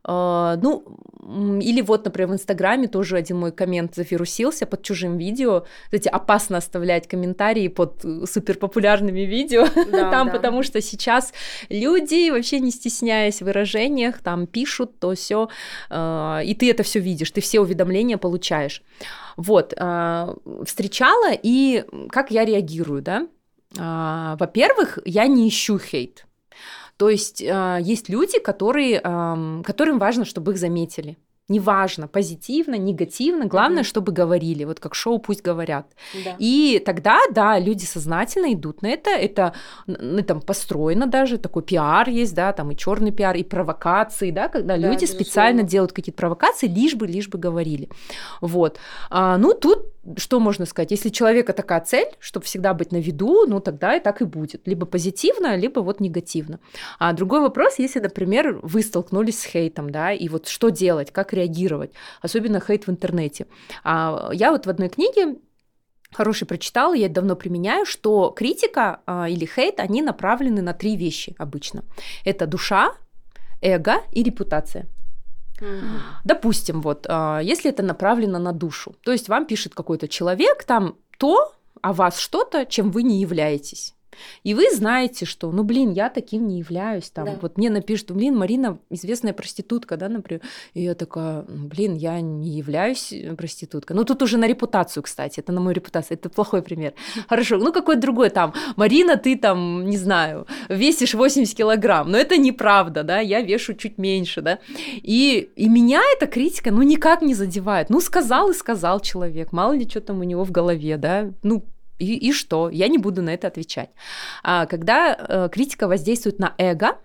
Или вот, например, в Инстаграме тоже один мой коммент завирусился под чужим видео. Кстати, опасно оставлять комментарии под суперпопулярными видео Да, там, да. потому что сейчас люди, вообще не стесняясь в выражениях, там пишут то все, и ты это все видишь, ты все уведомления получаешь. Вот, встречала, и как я реагирую, да? Во-первых, я не ищу хейт. То есть есть люди, которым важно, чтобы их заметили. Неважно, позитивно, негативно, главное, чтобы говорили, вот как шоу «Пусть говорят». Да. И тогда, да, люди сознательно идут на это там построено даже, такой пиар есть, да, там и черный пиар, и провокации, да, когда Да, люди безусловно. специально делают какие-то провокации, лишь бы говорили. Вот. Ну, тут что можно сказать? Если у человека такая цель, чтобы всегда быть на виду, ну, тогда и так и будет. Либо позитивно, либо вот негативно. А другой вопрос, если, например, вы столкнулись с хейтом, да, и вот что делать, как реагировать, особенно хейт в интернете. Я вот в одной книге хороший прочитала, я это давно применяю, что критика или хейт, они направлены на 3 вещи обычно. Это душа, эго и репутация. Допустим, вот, если это направлено на душу, то есть вам пишет какой-то человек там то о вас что-то, чем вы не являетесь. И вы знаете, что, ну, блин, я таким не являюсь. Там, Да. вот мне напишут, блин, Марина известная проститутка, да, например. И я такая, блин, я не являюсь проституткой. Ну, тут уже на репутацию, кстати, это на мою репутацию, это плохой пример. Хорошо, ну, какой-то другой там, Марина, ты там, не знаю, весишь 80 килограмм, но это неправда, да, я вешу чуть меньше, да. И меня эта критика, ну, никак не задевает. Ну, сказал и сказал человек, мало ли что там у него в голове, да, ну, и что? Я не буду на это отвечать. Когда критика воздействует на эго,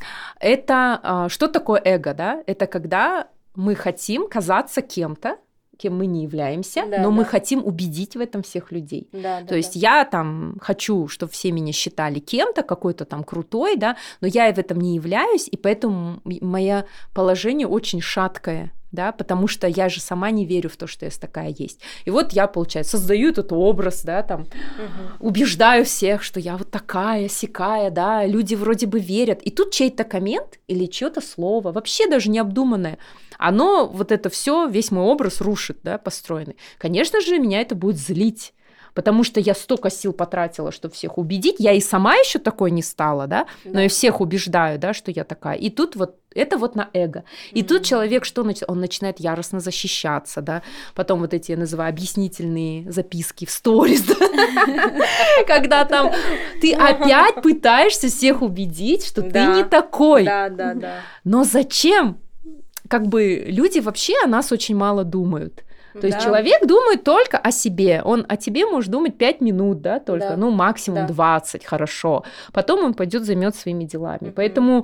это что такое эго, да? Это когда мы хотим казаться кем-то, кем мы не являемся, Да, но мы да. хотим убедить в этом всех людей. Да, То есть я там хочу, чтобы все меня считали кем-то, какой-то там крутой, да, но я в этом не являюсь, и поэтому мое положение очень шаткое, да, потому что я же сама не верю в то, что я такая есть. И вот я, получается, создаю этот образ, да, там, убеждаю всех, что я вот такая, сякая, да, люди вроде бы верят. И тут чей-то коммент или чьё-то слово, вообще даже необдуманное, оно вот это все, весь мой образ рушит, да, построенный. Конечно же, меня это будет злить, потому что я столько сил потратила, чтобы всех убедить. Я и сама еще такой не стала, да, но я всех убеждаю, да, что я такая. И тут вот это вот на эго. И тут человек что он начинает яростно защищаться, да. Потом вот эти, я называю, объяснительные записки в сторис, да? Когда там ты опять пытаешься всех убедить, что ты Да. не такой. Да, да, да. Но зачем? Как бы люди вообще о нас очень мало думают. То есть Да. человек думает только о себе. Он о тебе может думать 5 минут, да, только, Да. ну, максимум Да. 20, хорошо. Потом он пойдет займет своими делами. Мгм. Поэтому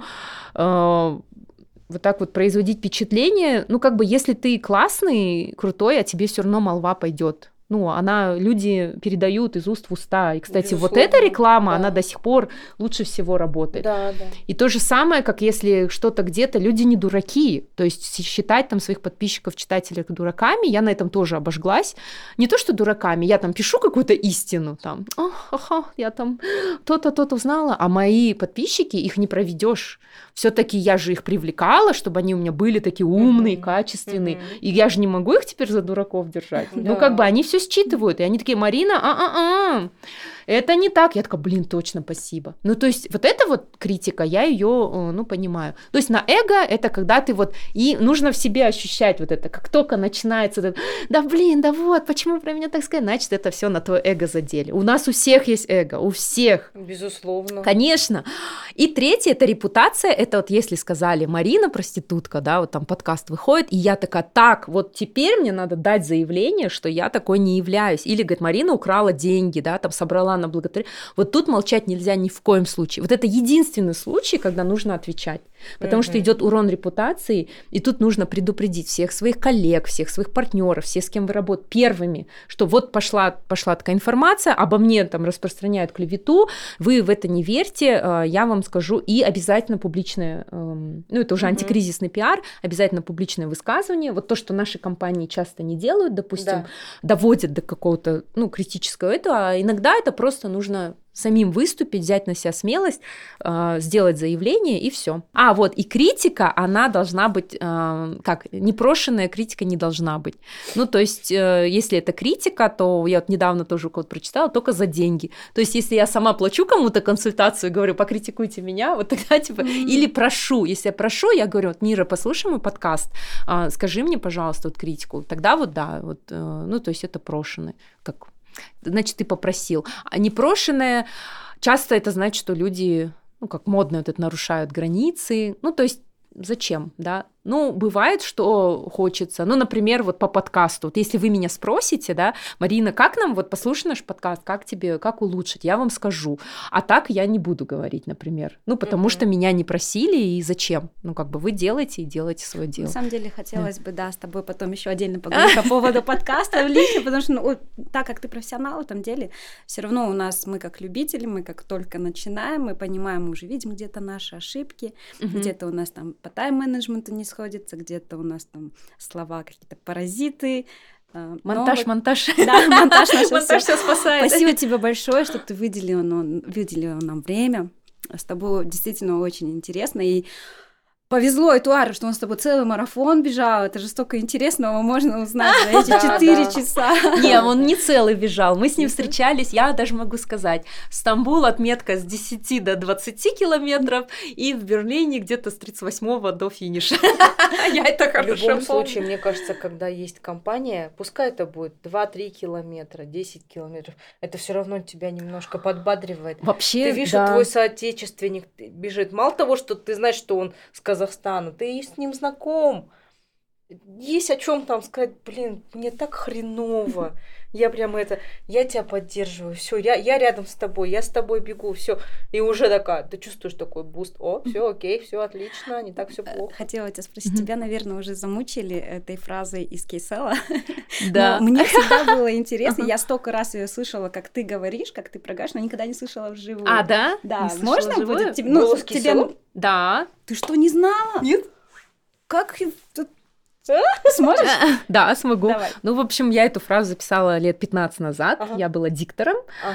вот так вот производить впечатление, ну, как бы, если ты классный, крутой, а тебе все равно молва пойдет. Ну, люди передают из уст в уста. И, кстати, вот Безусловно, эта реклама, да. она до сих пор лучше всего работает. Да, да. И то же самое, как если что-то где-то, люди не дураки, то есть считать там своих подписчиков, читателей дураками, я на этом тоже обожглась. Не то, что дураками, я там пишу какую-то истину, там, я там то-то узнала, а мои подписчики, их не проведешь. Все-таки я же их привлекала, чтобы они у меня были такие умные, качественные, и я же не могу их теперь за дураков держать. Ну, Да. как бы они все считывают, и они такие, Марина, это не так. Я такая, блин, точно, спасибо. Ну, то есть вот эта вот критика, я ее, понимаю. То есть на эго это когда ты вот, и нужно в себе ощущать вот это, как только начинается, да блин, да вот, почему про меня так сказать, значит, это все на твое эго задели. У нас у всех есть эго, у всех. Безусловно. Конечно. И третье, это репутация, это вот если сказали Марина проститутка, да, вот там подкаст выходит, и я такая, так, вот теперь мне надо дать заявление, что я такой не являюсь. Или, говорит, Марина украла деньги, да, там собрала на благотворительность. Вот тут молчать нельзя ни в коем случае. Вот это единственный случай, когда нужно отвечать. Потому что идет урон репутации, и тут нужно предупредить всех своих коллег, всех своих партнеров, всех, с кем вы работаете, первыми, что вот пошла такая информация, обо мне там распространяют клевету, вы в это не верьте, я вам скажу, и обязательно публичное, это уже антикризисный пиар, обязательно публичное высказывание. Вот то, что наши компании часто не делают, допустим, доводят до какого-то, критического этого, а иногда это просто нужно самим выступить, взять на себя смелость, сделать заявление, и все. Вот, и критика, она должна быть, непрошенная критика не должна быть. То есть, если это критика, то я вот недавно тоже у кого-то прочитала, только за деньги. То есть, если я сама плачу кому-то консультацию, говорю, покритикуйте меня, вот тогда или прошу, если я прошу, я говорю, вот, Мира, послушай мой подкаст, скажи мне, пожалуйста, вот критику, тогда вот, да, вот, то есть, это прошенный, значит, ты попросил. А непрошенное, часто это значит, что люди, как модно вот это, нарушают границы. То есть зачем, да? Бывает, что хочется. Например, вот по подкасту. Вот если вы меня спросите, да, Марина, как нам, вот послушай наш подкаст, как улучшить, я вам скажу. А так я не буду говорить, например. Потому что меня не просили, и зачем? Вы делаете и делаете свое дело. На самом деле, хотелось бы, с тобой потом еще отдельно поговорить по поводу подкаста в личном, потому что, так как ты профессионал в этом деле, все равно у нас, мы как любители, мы как только начинаем, мы понимаем, мы уже видим где-то наши ошибки, где-то у нас там по тайм-менеджменту не сходится, где-то у нас там слова какие-то паразиты. Монтаж. Да, монтаж все спасает. Спасибо тебе большое, что ты выделила нам время. С тобой действительно очень интересно. И повезло Эдуарду, что он с тобой целый марафон бежал. Это же столько интересного можно узнать за эти 4 часа. Не, он не целый бежал. Мы с ним встречались, я даже могу сказать, Стамбул отметка с 10 до 20 километров, и в Берлине где-то с 38 до финиша. Я это хорошо помню. В любом случае, мне кажется, когда есть компания, пускай это будет 2-3 километра, 10 километров, это все равно тебя немножко подбадривает. Вообще, ты видишь, что твой соотечественник бежит. Мало того, что ты знаешь, что он с Казахстана, ты с ним знаком. Есть о чем там сказать, блин, мне так хреново. Я тебя поддерживаю, все, я рядом с тобой, я с тобой бегу, все. И уже такая, ты чувствуешь такой буст, все окей, все отлично, не так все плохо. Хотела тебя спросить, тебя, наверное, уже замучили этой фразой из Кейсела. Да. Но мне всегда было интересно, я столько раз ее слышала, как ты говоришь, как ты прогаешь, но никогда не слышала вживую. Да? Да, можно будет тебе... Да. Ты что, не знала? Нет. Как сможешь? Да, смогу. Давай. В общем, я эту фразу записала лет 15 назад. Я была диктором.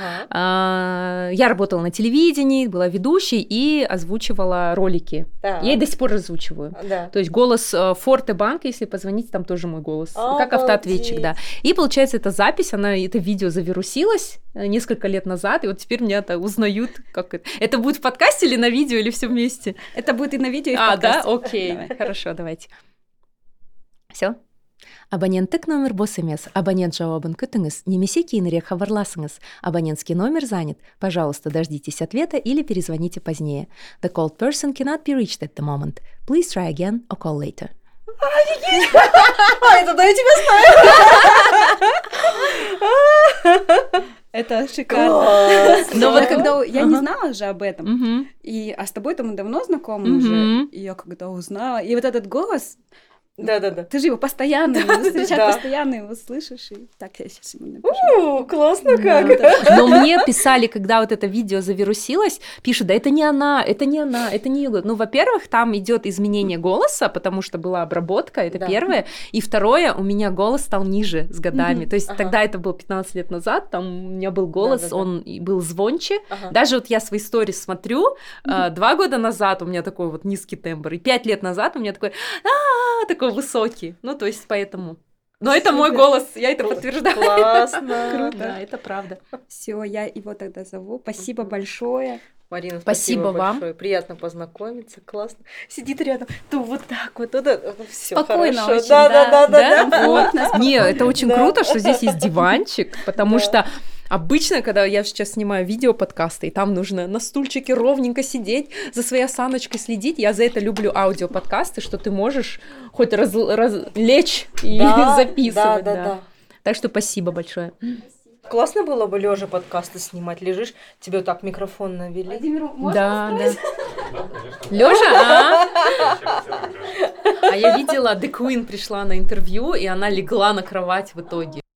Я работала на телевидении, была ведущей и озвучивала ролики. Я и до сих пор озвучиваю. То есть голос Форте Банка, если позвонить, там тоже мой голос. Как автоответчик, да. И получается, эта запись, это видео завирусилось несколько лет назад, и вот теперь меня узнают. Как это. Это будет в подкасте или на видео, или все вместе? Это будет и на видео, и в подкасте. Да? Окей. Хорошо, давайте. Все. Абоненттік номер бос емес. Абонент жауабын күтіңіз, немесе кейінірек хабарласыңыз. Абонентский номер занят. Пожалуйста, дождитесь ответа или перезвоните позднее. The called person cannot be reached at the moment. Please try again or call later. Это да, я тебя знаю. Это шикарно. Но вот когда я не знала же об этом, а с тобой-то мы давно знакомы уже, и я когда узнала, и вот этот голос... Да. Ты же его постоянно встречаешь, постоянно его слышишь. И... Так, я сейчас ему напишу. Классно как. Но мне писали, когда вот это видео завирусилось, пишут, да это не она, это не ее. Во-первых, там идет изменение голоса, потому что была обработка, это первое. И второе, у меня голос стал ниже с годами. То есть тогда это было 15 лет назад, там у меня был голос, он был звонче. Даже вот я свои сторис смотрю, 2 года назад у меня такой вот низкий тембр, и 5 лет назад у меня такой высокий. То есть поэтому. Но это мой Супер. голос, я это подтверждаю. Классно. Круто. Да, это правда. Все, я его тогда зову. Спасибо большое. Марина, Спасибо спасибо вам. большое. Приятно познакомиться, классно. Сидит рядом, то вот так вот, все Спокойно хорошо. очень, Да. Вот. комфортно. Не, это очень Да. круто, что здесь есть диванчик, потому Да. что обычно, когда я сейчас снимаю видео-подкасты, и там нужно на стульчике ровненько сидеть, за своей осаночкой следить, я за это люблю аудиоподкасты, что ты можешь хоть лечь и Да, записывать. да. Так что спасибо большое. Классно было бы лежа подкасты снимать. Лежишь, тебе вот так микрофон навели. Владимир, можно Да, да. Да, конечно. Лёша, Вообще, а я видела, The Queen пришла на интервью, и она легла на кровать в итоге.